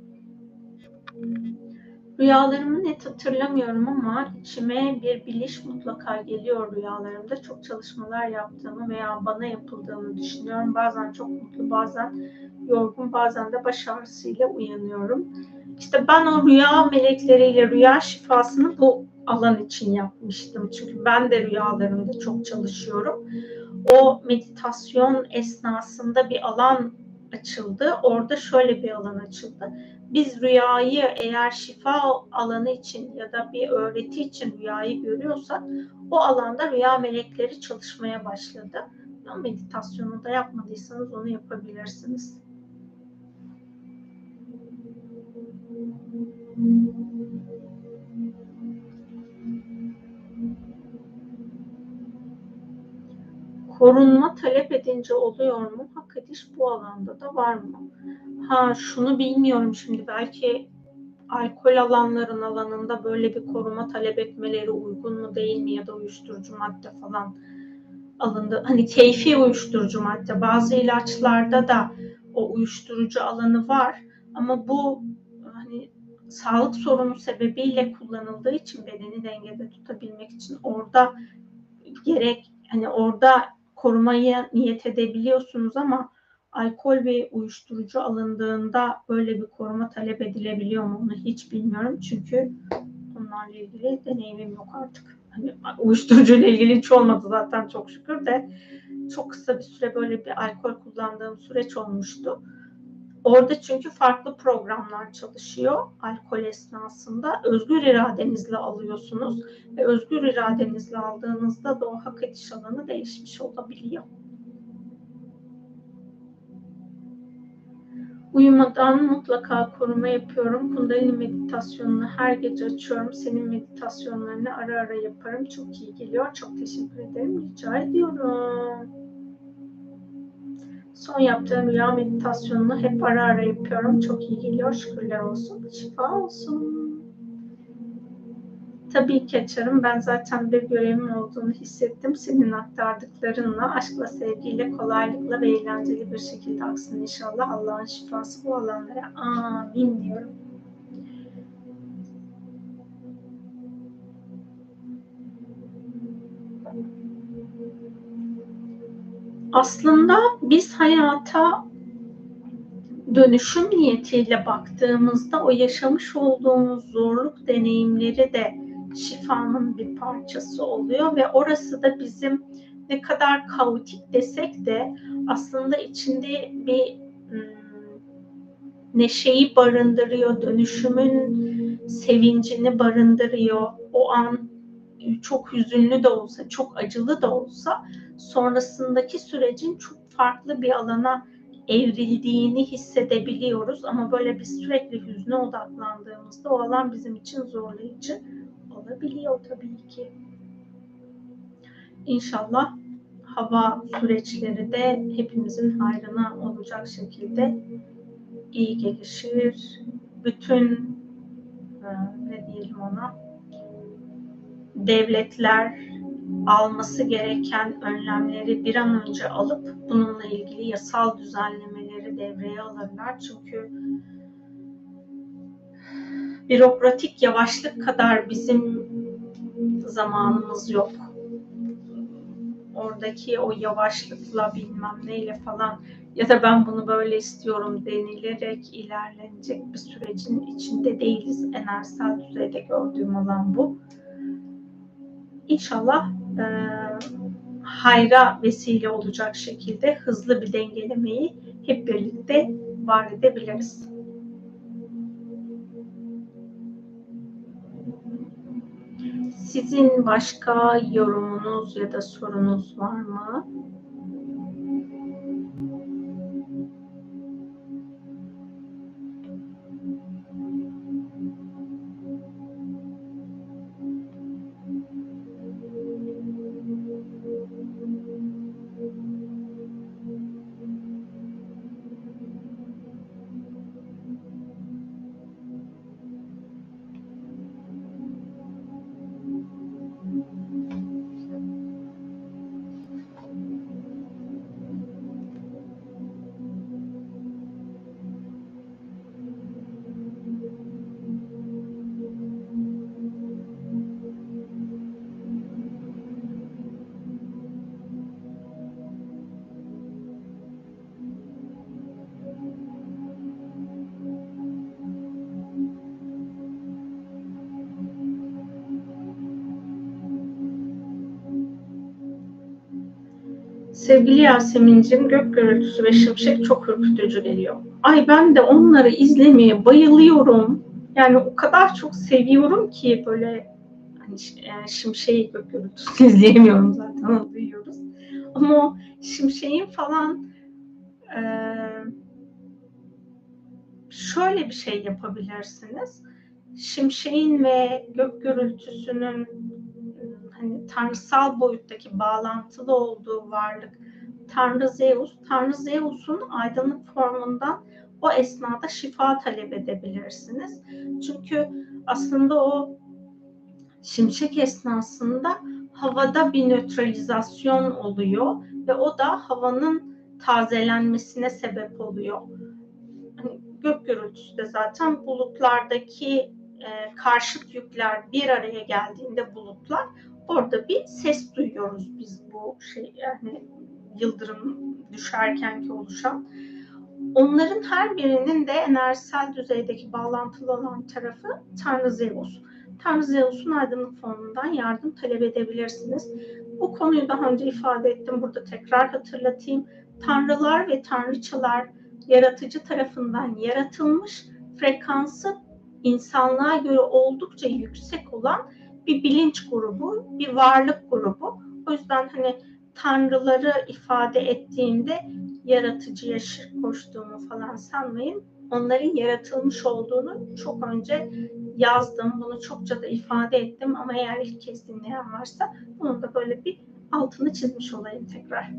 A: Rüyalarımı net hatırlamıyorum ama içime bir biliş mutlaka geliyor rüyalarımda. Çok çalışmalar yaptığımı veya bana yapıldığını düşünüyorum. Bazen çok mutlu, bazen yorgun, bazen de baş ağrısıyla uyanıyorum. İşte ben o rüya melekleriyle rüya şifasını bu alan için yapmıştım. Çünkü ben de rüyalarımda çok çalışıyorum. O meditasyon esnasında bir alan açıldı. Orada şöyle bir alan açıldı. Biz rüyayı eğer şifa alanı için ya da bir öğreti için rüyayı görüyorsak o alanda rüya melekleri çalışmaya başladı. O meditasyonu da yapmadıysanız onu yapabilirsiniz. Korunma talep edince oluyor mu? Hak ediş bu alanda da var mı? Şunu bilmiyorum şimdi, belki alkol alanında böyle bir koruma talep etmeleri uygun mu değil mi, ya da uyuşturucu madde falan alındı. Hani keyfi uyuşturucu madde, bazı ilaçlarda da o uyuşturucu alanı var ama bu hani sağlık sorunu sebebiyle kullanıldığı için bedeni dengede tutabilmek için orada orada korumaya niyet edebiliyorsunuz ama alkol ve uyuşturucu alındığında böyle bir koruma talep edilebiliyor mu onu hiç bilmiyorum. Çünkü onlarla ilgili deneyimim yok artık. Hani uyuşturucu ile ilgili hiç olmadı zaten çok şükür de çok kısa bir süre böyle bir alkol kullandığım süreç olmuştu. Orada çünkü farklı programlar çalışıyor alkol esnasında. Özgür iradenizle alıyorsunuz ve özgür iradenizle aldığınızda da o hak ediş alanı değişmiş olabiliyor. Uyumadan mutlaka koruma yapıyorum. Kundalini meditasyonunu her gece açıyorum. Senin meditasyonlarını ara ara yaparım. Çok iyi geliyor. Çok teşekkür ederim. Rica ediyorum. Son yaptığım rüya meditasyonunu hep ara ara yapıyorum. Çok iyi geliyor. Şükürler olsun. Şifa olsun. Tabii ki açarım. Ben zaten bir görevim olduğunu hissettim. Senin aktardıklarınla, aşkla, sevgiyle, kolaylıkla ve eğlenceli bir şekilde aksın inşallah. Allah'ın şifası bu alanlara. Amin diyorum. Aslında biz hayata dönüşüm niyetiyle baktığımızda o yaşamış olduğumuz zorluk deneyimleri de şifanın bir parçası oluyor ve orası da bizim ne kadar kaotik desek de aslında içinde bir neşeyi barındırıyor, dönüşümün sevincini barındırıyor. O an çok hüzünlü de olsa, çok acılı da olsa sonrasındaki sürecin çok farklı bir alana evrildiğini hissedebiliyoruz. Ama böyle biz sürekli hüzne odaklandığımızda o alan bizim için zorlayıcı olabiliyor tabii ki. İnşallah hava süreçleri de hepimizin hayrına olacak şekilde iyi gelişir. Bütün ne diyelim ona, devletler alması gereken önlemleri bir an önce alıp bununla ilgili yasal düzenlemeleri devreye alırlar. Çünkü bürokratik yavaşlık kadar bizim zamanımız yok. Oradaki o yavaşlıkla bilmem neyle falan ya da ben bunu böyle istiyorum denilerek ilerlenecek bir sürecin içinde değiliz. Enerjisel düzeyde gördüğüm olan bu. İnşallah hayra vesile olacak şekilde hızlı bir dengelemeyi hep birlikte var edebiliriz. Sizin başka yorumunuz ya da sorunuz var mı? Sevgili Yasemin'cim, gök gürültüsü ve şimşek çok ürkütücü geliyor. Ay ben de onları izlemeye bayılıyorum. Yani o kadar çok seviyorum ki böyle hani şimşeği, gök gürültüsünü izleyemiyorum zaten, onu duyuyoruz. Ama o şimşeğin falan şöyle bir şey yapabilirsiniz. Şimşeğin ve gök gürültüsünün hani tanrısal boyuttaki bağlantılı olduğu varlık Tanrı Zeus. Tanrı Zeus'un aydınlık formundan o esnada şifa talep edebilirsiniz. Çünkü aslında o şimşek esnasında havada bir nötralizasyon oluyor ve o da havanın tazelenmesine sebep oluyor. Hani gök gürültüsü de zaten bulutlardaki karşıt yükler bir araya geldiğinde bulutlar, orada bir ses duyuyoruz biz, bu şey yani yıldırım düşerkenki oluşan. Onların her birinin de enerjisel düzeydeki bağlantılı olan tarafı Tanrı Zeus. Tanrı Zeus'un aydınlık formundan yardım talep edebilirsiniz. Bu konuyu daha önce ifade ettim. Burada tekrar hatırlatayım. Tanrılar ve tanrıçalar yaratıcı tarafından yaratılmış, frekansı insanlığa göre oldukça yüksek olan bir bilinç grubu, bir varlık grubu. O yüzden hani tanrıları ifade ettiğimde yaratıcıya şirk koştuğumu falan sanmayın. Onların yaratılmış olduğunu çok önce yazdım. Bunu çokça da ifade ettim ama eğer ilk kez dinleyen varsa bunun da böyle bir altını çizmiş olayım tekrar.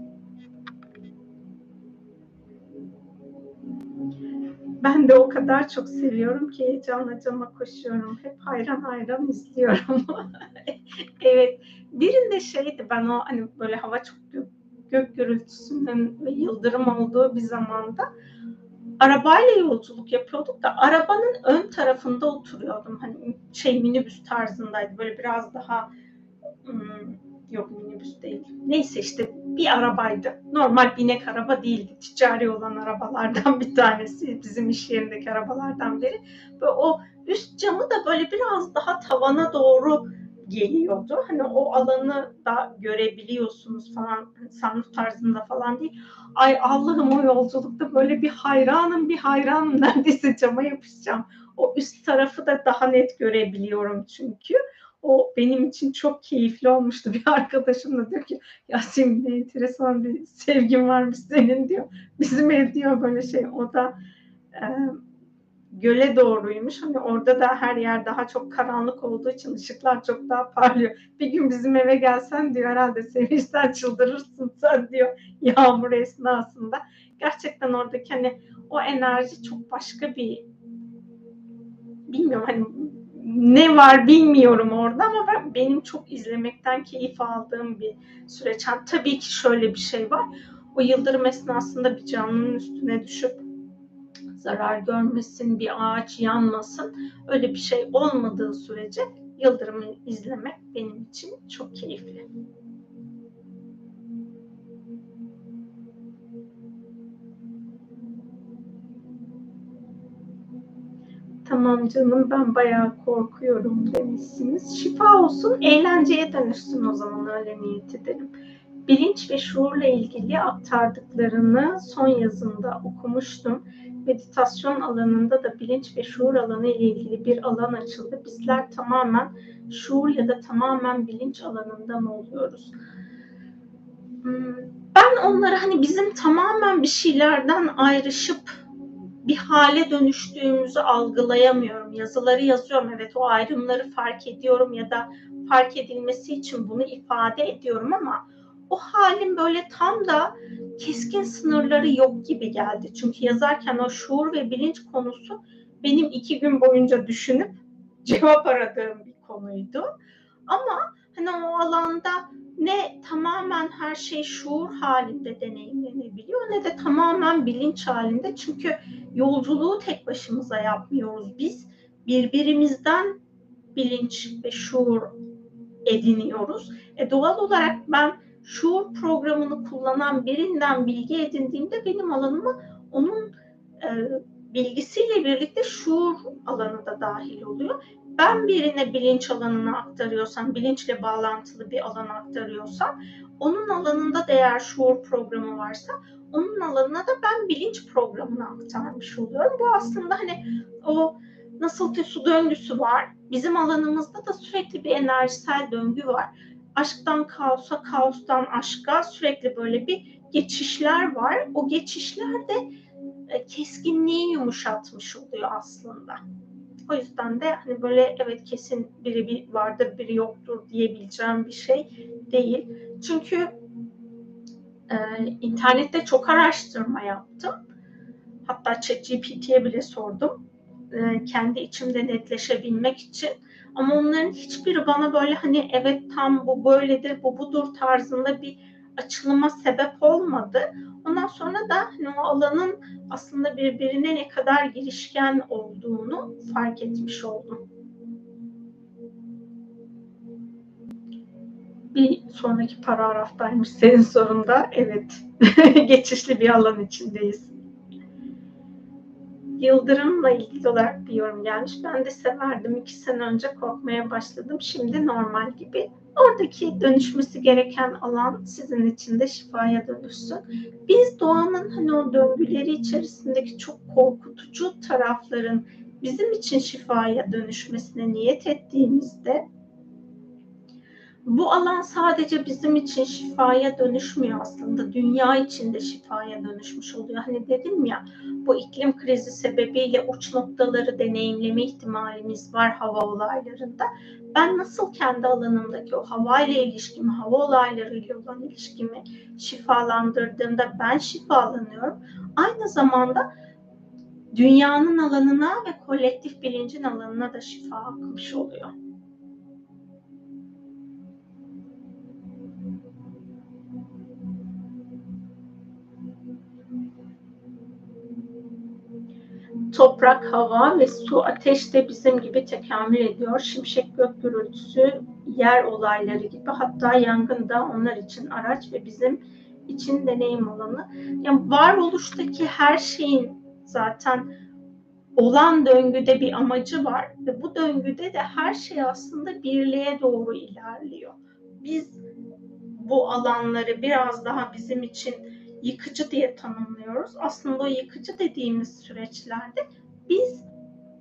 A: Ben de o kadar çok seviyorum ki heyecanla cama koşuyorum. Hep hayran hayran izliyorum. Evet. Birinde şeydi, ben o hani böyle hava çok gök gürültüsünün ve yıldırım olduğu bir zamanda arabayla yolculuk yapıyorduk da arabanın ön tarafında oturuyordum. Hani minibüs tarzındaydı. Böyle biraz daha yok minibüs değil. Neyse işte bir arabaydı. Normal binek araba değildi. Ticari olan arabalardan bir tanesi. Bizim iş yerindeki arabalardan biri. Ve o üst camı da böyle biraz daha tavana doğru geliyordu. Hani o alanı da görebiliyorsunuz falan. Sunroof tarzında falan değil. Ay Allah'ım, o yolculukta böyle bir hayranım. Neredeyse cama yapışacağım. O üst tarafı da daha net görebiliyorum çünkü. O benim için çok keyifli olmuştu. Bir arkadaşım da diyor ki Yasemin ne enteresan bir sevgin varmış senin diyor. Bizim ev diyor böyle şey o da göle doğruymuş. Hani orada da her yer daha çok karanlık olduğu için ışıklar çok daha parlıyor. Bir gün bizim eve gelsen diyor herhalde sevinçten çıldırırsın sen diyor yağmur esnasında. Gerçekten oradaki hani o enerji çok başka bir bilmiyorum hani ne var bilmiyorum orada ama benim çok izlemekten keyif aldığım bir süreç. Yani tabii ki şöyle bir şey var. O yıldırım esnasında bir canlının üstüne düşüp zarar görmesin, bir ağaç yanmasın. Öyle bir şey olmadığı sürece yıldırımı izlemek benim için çok keyifli. Tamam canım ben bayağı korkuyorum demişsiniz. Şifa olsun, eğlenceye dönüşsün o zaman öyle niyet edelim. Bilinç ve şuurla ilgili aktardıklarını son yazımda okumuştum. Meditasyon alanında da bilinç ve şuur alanı ile ilgili bir alan açıldı. Bizler tamamen şuur ya da tamamen bilinç alanında mı oluyoruz? Ben onları hani bizim tamamen bir şeylerden ayrışıp bir hale dönüştüğümüzü algılayamıyorum. Yazıları yazıyorum, evet o ayrımları fark ediyorum ya da fark edilmesi için bunu ifade ediyorum ama o halin böyle tam da keskin sınırları yok gibi geldi. Çünkü yazarken o şuur ve bilinç konusu benim 2 gün boyunca düşünüp cevap aradığım bir konuydu. Ama hani o alanda ne tamamen her şey şuur halinde deneyimlenebiliyor ne de tamamen bilinç halinde. Çünkü yolculuğu tek başımıza yapmıyoruz. Biz birbirimizden bilinç ve şuur ediniyoruz. Doğal olarak ben şuur programını kullanan birinden bilgi edindiğimde benim alanıma onun bilgisiyle birlikte şuur alanı da dahil oluyor. Ben birine bilinç alanını aktarıyorsam, bilinçle bağlantılı bir alan aktarıyorsam, onun alanında da eğer şuur programı varsa, onun alanına da ben bilinç programını aktarmış oluyorum. Bu aslında hani o nasıl ki su döngüsü var, bizim alanımızda da sürekli bir enerjisel döngü var. Aşktan kaosa, kaostan aşka sürekli böyle bir geçişler var. O geçişler de keskinliği yumuşatmış oluyor aslında. O yüzden de hani böyle evet kesin biri vardır biri yoktur diyebileceğim bir şey değil. Çünkü internette çok araştırma yaptım. Hatta ChatGPT'ye bile sordum. Kendi içimde netleşebilmek için. Ama onların hiçbiri bana böyle hani evet tam bu böyledir, bu budur tarzında bir açılıma sebep olmadı. Ondan sonra da hani o alanın aslında birbirine ne kadar girişken olduğunu fark etmiş oldum. Bir sonraki paragraftaymış senin sorunda. Evet, geçişli bir alan içindeyiz. Yıldırımla ilgili olarak bir yorum gelmiş. Ben de severdim. 2 sene önce korkmaya başladım. Şimdi normal gibi. Oradaki dönüşmesi gereken alan sizin için de şifaya dönüşsün. Biz doğanın hani o döngüleri içerisindeki çok korkutucu tarafların bizim için şifaya dönüşmesine niyet ettiğimizde bu alan sadece bizim için şifaya dönüşmüyor aslında. Dünya için de şifaya dönüşmüş oluyor. Hani dedim ya bu iklim krizi sebebiyle uç noktaları deneyimleme ihtimalimiz var hava olaylarında. Ben nasıl kendi alanımdaki o havayla ilişkimi, hava olaylarıyla olan ilişkimi şifalandırdığımda ben şifalanıyorum. Aynı zamanda dünyanın alanına ve kolektif bilincin alanına da şifa akmış oluyor. Toprak, hava ve su, ateş de bizim gibi tekamül ediyor. Şimşek, gök gürültüsü, yer olayları gibi, hatta yangın da onlar için araç ve bizim için deneyim alanı. Yani varoluştaki her şeyin zaten olan döngüde bir amacı var ve bu döngüde de her şey aslında birliğe doğru ilerliyor. Biz bu alanları biraz daha bizim için yıkıcı diye tanımlıyoruz. Aslında o yıkıcı dediğimiz süreçlerde biz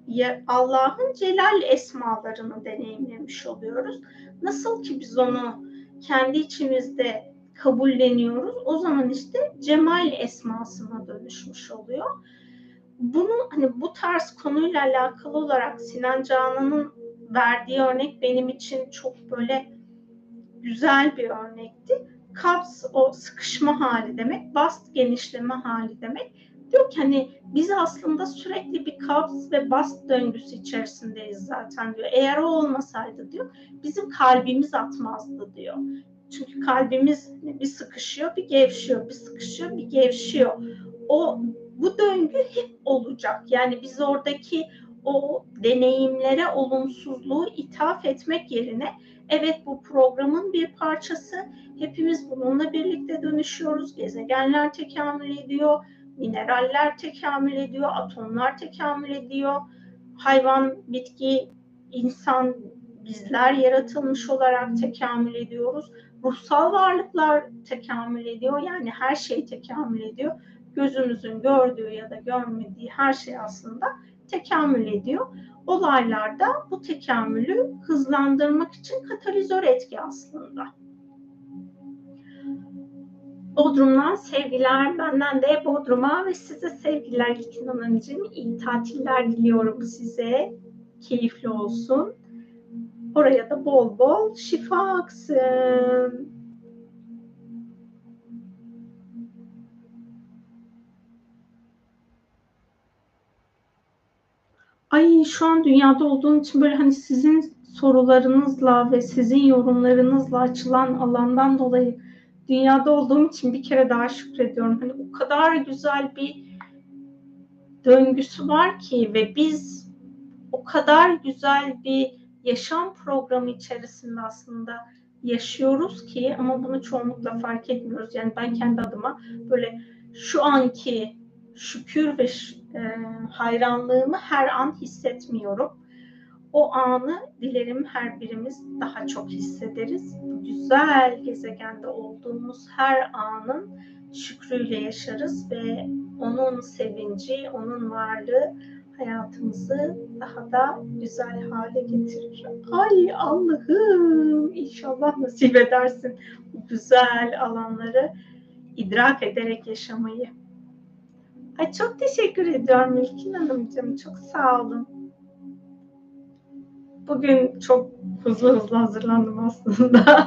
A: Allah'ın celal esmalarını deneyimlemiş oluyoruz. Nasıl ki biz onu kendi içimizde kabulleniyoruz, o zaman işte cemal esmasına dönüşmüş oluyor. Bunu hani bu tarz konuyla alakalı olarak Sinan Canan'ın verdiği örnek benim için çok böyle güzel bir örnekti. Kabz o sıkışma hali demek, bast genişleme hali demek. Diyor ki hani biz aslında sürekli bir kabz ve bast döngüsü içerisindeyiz zaten diyor. Eğer o olmasaydı diyor bizim kalbimiz atmazdı diyor. Çünkü kalbimiz bir sıkışıyor, bir gevşiyor, bir sıkışıyor, bir gevşiyor. Bu döngü hep olacak. Yani biz oradaki o deneyimlere olumsuzluğu ithaf etmek yerine evet bu programın bir parçası. Hepimiz bununla birlikte dönüşüyoruz. Gezegenler tekamül ediyor, mineraller tekamül ediyor, atomlar tekamül ediyor. Hayvan, bitki, insan, bizler yaratılmış olarak tekamül ediyoruz. Ruhsal varlıklar tekamül ediyor. Yani her şey tekamül ediyor. Gözümüzün gördüğü ya da görmediği her şey aslında tekamül ediyor. Olaylarda bu tekamülü hızlandırmak için katalizör etki aslında. Bodrum'dan sevgiler, benden de Bodrum'a ve size sevgiler İlkin Hanımcığım. İyi tatiller diliyorum size. Keyifli olsun. Oraya da bol bol şifa aksın. Ay şu an dünyada olduğum için böyle hani sizin sorularınızla ve sizin yorumlarınızla açılan alandan dolayı dünyada olduğum için bir kere daha şükrediyorum. Hani o kadar güzel bir döngüsü var ki ve biz o kadar güzel bir yaşam programı içerisinde aslında yaşıyoruz ki ama bunu çoğunlukla fark etmiyoruz. Yani ben kendi adıma böyle şu anki şükür ve hayranlığımı her an hissetmiyorum. O anı dilerim her birimiz daha çok hissederiz. Bu güzel gezegende olduğumuz her anın şükrüyle yaşarız ve onun sevinci, onun varlığı hayatımızı daha da güzel hale getirir. Ay Allah'ım inşallah nasip edersin bu güzel alanları idrak ederek yaşamayı. Ay çok teşekkür ediyorum İlkin Hanımcığım. Çok sağ olun. Bugün çok hızlı hazırlandım aslında.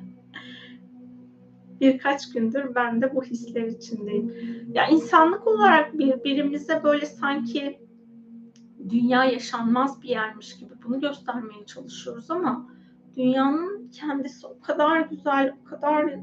A: Birkaç gündür ben de bu hisler içindeyim. Ya insanlık olarak birbirimize böyle sanki dünya yaşanmaz bir yermiş gibi bunu göstermeye çalışıyoruz ama dünyanın kendisi o kadar güzel, o kadar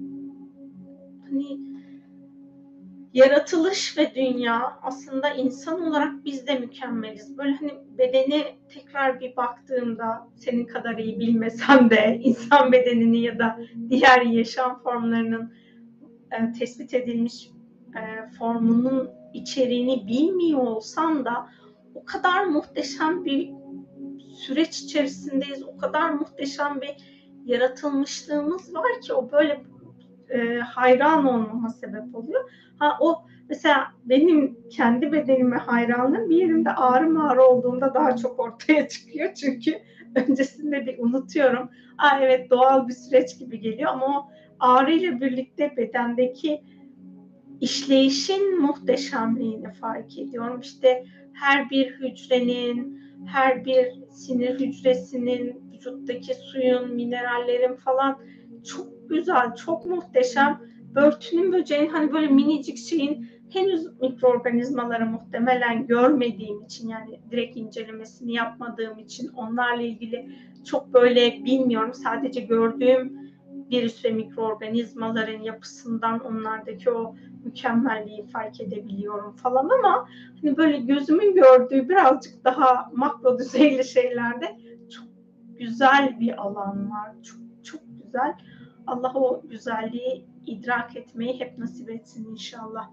A: hani yaratılış ve dünya aslında insan olarak biz de mükemmeliz. Böyle hani bedeni tekrar bir baktığımda senin kadar iyi bilmesem de insan bedenini ya da diğer yaşam formlarının tespit edilmiş formunun içeriğini bilmiyor olsam da o kadar muhteşem bir süreç içerisindeyiz. O kadar muhteşem bir yaratılmışlığımız var ki o böyle hayran olmama sebep oluyor. O mesela benim kendi bedenime hayranlığım bir yerimde ağrı olduğunda daha çok ortaya çıkıyor. Çünkü öncesinde bir unutuyorum. Evet doğal bir süreç gibi geliyor ama o ağrıyla birlikte bedendeki işleyişin muhteşemliğini fark ediyorum. İşte her bir hücrenin, her bir sinir hücresinin, vücuttaki suyun, minerallerin falan çok güzel, çok muhteşem. Börtünün böceğin hani böyle minicik şeyin henüz mikroorganizmaları muhtemelen görmediğim için yani direkt incelemesini yapmadığım için onlarla ilgili çok böyle bilmiyorum. Sadece gördüğüm virüs ve mikroorganizmaların yapısından onlardaki o mükemmelliği fark edebiliyorum falan ama hani böyle gözümün gördüğü birazcık daha makro düzeyli şeylerde çok güzel bir alan var. Çok çok güzel. Allah o güzelliği idrak etmeyi hep nasip etsin inşallah.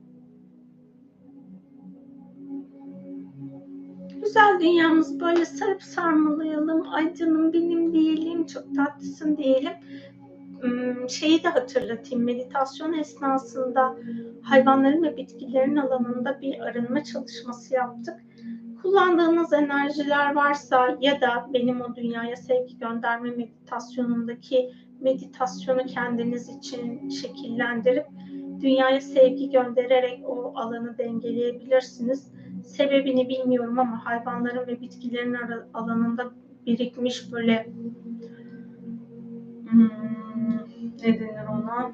A: Güzel dünyamız böyle sarıp sarmalayalım. Ay canım benim diyelim, çok tatlısın diyelim. Şeyi de hatırlatayım, meditasyon esnasında hayvanların ve bitkilerin alanında bir arınma çalışması yaptık. Kullandığınız enerjiler varsa ya da benim o dünyaya sevgi gönderme meditasyonundaki meditasyonu kendiniz için şekillendirip dünyaya sevgi göndererek o alanı dengeleyebilirsiniz. Sebebini bilmiyorum ama hayvanların ve bitkilerin alanında birikmiş böyle ne denir ona?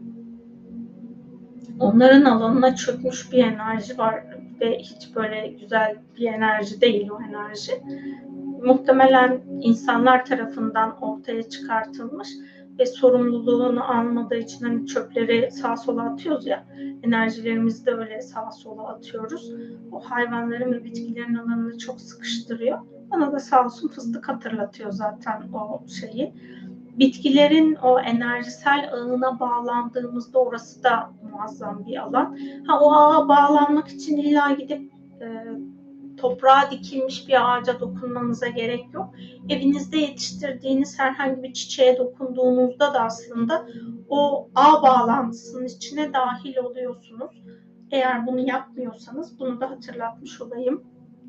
A: Onların alanına çökmüş bir enerji var ve hiç böyle güzel bir enerji değil o enerji. Muhtemelen insanlar tarafından ortaya çıkartılmış ve sorumluluğunu almadığı için hani çöpleri sağa sola atıyoruz ya, enerjilerimizi de öyle sağa sola atıyoruz. O hayvanların ve bitkilerin alanını çok sıkıştırıyor. Bana da sağ olsun fıstık hatırlatıyor zaten o şeyi. Bitkilerin o enerjisel ağına bağlandığımızda orası da muazzam bir alan. O ağa bağlanmak için illa gidip toprağa dikilmiş bir ağaca dokunmanıza gerek yok. Evinizde yetiştirdiğiniz herhangi bir çiçeğe dokunduğunuzda da aslında o ağ bağlantısının içine dahil oluyorsunuz. Eğer bunu yapmıyorsanız bunu da hatırlatmış olayım.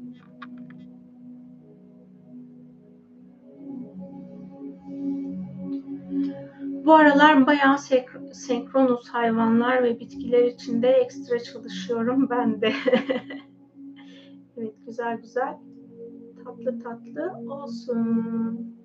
A: Bu aralar bayağı senkronuz hayvanlar ve bitkiler için de ekstra çalışıyorum ben de. Evet, güzel güzel, tatlı tatlı olsun.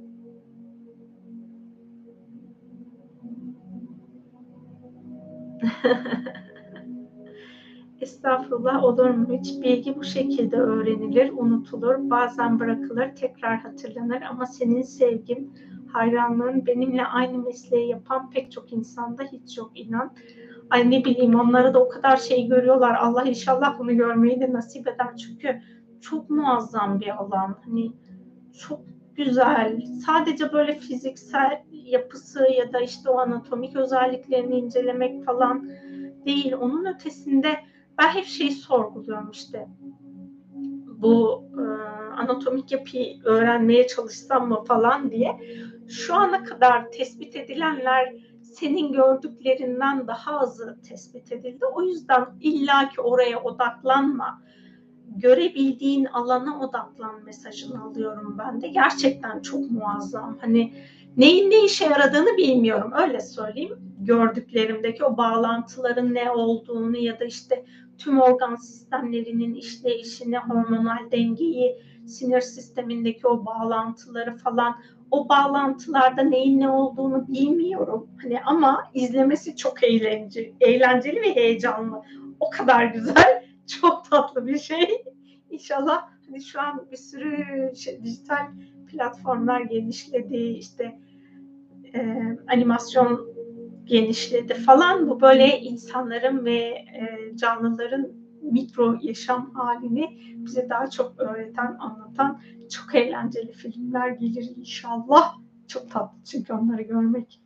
A: Estağfurullah, olur mu hiç? Bilgi bu şekilde öğrenilir, unutulur, bazen bırakılır, tekrar hatırlanır ama senin sevgin, hayranlığın benimle aynı mesleği yapan pek çok insanda hiç yok, inan. Ay ne bileyim, onlara da o kadar şey görüyorlar. Allah inşallah bunu görmeyi de nasip eder. Çünkü çok muazzam bir alan. Hani çok güzel. Sadece böyle fiziksel yapısı ya da işte o anatomik özelliklerini incelemek falan değil. Onun ötesinde ben hep şeyi sorguluyorum işte. Bu anatomik yapıyı öğrenmeye çalışsam mı falan diye. Şu ana kadar tespit edilenler senin gördüklerinden daha azı tespit edildi. O yüzden illaki oraya odaklanma. Görebildiğin alana odaklan mesajını alıyorum ben de. Gerçekten çok muazzam. Hani neyin ne işe yaradığını bilmiyorum. Öyle söyleyeyim. Gördüklerimdeki o bağlantıların ne olduğunu ya da işte tüm organ sistemlerinin işleyişini, hormonal dengeyi, sinir sistemindeki o bağlantıları falan, o bağlantılarda neyin ne olduğunu bilmiyorum. Hani ama izlemesi çok eğlenceli ve heyecanlı. O kadar güzel, çok tatlı bir şey. İnşallah hani şu an bir sürü dijital platformlar genişledi, işte animasyon genişledi falan. Bu böyle insanların ve canlıların mikro yaşam halini bize daha çok öğreten, anlatan çok eğlenceli filmler gelir inşallah. Çok tatlı çünkü onları görmek.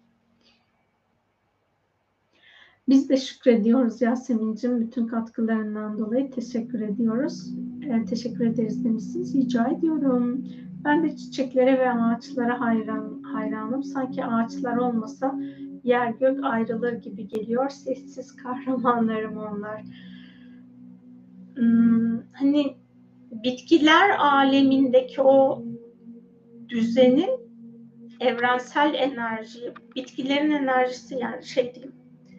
A: Biz de şükrediyoruz Yasemin'cim. Bütün katkılarından dolayı teşekkür ediyoruz. Teşekkür ederiz demişsiniz. Rica ediyorum. Ben de çiçeklere ve ağaçlara hayranım. Sanki ağaçlar olmasa yer gök ayrılır gibi geliyor. Sessiz kahramanlarım onlar. Hani bitkiler alemindeki o düzenin evrensel enerji, bitkilerin enerjisi, yani şey diyeyim,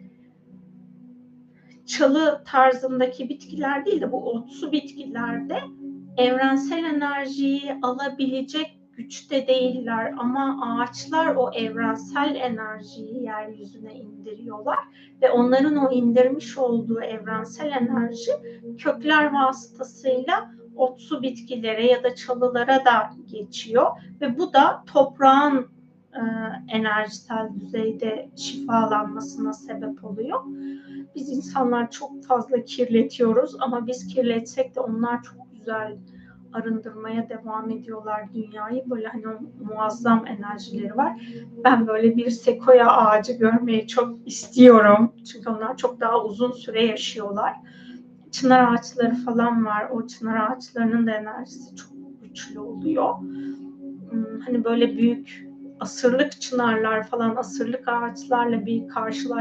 A: çalı tarzındaki bitkiler değil de bu otsu bitkilerde evrensel enerjiyi alabilecek güçte değiller ama ağaçlar o evrensel enerjiyi yeryüzüne indiriyorlar ve onların o indirmiş olduğu evrensel enerji kökler vasıtasıyla otsu bitkilere ya da çalılara da geçiyor ve bu da toprağın enerjisel düzeyde şifalanmasına sebep oluyor. Biz insanlar çok fazla kirletiyoruz ama biz kirletsek de onlar çok güzel arındırmaya devam ediyorlar dünyayı. Böyle hani o muazzam enerjileri var. Ben böyle bir sekoya ağacı görmeyi çok istiyorum. Çünkü onlar çok daha uzun süre yaşıyorlar. Çınar ağaçları falan var. O çınar ağaçlarının da enerjisi çok güçlü oluyor. Hani böyle büyük asırlık çınarlar falan, asırlık ağaçlarla bir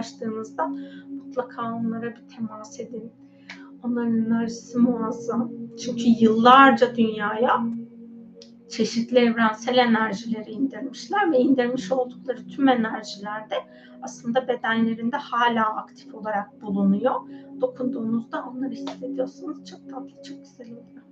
A: karşılaştığınızda mutlaka onlara bir temas edin. Onların enerjisi muazzam. Çünkü yıllarca dünyaya çeşitli evrensel enerjileri indirmişler ve indirmiş oldukları tüm enerjiler de aslında bedenlerinde hala aktif olarak bulunuyor. Dokunduğunuzda onları hissediyorsunuz. Çok tatlı, çok güzel oluyor.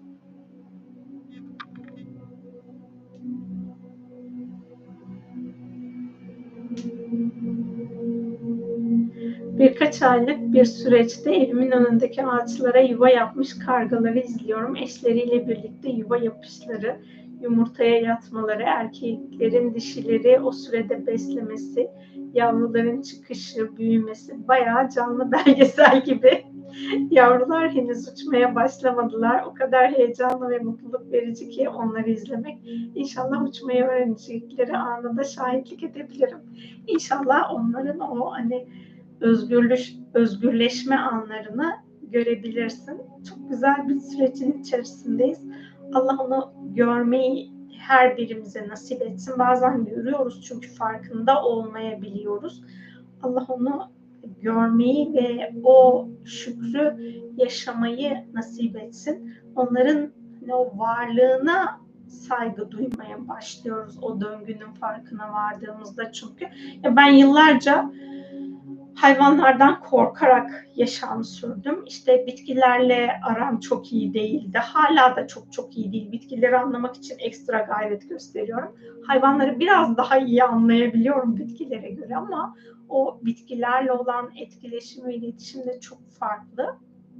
A: Birkaç aylık bir süreçte evimin önündeki ağaçlara yuva yapmış kargaları izliyorum. Eşleriyle birlikte yuva yapışları, yumurtaya yatmaları, erkeklerin dişileri o sürede beslemesi, yavruların çıkışı, büyümesi bayağı canlı belgesel gibi. Yavrular henüz uçmaya başlamadılar. O kadar heyecanlı ve mutluluk verici ki onları izlemek. İnşallah uçmayı öğrenecekleri anında şahitlik edebilirim. İnşallah onların o hani özgürleşme anlarını görebilirsin. Çok güzel bir sürecin içerisindeyiz. Allah onu görmeyi her birimize nasip etsin. Bazen görüyoruz çünkü farkında olmayabiliyoruz. Allah onu görmeyi ve o şükrü yaşamayı nasip etsin. Onların o varlığına saygı duymaya başlıyoruz o döngünün farkına vardığımızda çünkü. Ya ben yıllarca hayvanlardan korkarak yaşamı sürdüm. İşte bitkilerle aram çok iyi değildi. Hala da çok iyi değil. Bitkileri anlamak için ekstra gayret gösteriyorum. Hayvanları biraz daha iyi anlayabiliyorum bitkilere göre ama o bitkilerle olan etkileşim ve iletişim de çok farklı.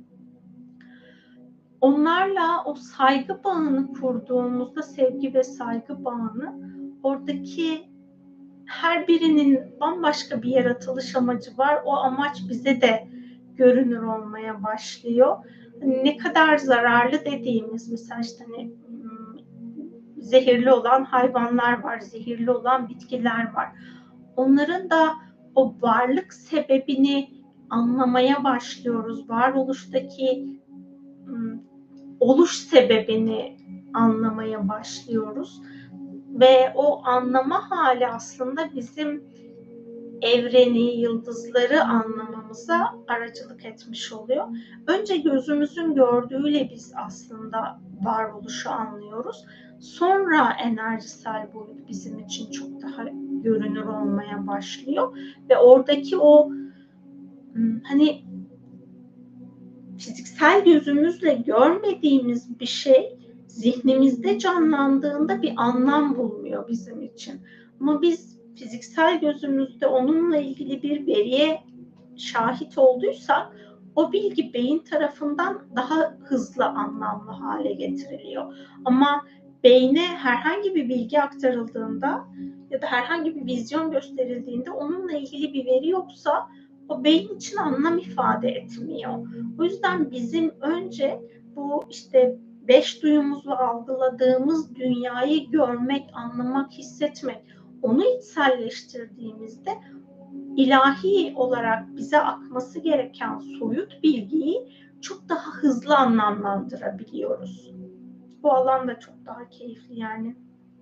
A: Onlarla o saygı bağını kurduğumuzda, sevgi ve saygı bağını, oradaki her birinin bambaşka bir yaratılış amacı var. O amaç bize de görünür olmaya başlıyor. Ne kadar zararlı dediğimiz mesela işte hani zehirli olan hayvanlar var, zehirli olan bitkiler var. Onların da o varlık sebebini anlamaya başlıyoruz. Varoluştaki oluş sebebini anlamaya başlıyoruz. Ve o anlama hali aslında bizim evreni, yıldızları anlamamıza aracılık etmiş oluyor. Önce gözümüzün gördüğüyle biz aslında varoluşu anlıyoruz. Sonra enerjisel boyut bizim için çok daha görünür olmaya başlıyor. Ve oradaki o hani fiziksel gözümüzle görmediğimiz bir şey zihnimizde canlandığında bir anlam bulmuyor bizim için. Ama biz fiziksel gözümüzde onunla ilgili bir veriye şahit olduysak o bilgi beyin tarafından daha hızlı anlamlı hale getiriliyor. Ama beyne herhangi bir bilgi aktarıldığında ya da herhangi bir vizyon gösterildiğinde onunla ilgili bir veri yoksa o beyin için anlam ifade etmiyor. O yüzden bizim önce bu işte 5 duyumuzla algıladığımız dünyayı görmek, anlamak, hissetmek, onu içselleştirdiğimizde ilahi olarak bize akması gereken soyut bilgiyi çok daha hızlı anlamlandırabiliyoruz. Bu alan da çok daha keyifli yani.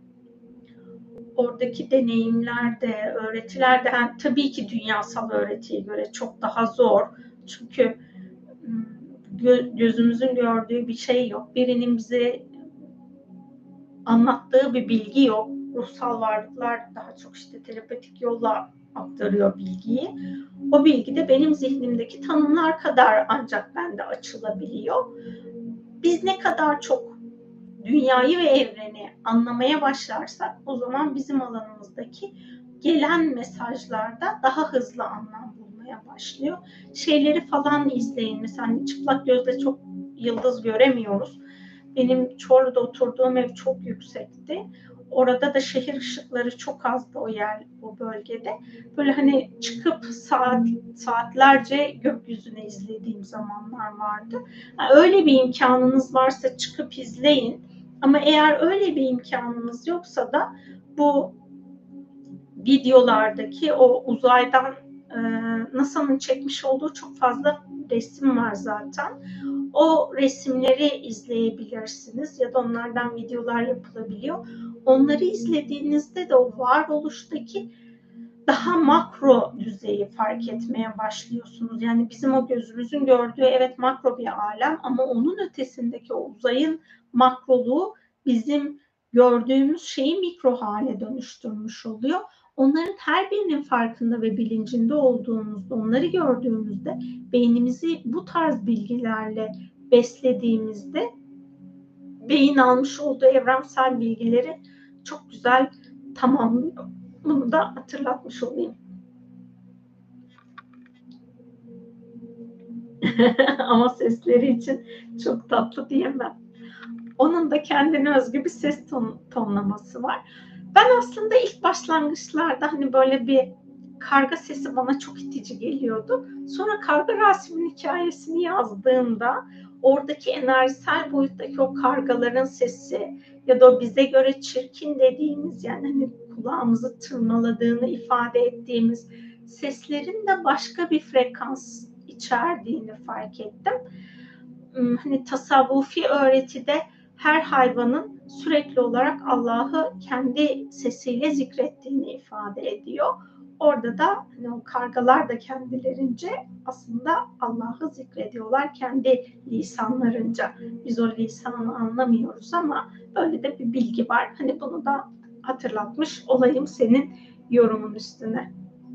A: Oradaki deneyimler de, öğretiler de yani tabii ki dünyasal öğretiye göre çok daha zor. Çünkü gözümüzün gördüğü bir şey yok. Birinin bize anlattığı bir bilgi yok. Ruhsal varlıklar daha çok işte telepatik yolla aktarıyor bilgiyi. O bilgi de benim zihnimdeki tanımlar kadar ancak bende açılabiliyor. Biz ne kadar çok dünyayı ve evreni anlamaya başlarsak o zaman bizim alanımızdaki gelen mesajlarda daha hızlı anlam bulmaya başlıyor. Şeyleri falan izleyin. Mesela çıplak gözle çok yıldız göremiyoruz. Benim Çorlu'da oturduğum ev çok yüksekti. Orada da şehir ışıkları çok azdı o bölgede. Böyle hani çıkıp saatlerce gökyüzünü izlediğim zamanlar vardı. Yani öyle bir imkanınız varsa çıkıp izleyin. Ama eğer öyle bir imkanınız yoksa da bu videolardaki o uzaydan NASA'nın çekmiş olduğu çok fazla resim var zaten. O resimleri izleyebilirsiniz ya da onlardan videolar yapılabiliyor. Onları izlediğinizde de o varoluştaki daha makro düzeyi fark etmeye başlıyorsunuz. Yani bizim o gözümüzün gördüğü evet makro bir alem ama onun ötesindeki o uzayın makroluğu bizim gördüğümüz şeyi mikro hale dönüştürmüş oluyor. Onların her birinin farkında ve bilincinde olduğumuzda, onları gördüğümüzde, beynimizi bu tarz bilgilerle beslediğimizde beyin almış olduğu evrensel bilgileri çok güzel tamamlıyor. Bunu da hatırlatmış olayım. Ama sesleri için çok tatlı diyemem. Onun da kendine özgü bir ses tonlaması var. Ben aslında ilk başlangıçlarda hani böyle bir karga sesi bana çok itici geliyordu. Sonra Karga Rasim'in hikayesini yazdığımda oradaki enerjisel boyuttaki o kargaların sesi ya da o bize göre çirkin dediğimiz yani hani kulağımızı tırmaladığını ifade ettiğimiz seslerin de başka bir frekans içerdiğini fark ettim. Hani tasavvufi öğretide her hayvanın sürekli olarak Allah'ı kendi sesiyle zikrettiğini ifade ediyor. Orada da hani o kargalar da kendilerince aslında Allah'ı zikrediyorlar kendi lisanlarınca. Biz o lisanı anlamıyoruz ama böyle de bir bilgi var. Hani bunu da hatırlatmış olayım senin yorumun üstüne.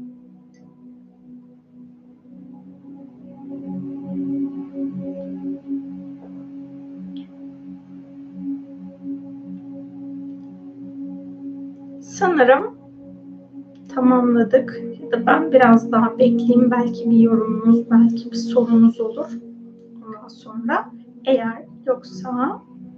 A: Sanırım tamamladık. Ya da ben biraz daha bekleyeyim. Belki bir yorumunuz, belki bir sorunuz olur. Ondan sonra eğer yoksa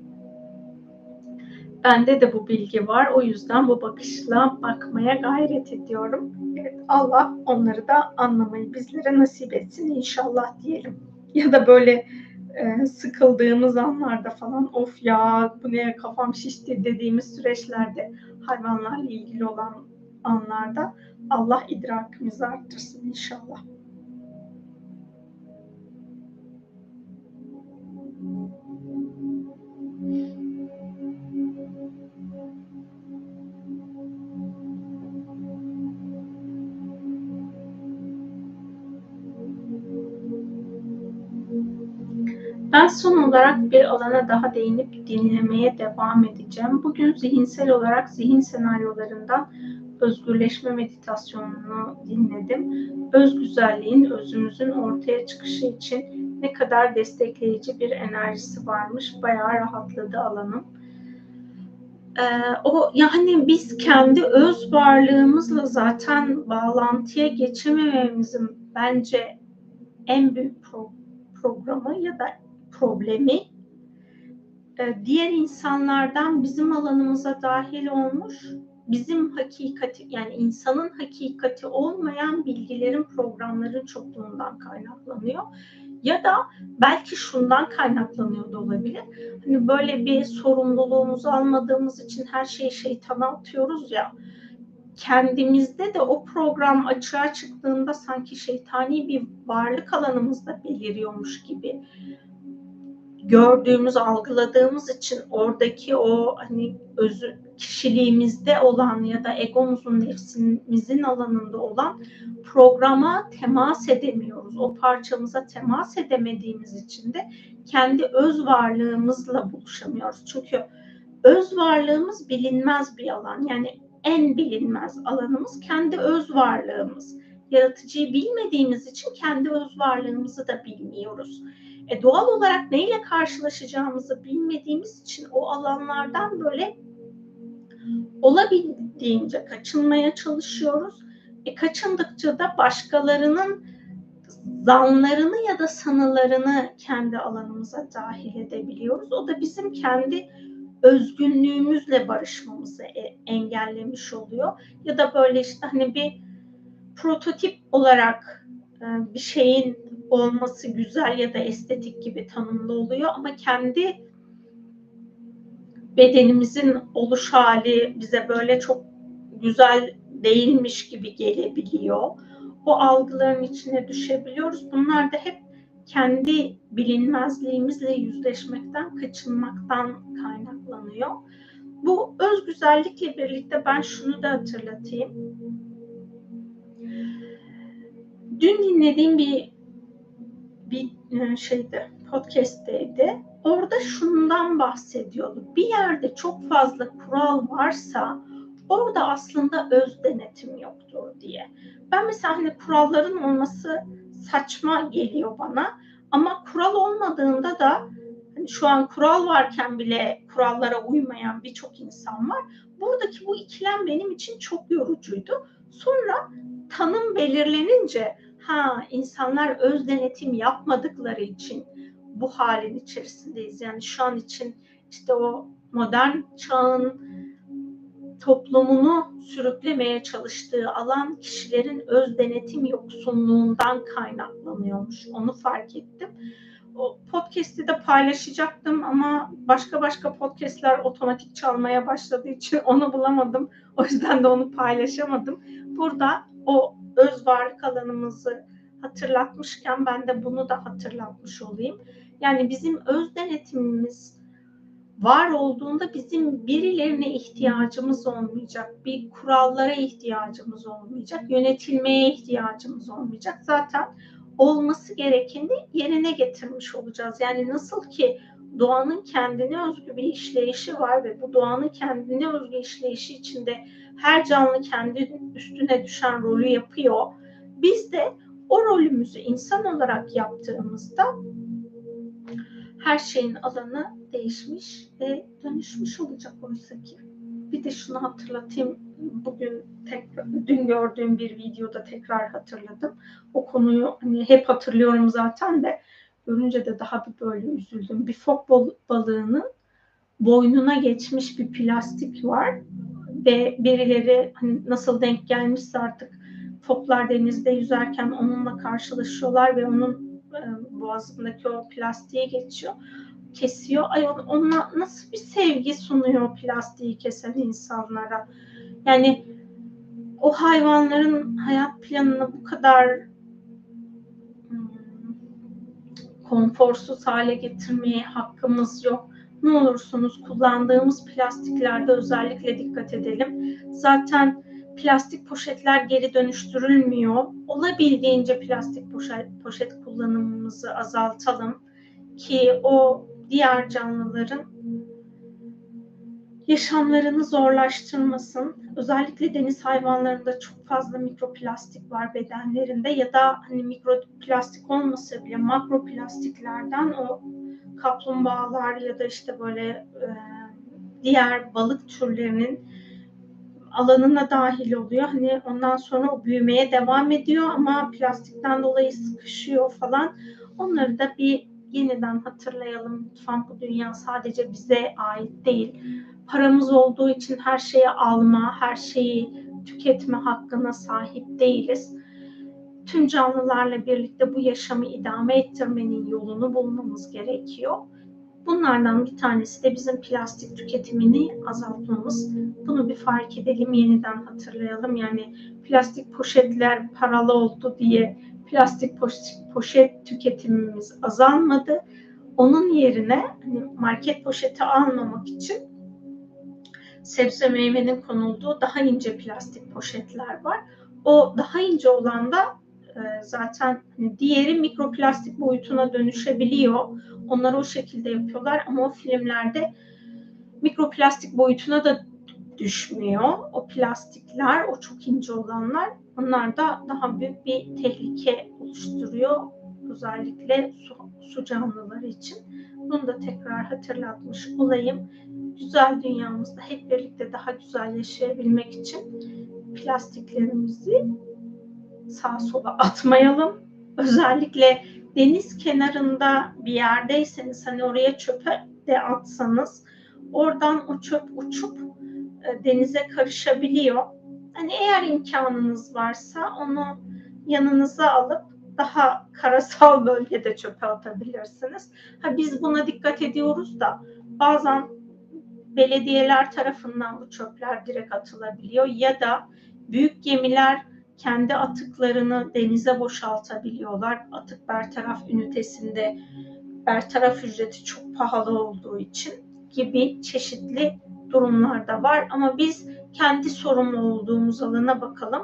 A: bende de bu bilgi var. O yüzden bu bakışla bakmaya gayret ediyorum. Evet, Allah onları da anlamayı bizlere nasip etsin inşallah diyelim. Ya da böyle sıkıldığımız anlarda falan of ya bu ne kafam şişti dediğimiz süreçlerde hayvanlarla ilgili olan anlarda Allah idrakimizi arttırsın inşallah. Ben son olarak bir alana daha değinip dinlemeye devam edeceğim. Bugün zihinsel olarak zihin senaryolarından özgürleşme meditasyonunu dinledim. Özgüzelliğin özümüzün ortaya çıkışı için ne kadar destekleyici bir enerjisi varmış. Bayağı rahatladı alanım. O yani biz kendi öz varlığımızla zaten bağlantıya geçemememizin bence en büyük programı ya da problemi diğer insanlardan bizim alanımıza dahil olmuş, bizim hakikati yani insanın hakikati olmayan bilgilerin, programların çokluğundan kaynaklanıyor. Ya da belki şundan kaynaklanıyor da olabilir. Hani böyle bir sorumluluğumuzu almadığımız için her şeyi şeytana atıyoruz ya. Kendimizde de o program açığa çıktığında sanki şeytani bir varlık alanımızda beliriyormuş gibi gördüğümüz, algıladığımız için oradaki o hani özü kişiliğimizde olan ya da egomuzun, nefsimizin alanında olan programa temas edemiyoruz. O parçamıza temas edemediğimiz için de kendi öz varlığımızla buluşamıyoruz. Çünkü öz varlığımız bilinmez bir alan. Yani en bilinmez alanımız kendi öz varlığımız. Yaratıcıyı bilmediğimiz için kendi öz varlığımızı da bilmiyoruz. Doğal olarak neyle karşılaşacağımızı bilmediğimiz için o alanlardan böyle olabildiğince kaçınmaya çalışıyoruz. Kaçındıkça da başkalarının zanlarını ya da sanılarını kendi alanımıza dahil edebiliyoruz. O da bizim kendi özgünlüğümüzle barışmamızı engellemiş oluyor. Ya da böyle işte hani bir prototip olarak bir şeyin olması güzel ya da estetik gibi tanımlı oluyor ama kendi bedenimizin oluş hali bize böyle çok güzel değilmiş gibi gelebiliyor. O algıların içine düşebiliyoruz. Bunlar da hep kendi bilinmezliğimizle yüzleşmekten, kaçınmaktan kaynaklanıyor. Bu özgüzellikle birlikte ben şunu da hatırlatayım. Dün dinlediğim bir podcast'teydi. Orada şundan bahsediyordu. Bir yerde çok fazla kural varsa orada aslında öz denetim yoktur diye. Ben mesela hani kuralların olması saçma geliyor bana. Ama kural olmadığında da hani şu an kural varken bile kurallara uymayan birçok insan var. Buradaki bu ikilem benim için çok yorucuydu. Sonra tanım belirlenince insanlar öz denetim yapmadıkları için bu halin içerisindeyiz. Yani şu an için işte o modern çağın toplumunu sürüklemeye çalıştığı alan kişilerin öz denetim yoksunluğundan kaynaklanıyormuş. Onu fark ettim. O podcast'i de paylaşacaktım ama başka podcast'ler otomatik çalmaya başladığı için onu bulamadım. O yüzden de onu paylaşamadım. Burada o öz varlık alanımızı hatırlatmışken ben de bunu da hatırlatmış olayım. Yani bizim öz denetimimiz var olduğunda bizim birilerine ihtiyacımız olmayacak, bir kurallara ihtiyacımız olmayacak, yönetilmeye ihtiyacımız olmayacak. Zaten olması gerekeni yerine getirmiş olacağız. Yani nasıl ki doğanın kendine özgü bir işleyişi var ve bu doğanın kendine özgü işleyişi içinde her canlı kendi üstüne düşen rolü yapıyor. Biz de o rolümüzü insan olarak yaptığımızda her şeyin alanı değişmiş ve dönüşmüş olacak oysa ki. Bir de şunu hatırlatayım. Dün gördüğüm bir videoda tekrar hatırladım. O konuyu hani hep hatırlıyorum zaten de görünce de daha bir böyle üzüldüm. Bir fok balığının boynuna geçmiş bir plastik var ve birileri hani nasıl denk gelmişse artık foklar denizde yüzerken onunla karşılaşıyorlar ve onun boğazındaki o plastiği kesiyor. Ona nasıl bir sevgi sunuyor plastiği kesen insanlara? Yani o hayvanların hayat planını bu kadar konforsuz hale getirmeye hakkımız yok. Ne olursunuz kullandığımız plastiklerde özellikle dikkat edelim. Zaten plastik poşetler geri dönüştürülmüyor. Olabildiğince plastik poşet kullanımımızı azaltalım ki o diğer canlıların yaşamlarını zorlaştırmasın. Özellikle deniz hayvanlarında çok fazla mikroplastik var bedenlerinde ya da hani mikroplastik olmasa bile makroplastiklerden o kaplumbağalar ya da işte böyle diğer balık türlerinin alanına dahil oluyor. Hani ondan sonra o büyümeye devam ediyor ama plastikten dolayı sıkışıyor falan. Onları da bir yeniden hatırlayalım. Lütfen bu dünya sadece bize ait değil. Paramız olduğu için her şeyi alma, her şeyi tüketme hakkına sahip değiliz. Tüm canlılarla birlikte bu yaşamı idame ettirmenin yolunu bulmamız gerekiyor. Bunlardan bir tanesi de bizim plastik tüketimini azaltmamız. Bunu bir fark edelim, yeniden hatırlayalım. Yani plastik poşetler paralı oldu diye plastik poşet tüketimimiz azalmadı. Onun yerine market poşeti almamak için sebze meyvenin konulduğu daha ince plastik poşetler var. O daha ince olan da zaten diğeri mikroplastik boyutuna dönüşebiliyor. Onları o şekilde yapıyorlar ama o filmlerde mikroplastik boyutuna da düşmüyor. O plastikler, o çok ince olanlar, onlar da daha büyük bir tehlike oluşturuyor. Özellikle su canlıları için. Bunu da tekrar hatırlatmış olayım. Güzel dünyamızda hep birlikte daha güzel yaşayabilmek için plastiklerimizi sağa sola atmayalım. Özellikle deniz kenarında bir yerdeyseniz hani oraya çöpe de atsanız oradan o çöp uçup denize karışabiliyor. Hani eğer imkanınız varsa onu yanınıza alıp daha karasal bölgede çöpe atabilirsiniz. Biz buna dikkat ediyoruz da bazen belediyeler tarafından bu çöpler direkt atılabiliyor ya da büyük gemiler kendi atıklarını denize boşaltabiliyorlar. Atık bertaraf ünitesinde bertaraf ücreti çok pahalı olduğu için gibi çeşitli durumlar da var. Ama biz kendi sorumlu olduğumuz alana bakalım.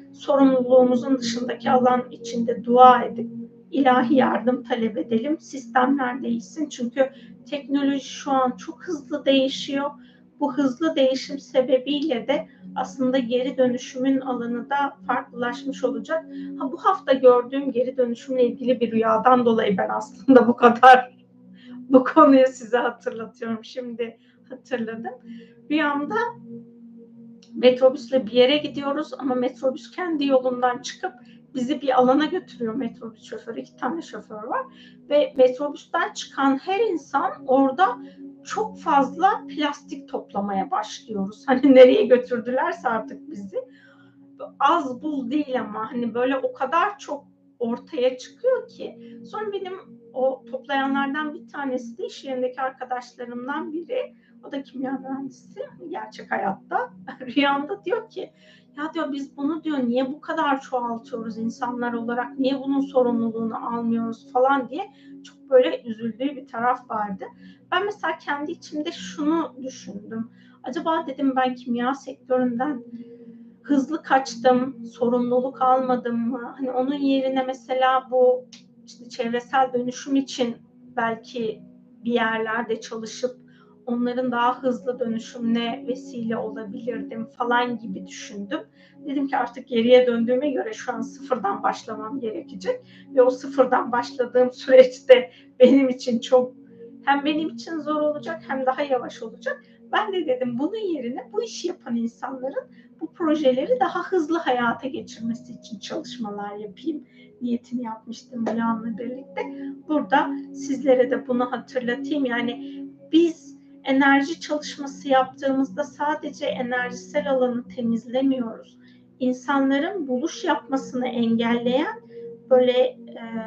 A: sorumluluğumuzun dışındaki alan içinde dua edip ilahi yardım talep edelim. Sistemler değişsin. Çünkü teknoloji şu an çok hızlı değişiyor. Bu hızlı değişim sebebiyle de aslında geri dönüşümün alanı da farklılaşmış olacak. Bu hafta gördüğüm geri dönüşümle ilgili bir rüyadan dolayı ben aslında bu kadar bu konuyu size hatırlatıyorum. Şimdi hatırladım. Rüyamda metrobüsle bir yere gidiyoruz ama metrobüs kendi yolundan çıkıp bizi bir alana götürüyor metrobüs şoförü. 2 tane şoför var ve metrobüsten çıkan her insan orada çok fazla plastik toplamaya başlıyoruz. Hani nereye götürdülerse artık bizi. Az buz değil ama hani böyle o kadar çok ortaya çıkıyor ki. Sonra benim o toplayanlardan bir tanesi de iş yerindeki arkadaşlarımdan biri. O da kimya mühendisi gerçek hayatta. Rüyamda diyor ki ya diyor biz bunu diyor niye bu kadar çoğaltıyoruz insanlar olarak, niye bunun sorumluluğunu almıyoruz falan diye çok böyle üzüldüğü bir taraf vardı. Ben mesela kendi içimde şunu düşündüm. Acaba dedim ben kimya sektöründen hızlı kaçtım, sorumluluk almadım mı? Hani onun yerine mesela bu işte çevresel dönüşüm için belki bir yerlerde çalışıp onların daha hızlı dönüşümüne vesile olabilirdim falan gibi düşündüm. Dedim ki artık geriye döndüğüme göre şu an sıfırdan başlamam gerekecek ve o sıfırdan başladığım süreçte benim için çok hem benim için zor olacak hem daha yavaş olacak. Ben de dedim bunun yerine bu işi yapan insanların bu projeleri daha hızlı hayata geçirmesi için çalışmalar yapayım niyetini yapmıştım Milan'la birlikte. Burada sizlere de bunu hatırlatayım. Yani biz enerji çalışması yaptığımızda sadece enerjisel alanı temizlemiyoruz. İnsanların buluş yapmasını engelleyen böyle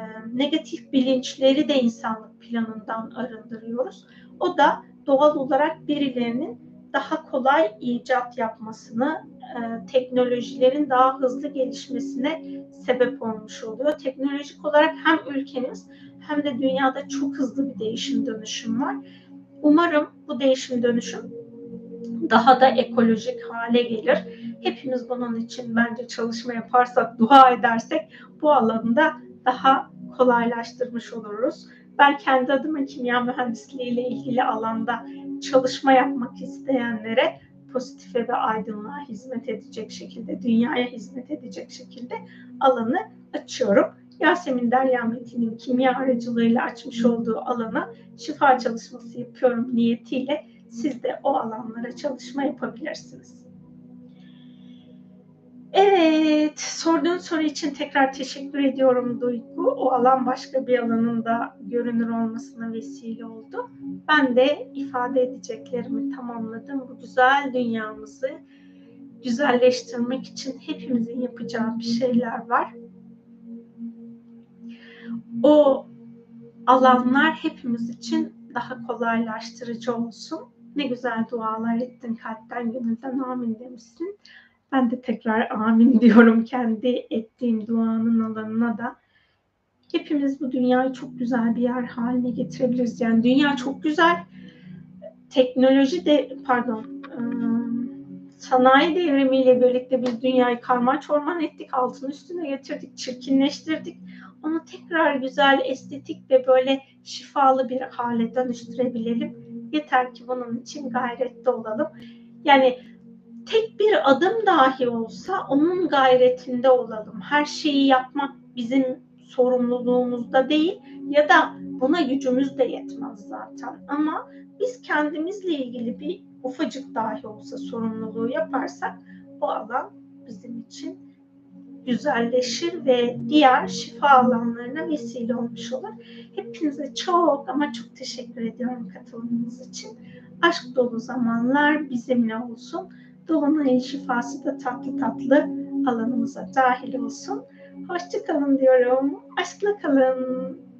A: negatif bilinçleri de insanlık planından arındırıyoruz. O da doğal olarak birilerinin daha kolay icat yapmasını, teknolojilerin daha hızlı gelişmesine sebep olmuş oluyor. Teknolojik olarak hem ülkemiz hem de dünyada çok hızlı bir değişim dönüşüm var. Umarım bu değişim dönüşüm daha da ekolojik hale gelir. Hepimiz bunun için bence çalışma yaparsak, dua edersek bu alanda daha kolaylaştırmış oluruz. Ben kendi adıma kimya mühendisliği ile ilgili alanda çalışma yapmak isteyenlere pozitife ve aydınlığa hizmet edecek şekilde, dünyaya hizmet edecek şekilde alanı açıyorum. Yasemin Derya Metin'in kimya aracılığıyla açmış olduğu alana şifa çalışması yapıyorum niyetiyle siz de o alanlara çalışma yapabilirsiniz. Evet, sorduğun soru için tekrar teşekkür ediyorum Duygu. O alan başka bir alanın da görünür olmasına vesile oldu. Ben de ifade edeceklerimi tamamladım. Bu güzel dünyamızı güzelleştirmek için hepimizin yapacağı bir şeyler var. O alanlar hepimiz için daha kolaylaştırıcı olsun. Ne güzel dualar ettin, kalpten, gönülden amin demişsin. Ben de tekrar amin diyorum kendi ettiğim duanın alanına da. Hepimiz bu dünyayı çok güzel bir yer haline getirebiliriz. Yani dünya çok güzel. Teknoloji de, sanayi devrimiyle birlikte biz dünyayı karman ettik, altın üstüne getirdik, çirkinleştirdik. Onu tekrar güzel, estetik ve böyle şifalı bir hale dönüştürebilelim. Yeter ki bunun için gayretli olalım. Yani tek bir adım dahi olsa onun gayretinde olalım. Her şeyi yapmak bizim sorumluluğumuzda değil ya da buna gücümüz de yetmez zaten. Ama biz kendimizle ilgili bir ufacık dahi olsa sorumluluğu yaparsak bu alan bizim için güzelleşir ve diğer şifa alanlarına vesile olmuş olur. Hepinize çok ama çok teşekkür ediyorum katılımınız için. Aşk dolu zamanlar bizimle olsun. Dolunayın şifası da tatlı tatlı alanımıza dahil olsun. Hoşça kalın diyorum. Aşkla kalın.